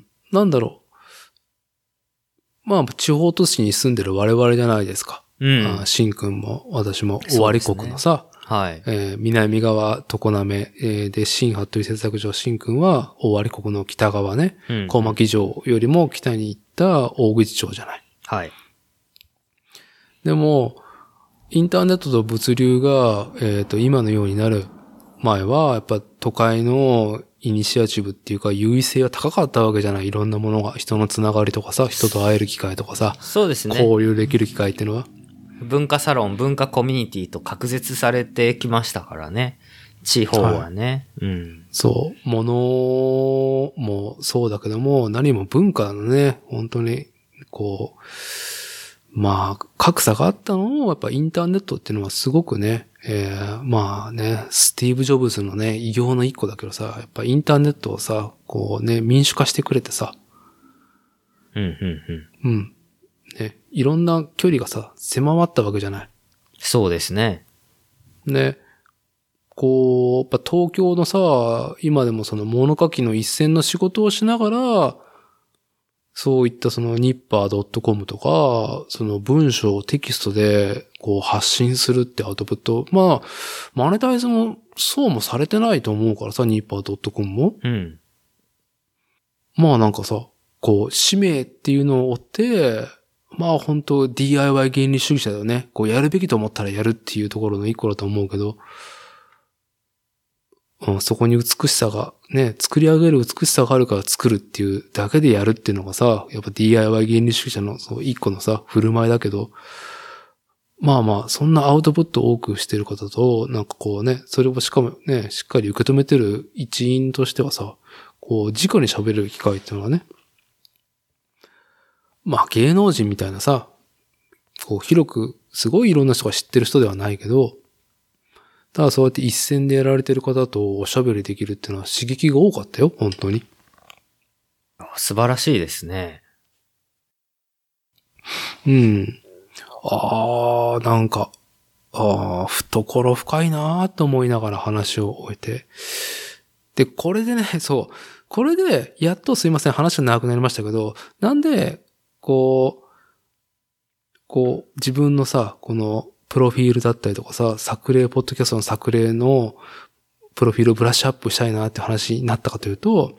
なんだろう。まあ、地方都市に住んでる我々じゃないですか。 うん。 あシンくんも私も終わり国のさ、 はい。 えー、南側、常滑、えー、で、新服部製作所、新君は、大割国の北側ね、うん、小牧城よりも北に行った大口町じゃない。 はい。 でも、インターネットと物流が、えっと、今のようになる前は、やっぱ都会のイニシアチブっていうか、優位性は高かったわけじゃない。いろんなものが、人のつながりとかさ、人と会える機会とかさ、 そうですね。 交流できる機会っていうのは。 文化サロン、文化コミュニティと隔絶されてきましたからね。地方はね。はい、うん。 そう。ものもそうだけども、何も文化のね、本当に、こう、まあ、格差があったのを、やっぱインターネットっていうのはすごくね、えー、まあね、スティーブ・ジョブズのね、偉業の一個だけどさ、やっぱインターネットをさ、こうね、民主化してくれてさ。 うん、うん、 うん。うんね、いろんな距離がさ、狭まったわけじゃない。 そうですね。 ね、こう、やっぱ東京のさ、今でもその物書きの一線の仕事をしながら、そういったそのニッパー .com とか、その文章をテキストでこう発信するってアウトプット。まあ、マネタイズもそうもされてないと思うからさ、ニッパー .com も。 うん。 まあなんかさ、こう、使命っていうのを追って、まあ本当 ディーアイワイ 原理主義者だよね。こうやるべきと思ったらやるっていうところの一個だと思うけど、うん、そこに美しさが、ね、作り上げる美しさがあるから作るっていうだけでやるっていうのがさ、やっぱ ディーアイワイ 原理主義者のそう一個のさ、振る舞いだけど、まあまあ、そんなアウトプットを多くしてる方と、なんかこうね、それをしかもね、しっかり受け止めてる一員としてはさ、こう、直に喋る機会っていうのはね、まあ芸能人みたいなさ、こう広く、すごいいろんな人が知ってる人ではないけど、ただそうやって一線でやられてる方とおしゃべりできるっていうのは刺激が多かったよ、本当に。 素晴らしいですね。 うん。ああ、なんか、ああ、懐深いなーと思いながら話を終えて。で、これでね、そう。これで、やっとすいません、話が長くなりましたけど、なんで、こう、こう、自分のさ、この、プロフィールだったりとかさ、作例、ポッドキャストの作例の、プロフィールをブラッシュアップしたいなって話になったかというと、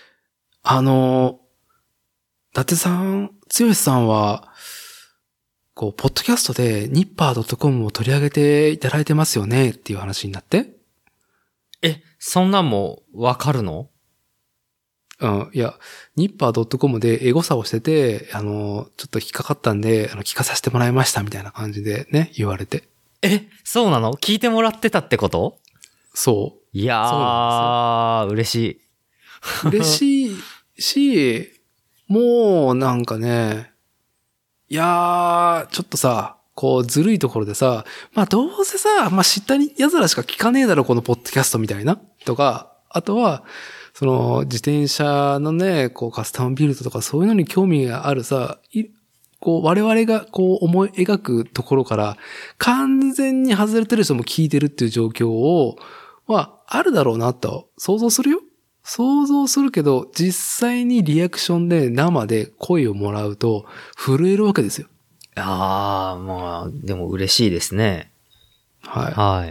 あの、伊達さん、剛さんは、 こう、ポッドキャストでニッパー .com を取り上げていただいてますよねっていう話になって。 え、そんなんもわかるの？ うん、いや、ニッパー .com でエゴサをしてて、あの、ちょっと引っかかったんで、あの、聞かさせてもらいましたみたいな感じでね、言われて。 え、そうなの？聞いてもらってたってこと？ そう。 いやー、嬉しい。 嬉しいし、もうなんかね、いやー、ちょっとさ、こうずるいところでさ、まあどうせさ、まあ知った奴らしか聞かねえだろこのポッドキャストみたいなとか、あとは、その自転車のね、こうカスタムビルドとかそういうのに興味があるさ、いこう我々がこう思い描くところから完全に外れてる人も聞いてるっていう状況を、まああるだろうなと想像するよ。想像するけど、実際にリアクションで生で声をもらうと震えるわけですよ。 あー、まあ、でも嬉しいですね。 はい。 はい。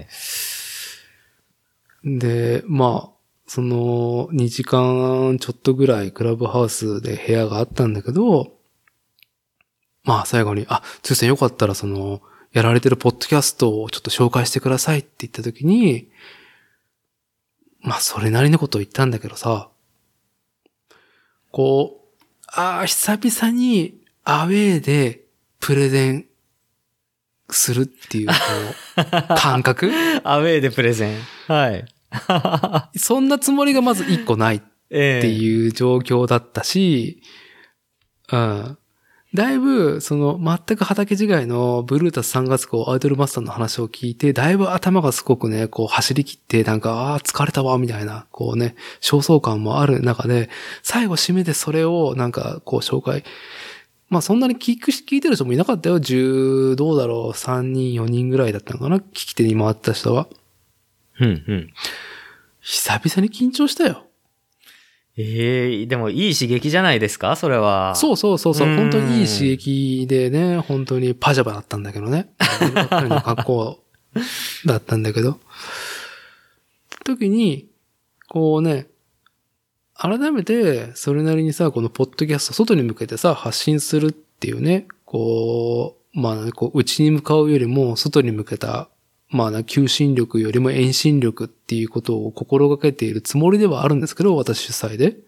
で、まあ、そのにじかんちょっとぐらいクラブハウスで部屋があったんだけど、まあ最後に、あ、つーさんよかったらその、やられてるポッドキャストをちょっと紹介してくださいって言ったときに、まあそれなりのことを言ったんだけどさ、こう、ああ、久々にアウェーでプレゼンするっていう、こう、感覚アウェーでプレゼン。はい。 そんなつもりがまず一個ないっていう状況だったし、えー、うん。だいぶ、その、全く畑違いのブルータスさんがつ号アイドルマスターの話を聞いて、だいぶ頭がすごくね、こう走り切って、なんか、ああ、疲れたわ、みたいな、こうね、焦燥感もある中で、最後締めでそれを、なんか、こう紹介。まあそんなに聞く、聞いてる人もいなかったよ。じゅう、どうだろう、さんにん、よにんぐらいだったのかな、聞き手に回った人は。 うん、うん。 久々に緊張したよ。えええー、でもいい刺激じゃないですかそれは。 そうそうそうそう。本当にいい刺激でね、本当にパジャマだったんだけどね。ばっかりの格好だったんだけど。時に、こうね、改めて、それなりにさ、このポッドキャスト、外に向けてさ、発信するっていうね、こう、まあ、こう、内に向かうよりも、外に向けた、まあな、求心力よりも遠心力っていうことを心がけているつもりではあるんですけど、私主催で。うん、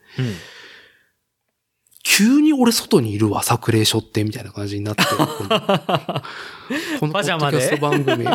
急に俺外にいるわ、作例書って、みたいな感じになって。この、このポッドキャスト番組。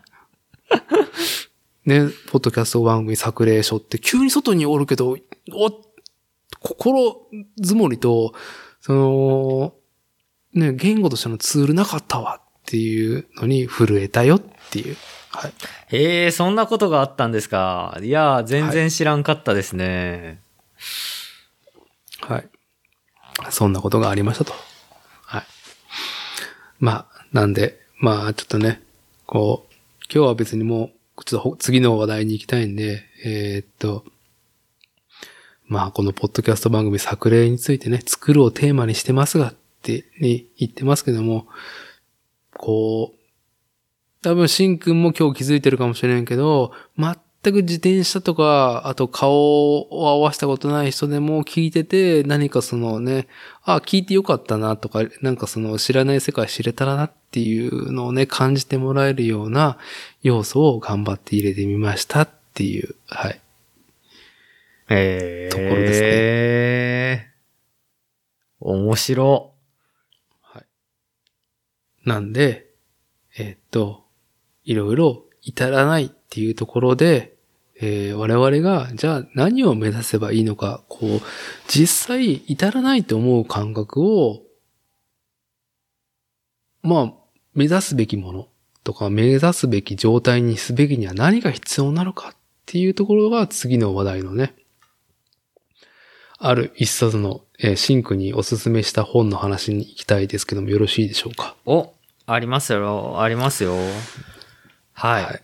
ね、ポッドキャスト番組作例書って急に外におるけど、お、心づもりと、その、ね、言語としてのツールなかったわっていうのに震えたよっていう。はい。 へえ、そんなことがあったんですか。いや、全然知らんかったですね。 はい。はい。そんなことがありましたと。はい。まあ、なんで、まあ、ちょっとね、こう、今日は別にもう、ちょっと次の話題に行きたいんで、えー、っと、まあ、このポッドキャスト番組作例についてね、作るをテーマにしてますがって言ってますけども、こう、多分、シンくんも今日気づいてるかもしれんけど、全く自転車とか、あと顔を合わせたことない人でも聞いてて、何かそのね、あ、聞いてよかったなとか、なんかその知らない世界知れたらなっていうのをね、感じてもらえるような要素を頑張って入れてみましたっていう、はい。 えー、 ところですね。 えー、面白。 はい。なんで、えー、っと、いろいろ至らないっていうところで、えー、我々がじゃあ何を目指せばいいのか、こう、実際至らないと思う感覚を、まあ、目指すべきものとか目指すべき状態にすべきには何が必要なのかっていうところが次の話題のね、ある一冊の、えー、シンクにおすすめした本の話に行きたいですけどもよろしいでしょうか。 お、ありますよ、ありますよ。はい。はい、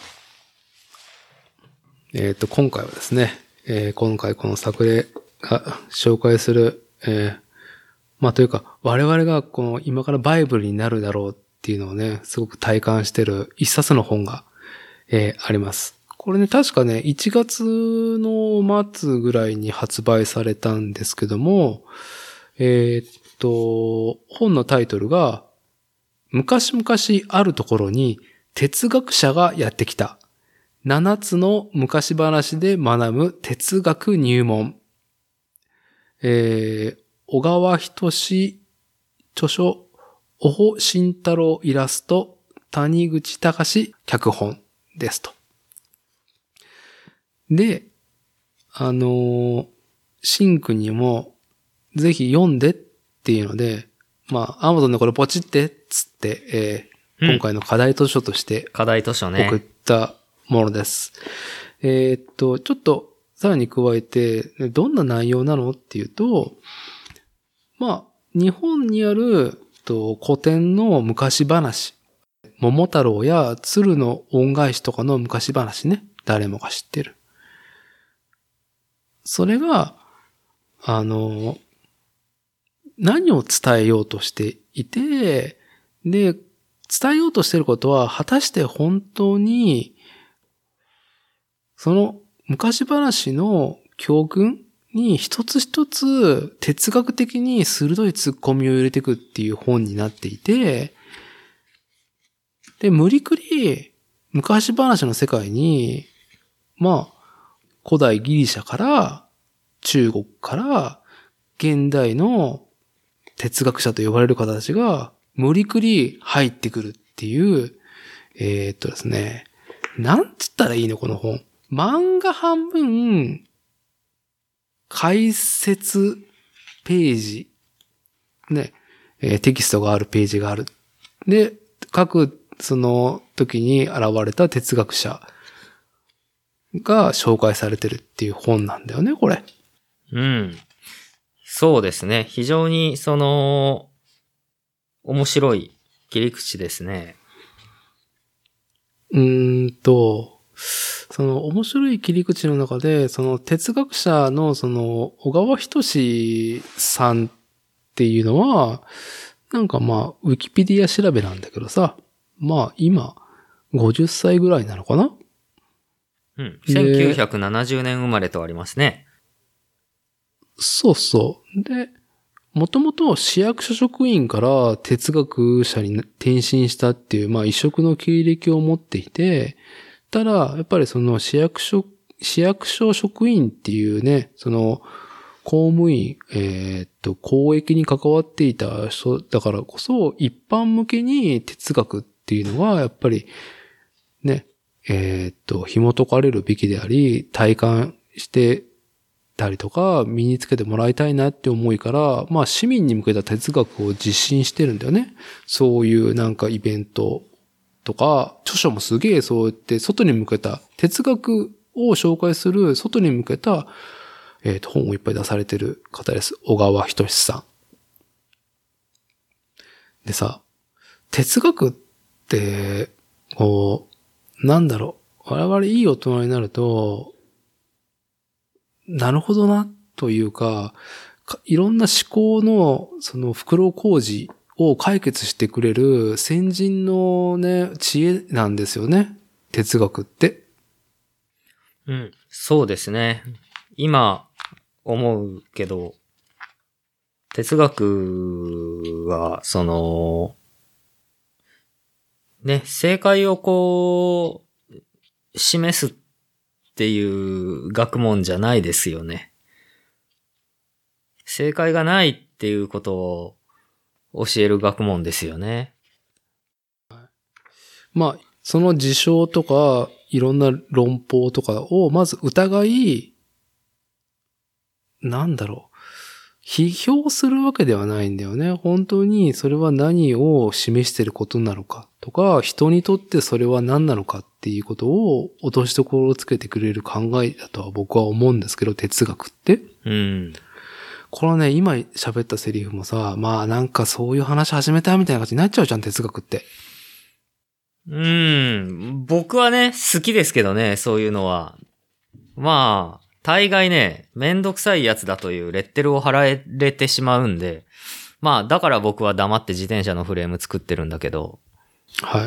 えっと、今回はですね、えー、今回この作例が紹介する、えー、まあというか、我々がこの今からバイブルになるだろうっていうのをね、すごく体感してる一冊の本が、えー、あります。これね、確かね、いちがつの末ぐらいに発売されたんですけども、えー、っと、本のタイトルが、 昔々あるところに哲学者がやってきた。七つの昔話で学ぶ哲学入門。えー、小川仁志著書、小保慎太郎イラスト、谷口隆脚本ですと。で、あのー、シンクにもぜひ読んでっていうので、まあ、アマゾンでこれポチってっつって、えー、今回の課題図書として課題図書ね。 送ったものです。えー、っと、ちょっとさらに加えて、どんな内容なのっていうと、まあ、日本にあると古典の昔話、桃太郎や鶴の恩返しとかの昔話ね、誰もが知ってる。それが、あの、何を伝えようとしていて、で、伝えようとしていることは、果たして本当に、その昔話の教訓に一つ一つ哲学的に鋭いツッコミを入れていくっていう本になっていて、で、無理くり昔話の世界に、まあ、古代ギリシャから中国から現代の哲学者と呼ばれる方たちが無理くり入ってくるっていう、えー、っとですね、なんつったらいいのこの本。漫画半分、解説ページ、ね、えー、テキストがあるページがある。で、各その時に現れた哲学者が紹介されてるっていう本なんだよね、これ。 うん。そうですね。非常に、その、面白い切り口ですね。 うーんと、その面白い切り口の中で、その哲学者のその小川仁志さんっていうのは、なんかまあ、ウィキペディア調べなんだけどさ、まあ今、ごじゅっさいぐらいなのかな？ うん。せんきゅうひゃくななじゅうねん生まれとありますね。 そうそう。で、もともと市役所職員から哲学者に転身したっていう、まあ異色の経歴を持っていて、ただ、やっぱりその市役所、市役所職員っていうね、その公務員、えー、っと、公益に関わっていた人だからこそ、一般向けに哲学っていうのは、やっぱりね、えー、っと、紐解かれるべきであり、体感してたりとか、身につけてもらいたいなって思いから、まあ市民に向けた哲学を実施してるんだよね。そういうなんかイベントとか、著書もすげえそうやって外に向けた、哲学を紹介する外に向けた、えっと、本をいっぱい出されてる方です。小川仁志さん。でさ、哲学って、こう、なんだろう、我々いい大人になると、なるほどな、というか、いろんな思考の、その袋小路を解決してくれる先人のね、知恵なんですよね。哲学って。 うん。そうですね。今、思うけど、哲学は、その、ね、正解をこう、示すっていう学問じゃないですよね。正解がないっていうことを教える学問ですよね。 まあ、その事象とか、いろんな論法とかをまず疑い、なんだろう。批評するわけではないんだよね。本当にそれは何を示していることなのかとか、人にとってそれは何なのかっていうことを落としどころをつけてくれる考えだとは僕は思うんですけど、哲学って。 うん。 このね、今喋ったセリフもさ、まあなんかそういう話始めたみたいな感じになっちゃうじゃん、哲学って。 うん。僕はね、好きですけどね、そういうのは。まあ、大概ね、めんどくさいやつだというレッテルを貼られてしまうんで、まあ、だから僕は黙って自転車のフレーム作ってるんだけど。 はい。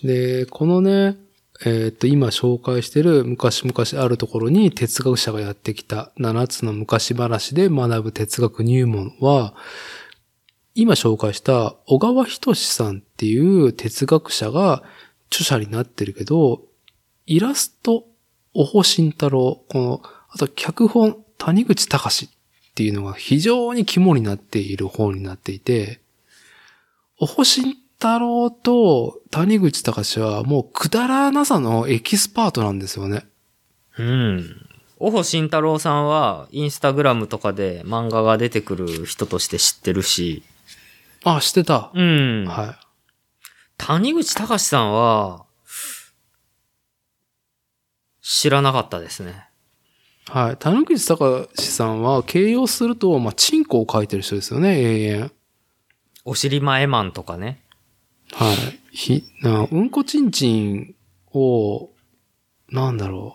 で、このね、えー、っと、今紹介してる昔々あるところに哲学者がやってきたななつの昔話で学ぶ哲学入門は、 今紹介した小川仁志さんっていう哲学者が著者になってるけど、イラスト、小保慎太郎、この、あと脚本、谷口隆っていうのが非常に肝になっている本になっていて、小保慎太郎と谷口隆はもうくだらなさのエキスパートなんですよね。 うん。小保慎太郎さんはインスタグラムとかで漫画が出てくる人として知ってるし。 あ、知ってた。 うん。 はい。 谷口隆さんは、知らなかったですね。 はい。谷口隆さんは形容すると、まあ、チンコを書いてる人ですよね、永遠。 お尻前マンとかね。 はい。ひ、な、うんこちんちんを、なんだろ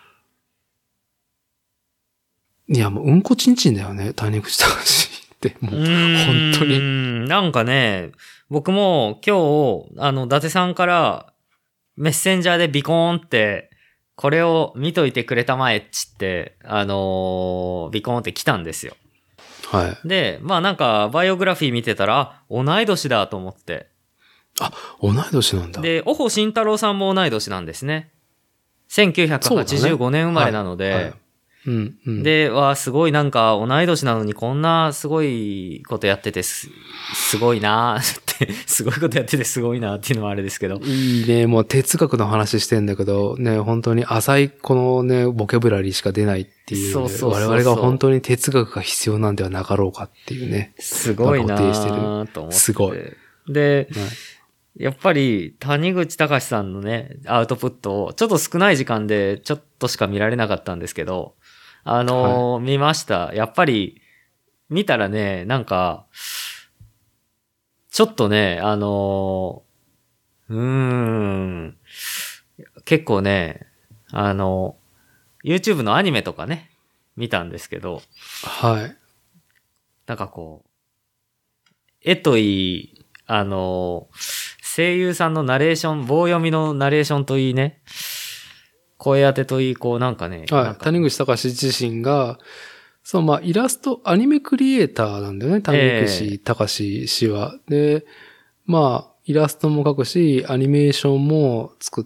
う。いや、もううんこちんちんだよね、谷口隆って。もう、本当に。 なんかね、僕も今日、あの、伊達さんからメッセンジャーでビコーンって、これを見といてくれたまえっちって、あのー、ビコーンって来たんですよ。 はい。 で、まあなんか、バイオグラフィー見てたら、同い年だと思って。 あ、同い年なんだ。 で、小保慎太郎さんも同い年なんですね。せんきゅうひゃくはちじゅうごねん生まれなので、 はいはい、うんうん、 で、わあ、すごいなんか同い年なのにこんなすごいことやっててす、すごいなーって、すごいことやっててすごいなーっていうのもあれですけど。 いいね、もう哲学の話してんだけど、ね、本当に浅いこのね、ボキャブラリーしか出ないっていう、 そうそうそうそう、 我々が本当に哲学が必要なんではなかろうかっていうね。 すごいなーと思って。 すごい。 で、はい、やっぱり谷口隆さんのね、アウトプットをちょっと少ない時間でちょっとしか見られなかったんですけど、あのーはい、見ました。やっぱり、見たらね、なんか、ちょっとね、あのー、うーん、結構ね、あの、YouTube のアニメとかね、見たんですけど、 はい。 なんかこう、絵といい、あのー、声優さんのナレーション、棒読みのナレーションといいね、声当てといい、こうなんかね。 はい。谷口隆自身が、そう、まあ、イラスト、アニメクリエイターなんだよね、谷口隆氏は。えー、で、まあ、イラストも描くし、アニメーションも作って、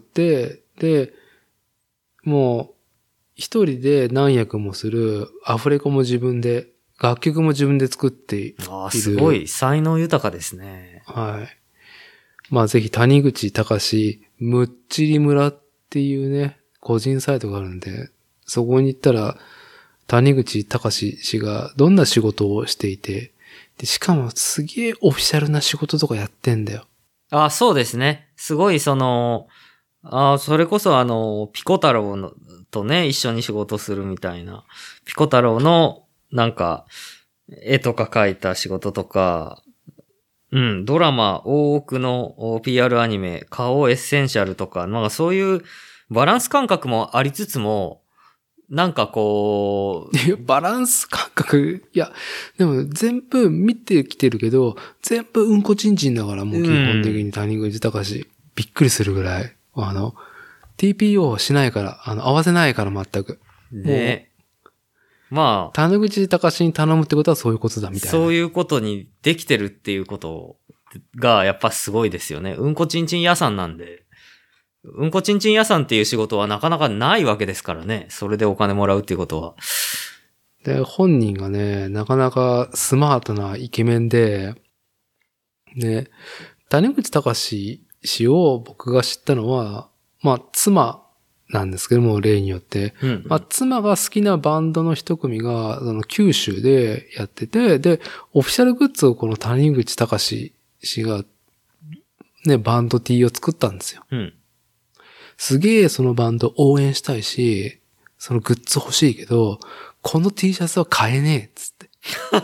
で、もう、一人で何役もする、アフレコも自分で、楽曲も自分で作っている。 ああ、すごい、才能豊かですね。 はい。まあ、ぜひ谷口隆、むっちり村っていうね、個人サイトがあるんで、そこに行ったら、谷口隆氏がどんな仕事をしていて、で、しかもすげえオフィシャルな仕事とかやってんだよ。 あ、そうですね。すごいその、あ、それこそあの、ピコ太郎のとね、一緒に仕事するみたいな。ピコ太郎の、なんか、絵とか描いた仕事とか、うん、ドラマ、大奥の ピーアール アニメ、顔エッセンシャルとか、なんかそういうバランス感覚もありつつも、なんかこう。バランス感覚、いや、でも全部見てきてるけど、全部うんこちんちんだからもう基本的に谷口隆、うん、びっくりするぐらい。あの、ティーピーオー しないから、あの、合わせないから全く。 ね。まあ。 谷口隆に頼むってことはそういうことだみたいな。 そういうことにできてるっていうことがやっぱすごいですよね。うんこちんちん屋さんなんで。うんこちんちん屋さんっていう仕事はなかなかないわけですからね。それでお金もらうっていうことは。 で、本人がね、なかなかスマートなイケメンで、で、谷口隆氏を僕が知ったのは、まあ、妻なんですけども、例によって。 うんうん、 まあ、妻が好きなバンドの一組が、その九州でやってて、で、オフィシャルグッズをこの谷口隆氏が、ね、バンド T を作ったんですよ。 うん、 すげえそのバンド応援したいし、そのグッズ欲しいけど、この T シャツは買えねえっつって。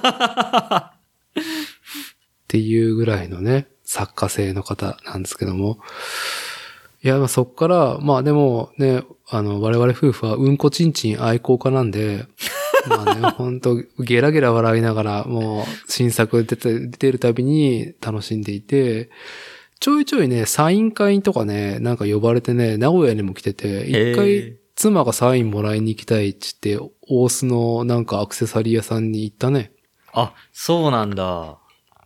っていうぐらいのね、作家性の方なんですけども。いや、まあそっから、まあでもね、あの、我々夫婦はうんこちんちん愛好家なんで、まあね、ほんと、ゲラゲラ笑いながら、もう、新作出て、出てるたびに楽しんでいて、ちょいちょいね、サイン会とかね、なんか呼ばれてね、名古屋にも来てて、一回、妻がサインもらいに行きたいって言って、大須のなんかアクセサリー屋さんに行ったね。 あ、そうなんだ。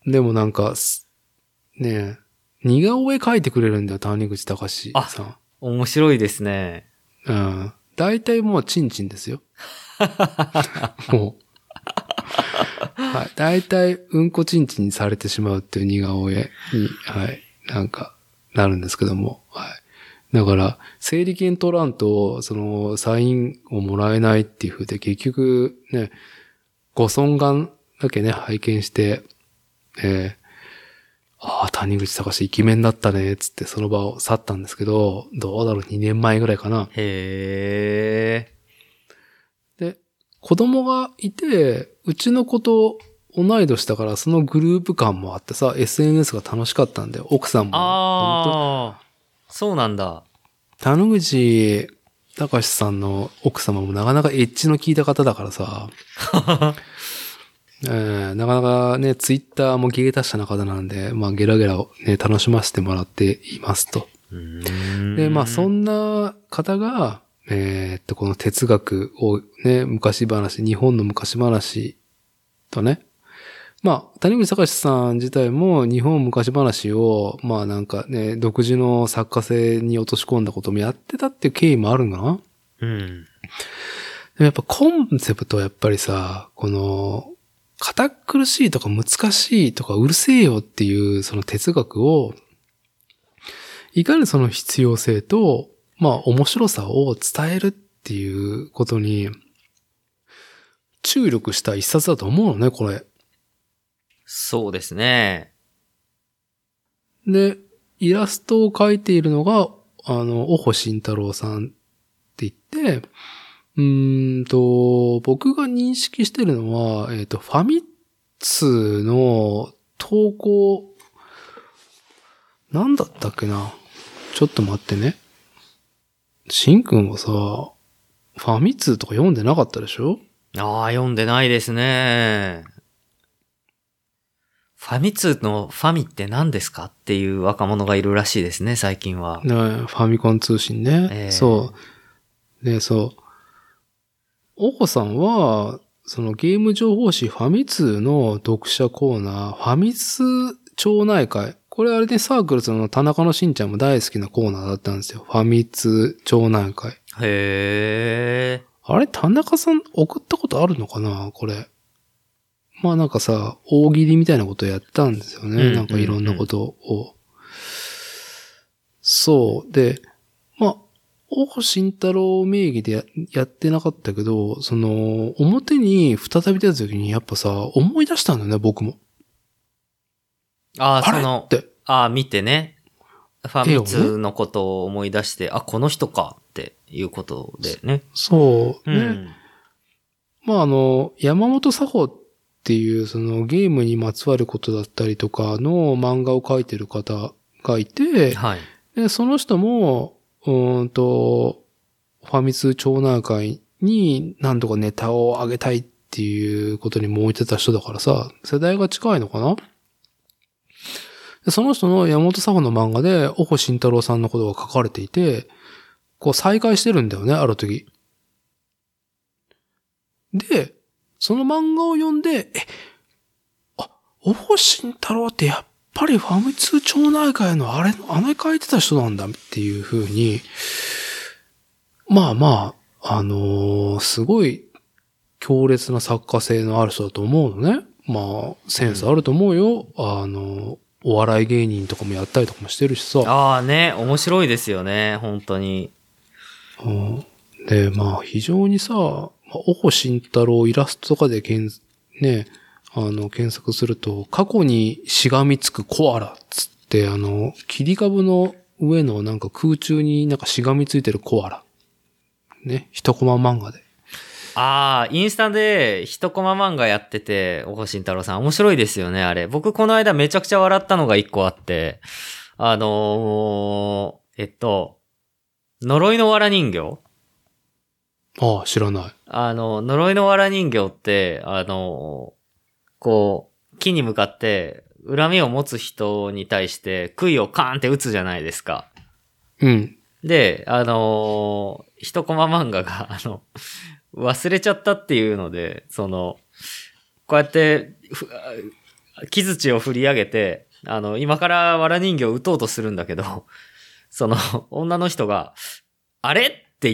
でもなんか、ねえ、似顔絵描いてくれるんだよ、谷口隆さん。 面白いですね。 うん。大体もうチンチンですよ。もう。はい。大体、うんこチンチンにされてしまうっていう似顔絵に、はい。なんか、なるんですけども。はい。だから、整理券取らんと、その、サインをもらえないっていう風で、結局、ね、ご尊顔だけね、拝見して、えー、ああ、谷口隆イケメンだったね、つってその場を去ったんですけど、どうだろう、にねんまえぐらいかな。 へー。で、子供がいて、うちの子と同い年だから、そのグループ感もあってさ、エスエヌエス が楽しかったんだよ。奥さんも。 ああ、そうなんだ。 谷口隆さんの奥様もなかなかエッジの効いた方だからさ、えー、なかなかね、ツイッターも芸達者な方なんで、まあゲラゲラをね、楽しませてもらっていますと。で、まあそんな方が、えー、っと、この哲学をね、昔話、日本の昔話とね、まあ、谷口隆さん自体も日本昔話を、まあなんかね、独自の作家性に落とし込んだこともやってたっていう経緯もあるんかな。 うん。 でもやっぱコンセプトはやっぱりさ、この、堅苦しいとか難しいとかうるせえよっていうその哲学を、いかにその必要性と、まあ面白さを伝えるっていうことに、注力した一冊だと思うのね、これ。 そうですね。 で、イラストを描いているのが、あの、小保慎太郎さんって言って、うーんと、僕が認識してるのは、えっと、ファミッツの投稿、なんだったっけな。ちょっと待ってね。しんくんはさ、ファミ通とか読んでなかったでしょ？ ああ、読んでないですね。ファミ通のファミって何ですかっていう若者がいるらしいですね、最近は。 ね、ファミコン通信ね。えー、そう。で、そう。おこさんは、そのゲーム情報誌ファミ通の読者コーナー、ファミ通町内会。これあれでサークルズの田中のしんちゃんも大好きなコーナーだったんですよ。ファミ通町内会。 へー。 あれ、田中さん送ったことあるのかなこれ。まあなんかさ、大喜利みたいなことをやったんですよね。うんうんうん、なんかいろんなことを。そう。で、まあ、大保慎太郎名義で や, やってなかったけど、その、表に再び出た時にやっぱさ、思い出したんだよね、僕も。 ああ、その、ああ、見てね。ファミ通のことを思い出して、ね、あ、この人かっていうことでね。 そうね。うん、まああの、山本佐穂っていうそのゲームにまつわることだったりとかの漫画を描いてる方がいて、 はい。 でその人も、うーんと、ファミ通町内会に何とかネタを上げたいっていうことに燃えてた人だからさ、世代が近いのかな？でその人の山本佐穂の漫画で、小保慎太郎さんのことが書かれていて、こう再会してるんだよね、ある時。で、その漫画を読んで、え、あ、小保慎太郎ってやっぱりファミ通町内会のあれ、あれ書いてた人なんだっていう風に、まあまあ、あのー、すごい強烈な作家性のある人だと思うのね。まあ、センスあると思うよ。うん、あの、お笑い芸人とかもやったりとかもしてるしさ。 ああね、面白いですよね、本当に。 うん、で、まあ、非常にさ、小保慎太郎イラストとかでけん、ね、あの、検索すると、過去にしがみつくコアラっつって、あの、切り株の上のなんか空中になんかしがみついてるコアラ。ね、一コマ漫画で。 ああ、インスタで一コマ漫画やってて、小保慎太郎さん面白いですよね、あれ。僕この間めちゃくちゃ笑ったのが一個あって、あのー、えっと、呪いの藁人形？ ああ、知らない。 あの、呪いの藁人形って、あの、こう、木に向かって、恨みを持つ人に対して、杭をカーンって打つじゃないですか。 うん。 で、あのー、一コマ漫画が、あの、忘れちゃったっていうので、その、こうやって、 木槌を振り上げて、あの、今から藁人形を撃とうとするんだけど、その、女の人が、あれって言って、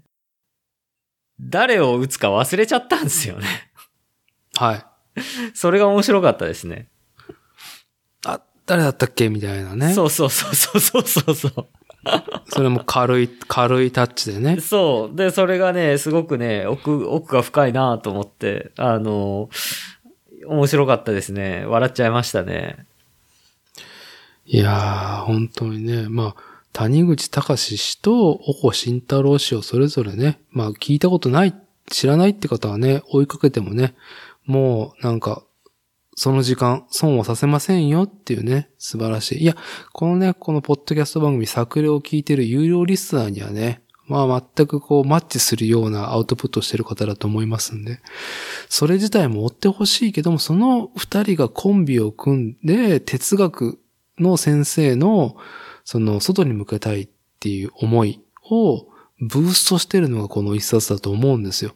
誰を撃つか忘れちゃったんですよね。 はい。 それが面白かったですね。 あ、誰だったっけみたいなね。 そうそうそうそうそうそう。 それも軽い、軽いタッチでね。 そう。で、それがね、すごくね、奥、奥が深いなと思って、あの、面白かったですね。笑っちゃいましたね。 いやー、本当にね、まあ、谷口隆氏とおこ慎太郎氏をそれぞれね、まあ聞いたことない、知らないって方はね、追いかけてもね、もうなんか、その時間、損をさせませんよっていうね、素晴らしい。いや、このね、このポッドキャスト番組、作例を聞いてる有料リスナーにはね、まあ全くこうマッチするようなアウトプットしてる方だと思いますんで、それ自体も追ってほしいけども、その二人がコンビを組んで、哲学の先生の、その外に向けたいっていう思いをブーストしてるのがこの一冊だと思うんですよ。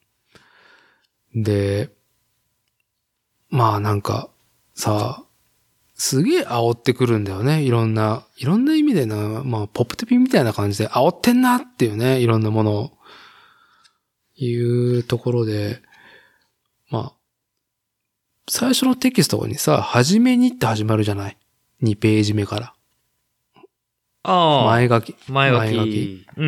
で、まあなんかさ、すげえ煽ってくるんだよね。いろんな、いろんな意味でな、まあポップテピみたいな感じで煽ってんなっていうね、いろんなものを。いうところで、まあ、最初のテキストにさ、はじめにって始まるじゃない ?に ページ目から。 ああ。 前書き。 前書き。前書き。うん。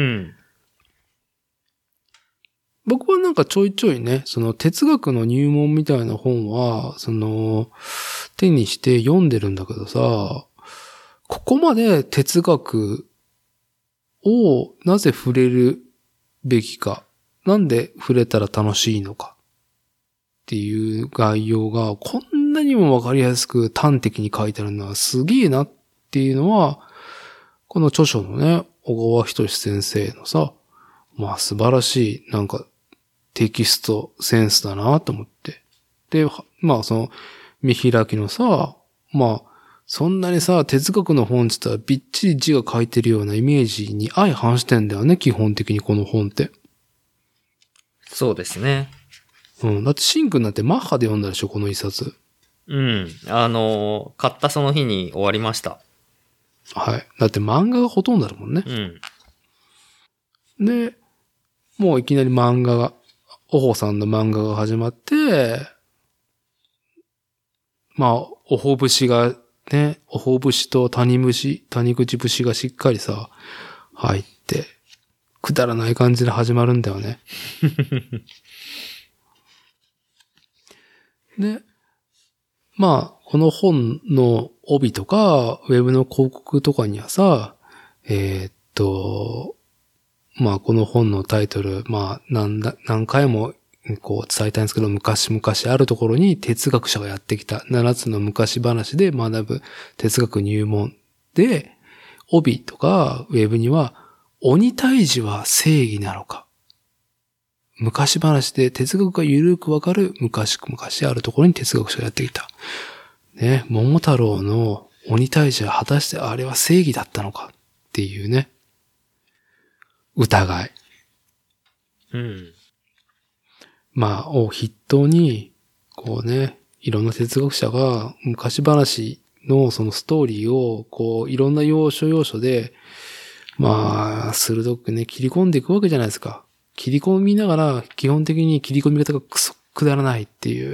僕はなんかちょいちょいね、その哲学の入門みたいな本は、その、手にして読んでるんだけどさ、ここまで哲学をなぜ触れるべきか、なんで触れたら楽しいのかっていう概要がこんなにもわかりやすく端的に書いてあるのはすげえなっていうのは、この著書のね、小川仁志先生のさ、まあ素晴らしい、なんか、テキストセンスだなと思って。で、まあその、見開きのさ、まあ、そんなにさ、哲学の本って言ったらびっちり字が書いてるようなイメージに相反してんだよね、基本的にこの本って。 そうですね。 うん。だってシンくんなんてマッハで読んだでしょ、この一冊。 うん。あの、買ったその日に終わりました。 はい。だって漫画がほとんどだもんね。 うん。 で、もういきなり漫画が、おほさんの漫画が始まって、まあ、おほ節がね、おほ節と谷節、谷口節がしっかりさ、入って、くだらない感じで始まるんだよね。で、まあ、この本の帯とか、ウェブの広告とかにはさ、えー、っと、まあ、この本のタイトル、まあ、何だ、何回もこう伝えたいんですけど、昔々あるところに哲学者がやってきたななつの昔話で学ぶ哲学入門で、帯とかウェブには、鬼退治は正義なのか。昔話で哲学がゆるくわかる昔々あるところに哲学者がやってきた。ね、桃太郎の鬼退治は果たしてあれは正義だったのかっていうね。疑い。 うん。 まあ、を筆頭に、こうね、いろんな哲学者が昔話のそのストーリーを、こう、いろんな要所要所で、まあ、鋭くね、切り込んでいくわけじゃないですか。切り込みながら、基本的に切り込み方がくそくだらないっていう。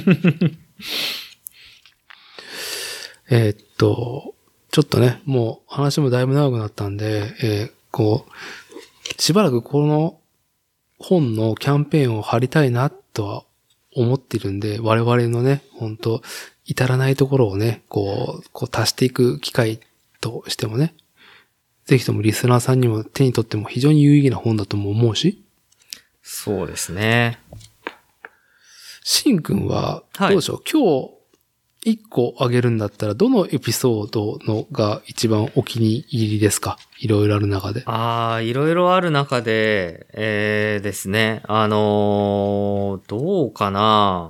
えっと、ちょっとね、もう話もだいぶ長くなったんで、えー、こう、しばらくこの本のキャンペーンを貼りたいなとは思ってるんで、我々のね、本当至らないところをね、こう、こう足していく機会としてもね、ぜひともリスナーさんにも手に取っても非常に有意義な本だとも思うし。 そうですね。 しんくんは、どうでしょう、はい、今日一個あげるんだったら、どのエピソードのが一番お気に入りですか？いろいろある中で。 ああ、いろいろある中で、えーですね。あのー、どうかな。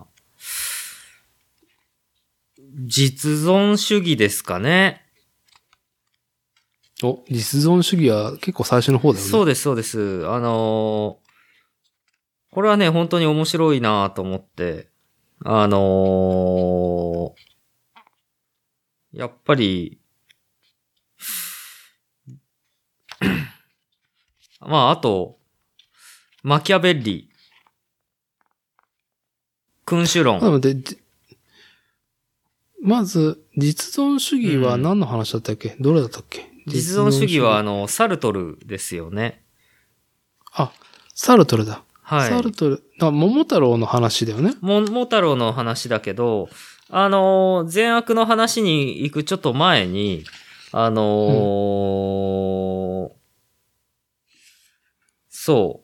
実存主義ですかね。 お、実存主義は結構最初の方だよね。 そうです、そうです。あのー、これはね、本当に面白いなと思って。 あのー、やっぱり、まあ、あと、マキャベッリ、君主論。 なので、まず、実存主義は何の話だったっけ、うん、どれだったっけ実存主義は、あの、サルトルですよね。 あ、サルトルだ。 はい。 サルトル。あ、桃太郎の話だよね。 桃太郎の話だけど、あの、善悪の話に行くちょっと前に、あのーうん、そう。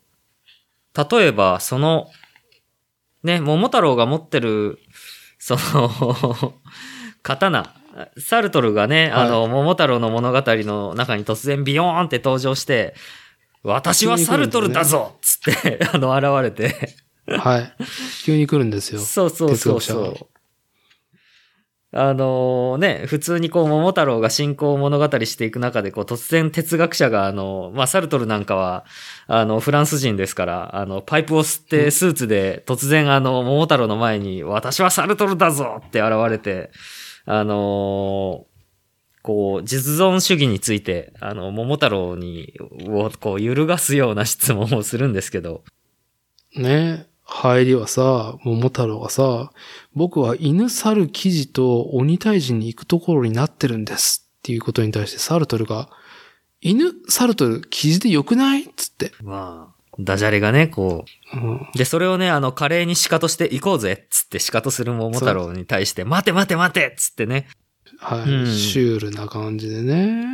例えば、その、ね、桃太郎が持ってる、その、刀。サルトルがね、はい、あの、桃太郎の物語の中に突然ビヨーンって登場して、私はサルトルだぞっつって、あの、現れて。 はい。急に来るんですよ。 そうそうそうそう。あのー、ね、普通にこう、桃太郎が信仰を物語していく中で、こう、突然哲学者が、あの、まあ、サルトルなんかは、あの、フランス人ですから、あの、パイプを吸ってスーツで、突然あの、桃太郎の前に、私はサルトルだぞって現れて、あのー、こう、実存主義について、あの、桃太郎に、を、こう、揺るがすような質問をするんですけど。 ねえ。入りはさ、桃太郎がさ、僕は犬猿記事と鬼退治に行くところになってるんですっていうことに対してサルトルが、犬猿トル記事でよくないっつって。 まあ、ダジャレがね、こう。うん、で、それをね、あの、華麗にシカトして行こうぜっつってシカトする桃太郎に対して、待て待て待てっつってね。 はい、うん。シュールな感じでね。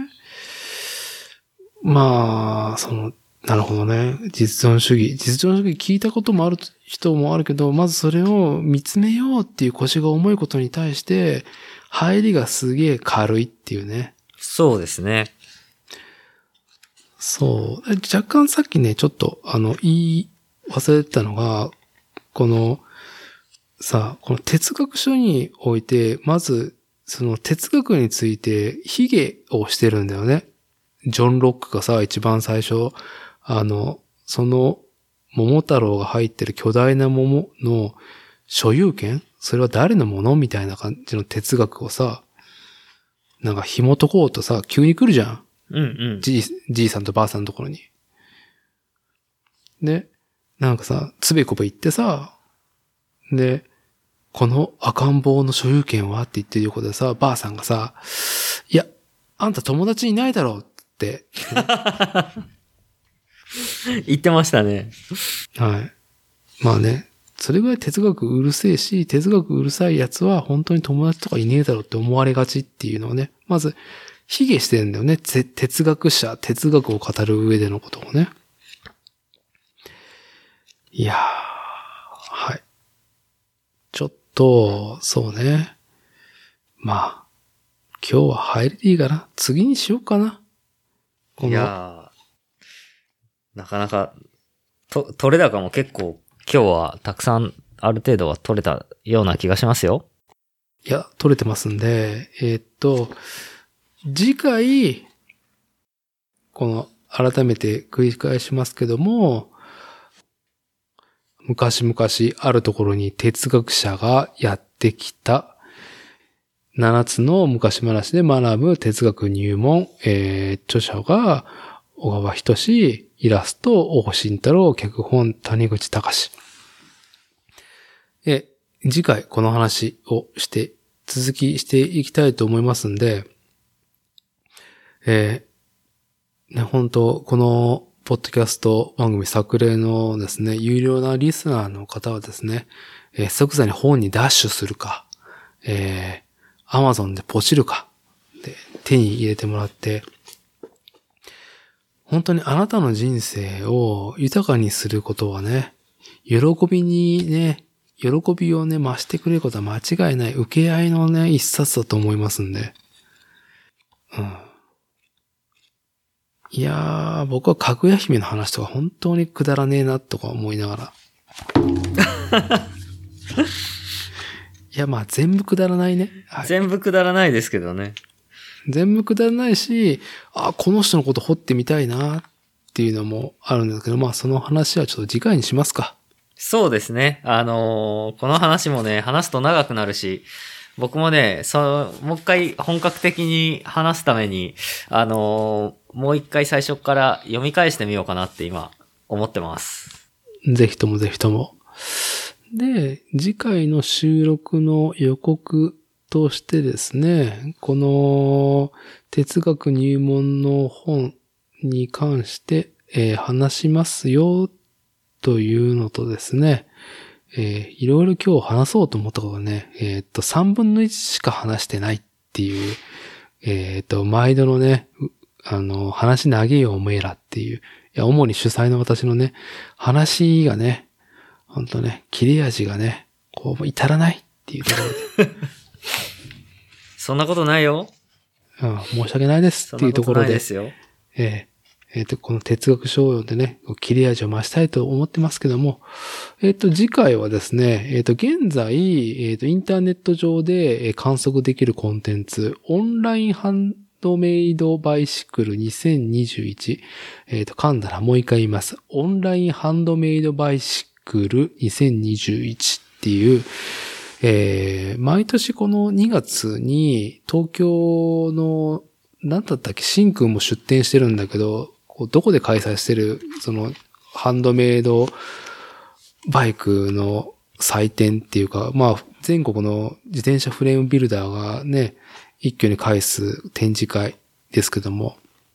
まあ、その、なるほどね。実存主義。実存主義聞いたこともある人もあるけど、まずそれを見つめようっていう腰が重いことに対して、入りがすげえ軽いっていうね。 そうですね。 そう。若干さっきね、ちょっと、あの、言い忘れてたのが、この、さ、この哲学書において、まず、その哲学について、卑下をしてるんだよね。ジョン・ロックがさ、一番最初、あの、その、桃太郎が入ってる巨大な桃の所有権？それは誰のものみたいな感じの哲学をさ、なんか紐解こうとさ、急に来るじゃん。 うんうん。 じい、じいさんとばあさんのところに。で、なんかさ、つべこべ言ってさ、で、この赤ん坊の所有権はって言ってる横でさ、ばあさんがさ、いや、あんた友達いないだろうって。 言ってましたね。 はい。まあね、それぐらい哲学うるせえし、哲学うるさいやつは本当に友達とかいねえだろうって思われがちっていうのをね、まず、卑下してるんだよね。哲学者、哲学を語る上でのことをね。いやー、はい。ちょっと、そうね。まあ、今日は入りでいいかな。次にしようかな。 このいやー、なかなか、と、取れ高も結構今日はたくさんある程度は取れたような気がしますよ。 いや、取れてますんで、えー、っと、次回、この、改めて繰り返しますけども、昔々あるところに哲学者がやってきたななつの昔話で学ぶ哲学入門、えー、著者が小川仁志、イラスト大慎太郎、脚本谷口隆。え、次回この話をして続きしていきたいと思いますんで、えー、ね、本当このポッドキャスト番組作例のですね、有料なリスナーの方はですね、えー、即座に本にダッシュするか、えー、Amazon でポチるか、で手に入れてもらって、本当にあなたの人生を豊かにすることはね、喜びにね、喜びをね、増してくれることは間違いない、受け合いのね、一冊だと思いますんで。うん。いやー、僕はかぐや姫の話とか本当にくだらねえなとか思いながら。いや、まあ全部くだらないね。 はい、全部くだらないですけどね。 全部くだらないし、あ、この人のこと掘ってみたいなっていうのもあるんですけど、まあその話はちょっと次回にしますか。 そうですね。あのーこの話もね、話すと長くなるし、僕もね、そう、もう一回本格的に話すために、あのーもう一回最初から読み返してみようかなって今思ってます。 ぜひともぜひとも。で、次回の収録の予告としてですね、この哲学入門の本に関して、えー話しますよというのとですね、えーいろいろ今日話そうと思ったことがね、えーっと、さんぶんのいちしか話してないっていう、えーっと、毎度のね、うあの、話長えよおめえらっていう、いや、主に主催の私のね、話がね、ほんとね、切れ味がね、こう、至らないっていうところで、 そんなことないよ。 うん、申し訳ないですそんっていなことないで、 うところですよ。 えーえっ、と、この哲学書を読んでね、切れ味を増したいと思ってますけども、えっ、と、次回はですね、えっ、と、現在、えっ、と、インターネット上でえー観測できるコンテンツ、オンラインハンドメイドバイシクルにせんにじゅういち、えっ、と、噛んだらもう一回言います。オンラインハンドメイドバイシクルにせんにじゅういちっていう、えー毎年このにがつに東京の、なんだったっけ、シンくんも出店してるんだけど、こうどこで開催してる、その、ハンドメイドバイクの祭典っていうか、まあ、全国の自転車フレームビルダーがね、一挙に返す展示会ですけども、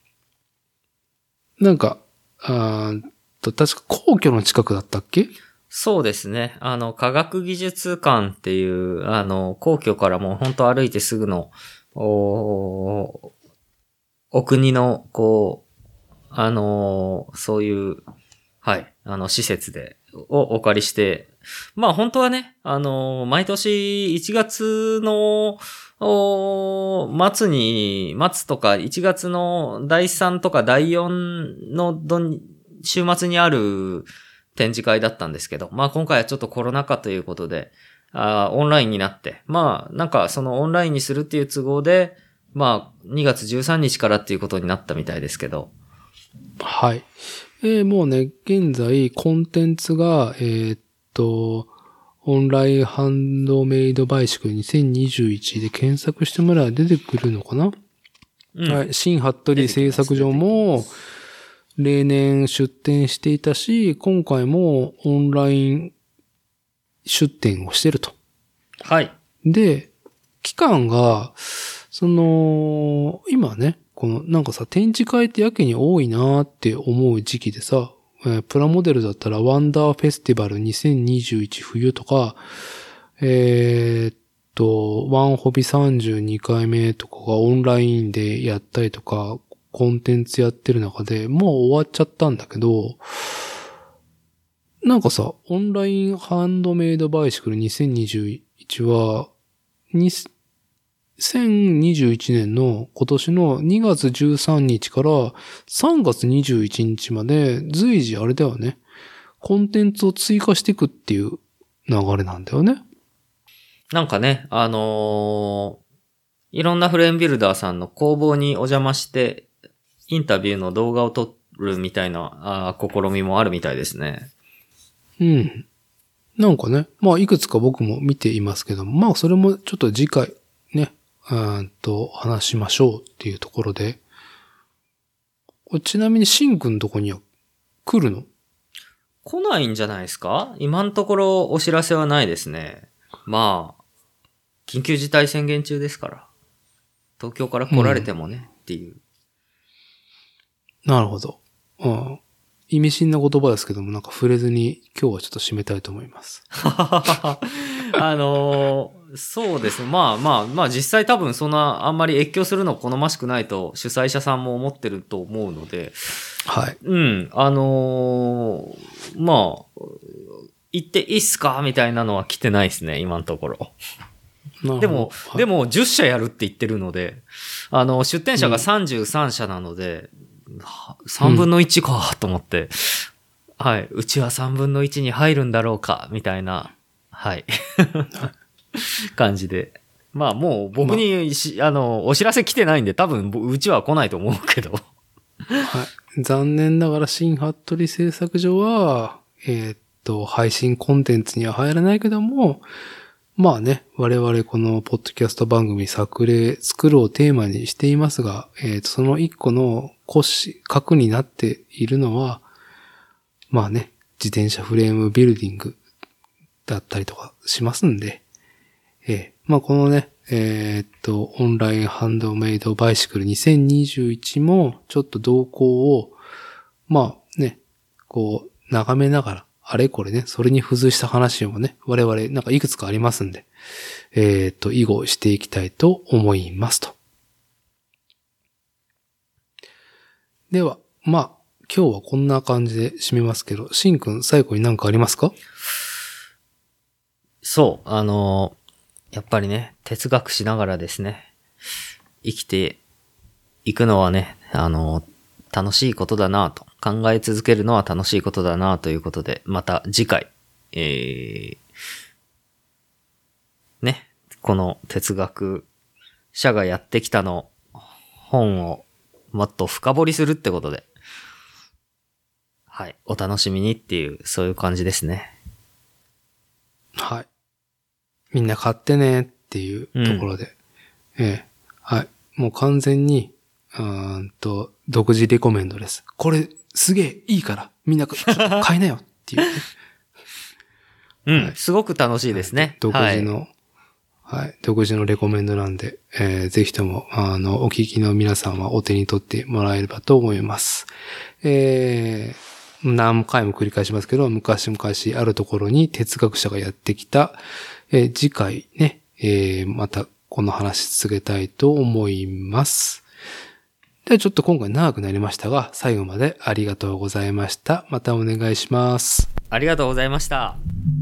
なんか、あーっと、確か皇居の近くだったっけ？ そうですね。あの、科学技術館っていう、あの、皇居からもう本当歩いてすぐの、お、お国の、こう、あの、そういう、はい、あの、施設で、をお借りして、まあ本当はね、あの、毎年いちがつの、お末に、末とかいちがつのだいさんとかだいよんのどん週末にある展示会だったんですけど、まあ今回はちょっとコロナ禍ということで、あオンラインになって、まあなんかそのオンラインにするっていう都合で、まあにがつじゅうさんにちからっていうことになったみたいですけど。 はい。えーもうね、現在コンテンツが、えーっと、オンラインハンドメイドバイシクルにせんにじゅういちで検索してもらえば出てくるのかな、 うん、 はい。新服部製作所も、例年出展していたし、今回もオンライン出展をしてると。 はい。 で、期間が、その、今ね、このなんかさ、展示会ってやけに多いなーって思う時期でさ、えープラモデルだったらワンダーフェスティバルにせんにじゅういち冬とか、えーっと、ワンホビさんじゅうにかいめとかがオンラインでやったりとか、コンテンツやってる中でもう終わっちゃったんだけど、なんかさ、オンラインハンドメイドバイシクルにせんにじゅういちは、にせんにじゅういちねんの今年のにがつじゅうさんにちからさんがつにじゅういちにちまで随時あれだよね。コンテンツを追加していくっていう流れなんだよね。 なんかね、あのーいろんなフレームビルダーさんの工房にお邪魔して、インタビューの動画を撮るみたいなあ試みもあるみたいですね。 うん。なんかね、まあいくつか僕も見ていますけども、まあそれもちょっと次回ね、うーんと話しましょうっていうところで、これちなみにシンくんのとこには来るの？ 来ないんじゃないですか？今のところお知らせはないですね。まあ、緊急事態宣言中ですから。東京から来られてもね、っていう。 なるほど。うん。意味深な言葉ですけども、なんか触れずに今日はちょっと締めたいと思います。 あのーそうですね。まあまあまあ実際多分そんなあんまり越境するの好ましくないと主催者さんも思ってると思うので、 はい。 うん、あのーまあ、行っていいっすかみたいなのは来てないですね、今のところ。でも、 はい、 でもじゅっしゃやるって言ってるので、あの、出展者がさんじゅうさんしゃなので、うん、さんぶんのいちかと思って、うん、はい、うちはさんぶんのいちに入るんだろうか、みたいな、はい。感じで。まあもう僕にし、まあ、あの、お知らせ来てないんで多分うちは来ないと思うけど。 はい。残念ながら新服部製作所は、えー、っと、配信コンテンツには入らないけども、まあね、我々このポッドキャスト番組作例、作るをテーマにしていますが、えっと、その一個の骨子、核になっているのは、まあね、自転車フレームビルディングだったりとかしますんで、えー、まあこのね、えー、っと、オンラインハンドメイドバイシクルにせんにじゅういちもちょっと動向を、まあね、こう、眺めながら、あれこれね、それに付随した話もね、我々なんかいくつかありますんで、えー、っと、以後していきたいと思いますと。では、まあ、今日はこんな感じで締めますけど、しんくん最後に何かありますか？ そう、あの、やっぱりね、哲学しながらですね、生きていくのはね、あの、楽しいことだなと、考え続けるのは楽しいことだなということで、また次回、えー、ね、この哲学者がやってきたの本をもっと深掘りするってことで、はい、お楽しみにっていう、そういう感じですね。 はい。みんな買ってねっていうところで、うん、ええ、はい。もう完全に、うーんと、独自レコメンドです。これ、すげえいいから、みんな買いなよっていう、ね。 うん、はい、すごく楽しいですね。 独自の、はいはい。独自のレコメンドなんで、えー、ぜひとも、あの、お聞きの皆さんはお手に取ってもらえればと思います。えー、何回も繰り返しますけど、昔々あるところに哲学者がやってきた、えー、次回ね、えー、またこの話続けたいと思います。ではちょっと今回長くなりましたが、最後までありがとうございました。またお願いします。 ありがとうございました。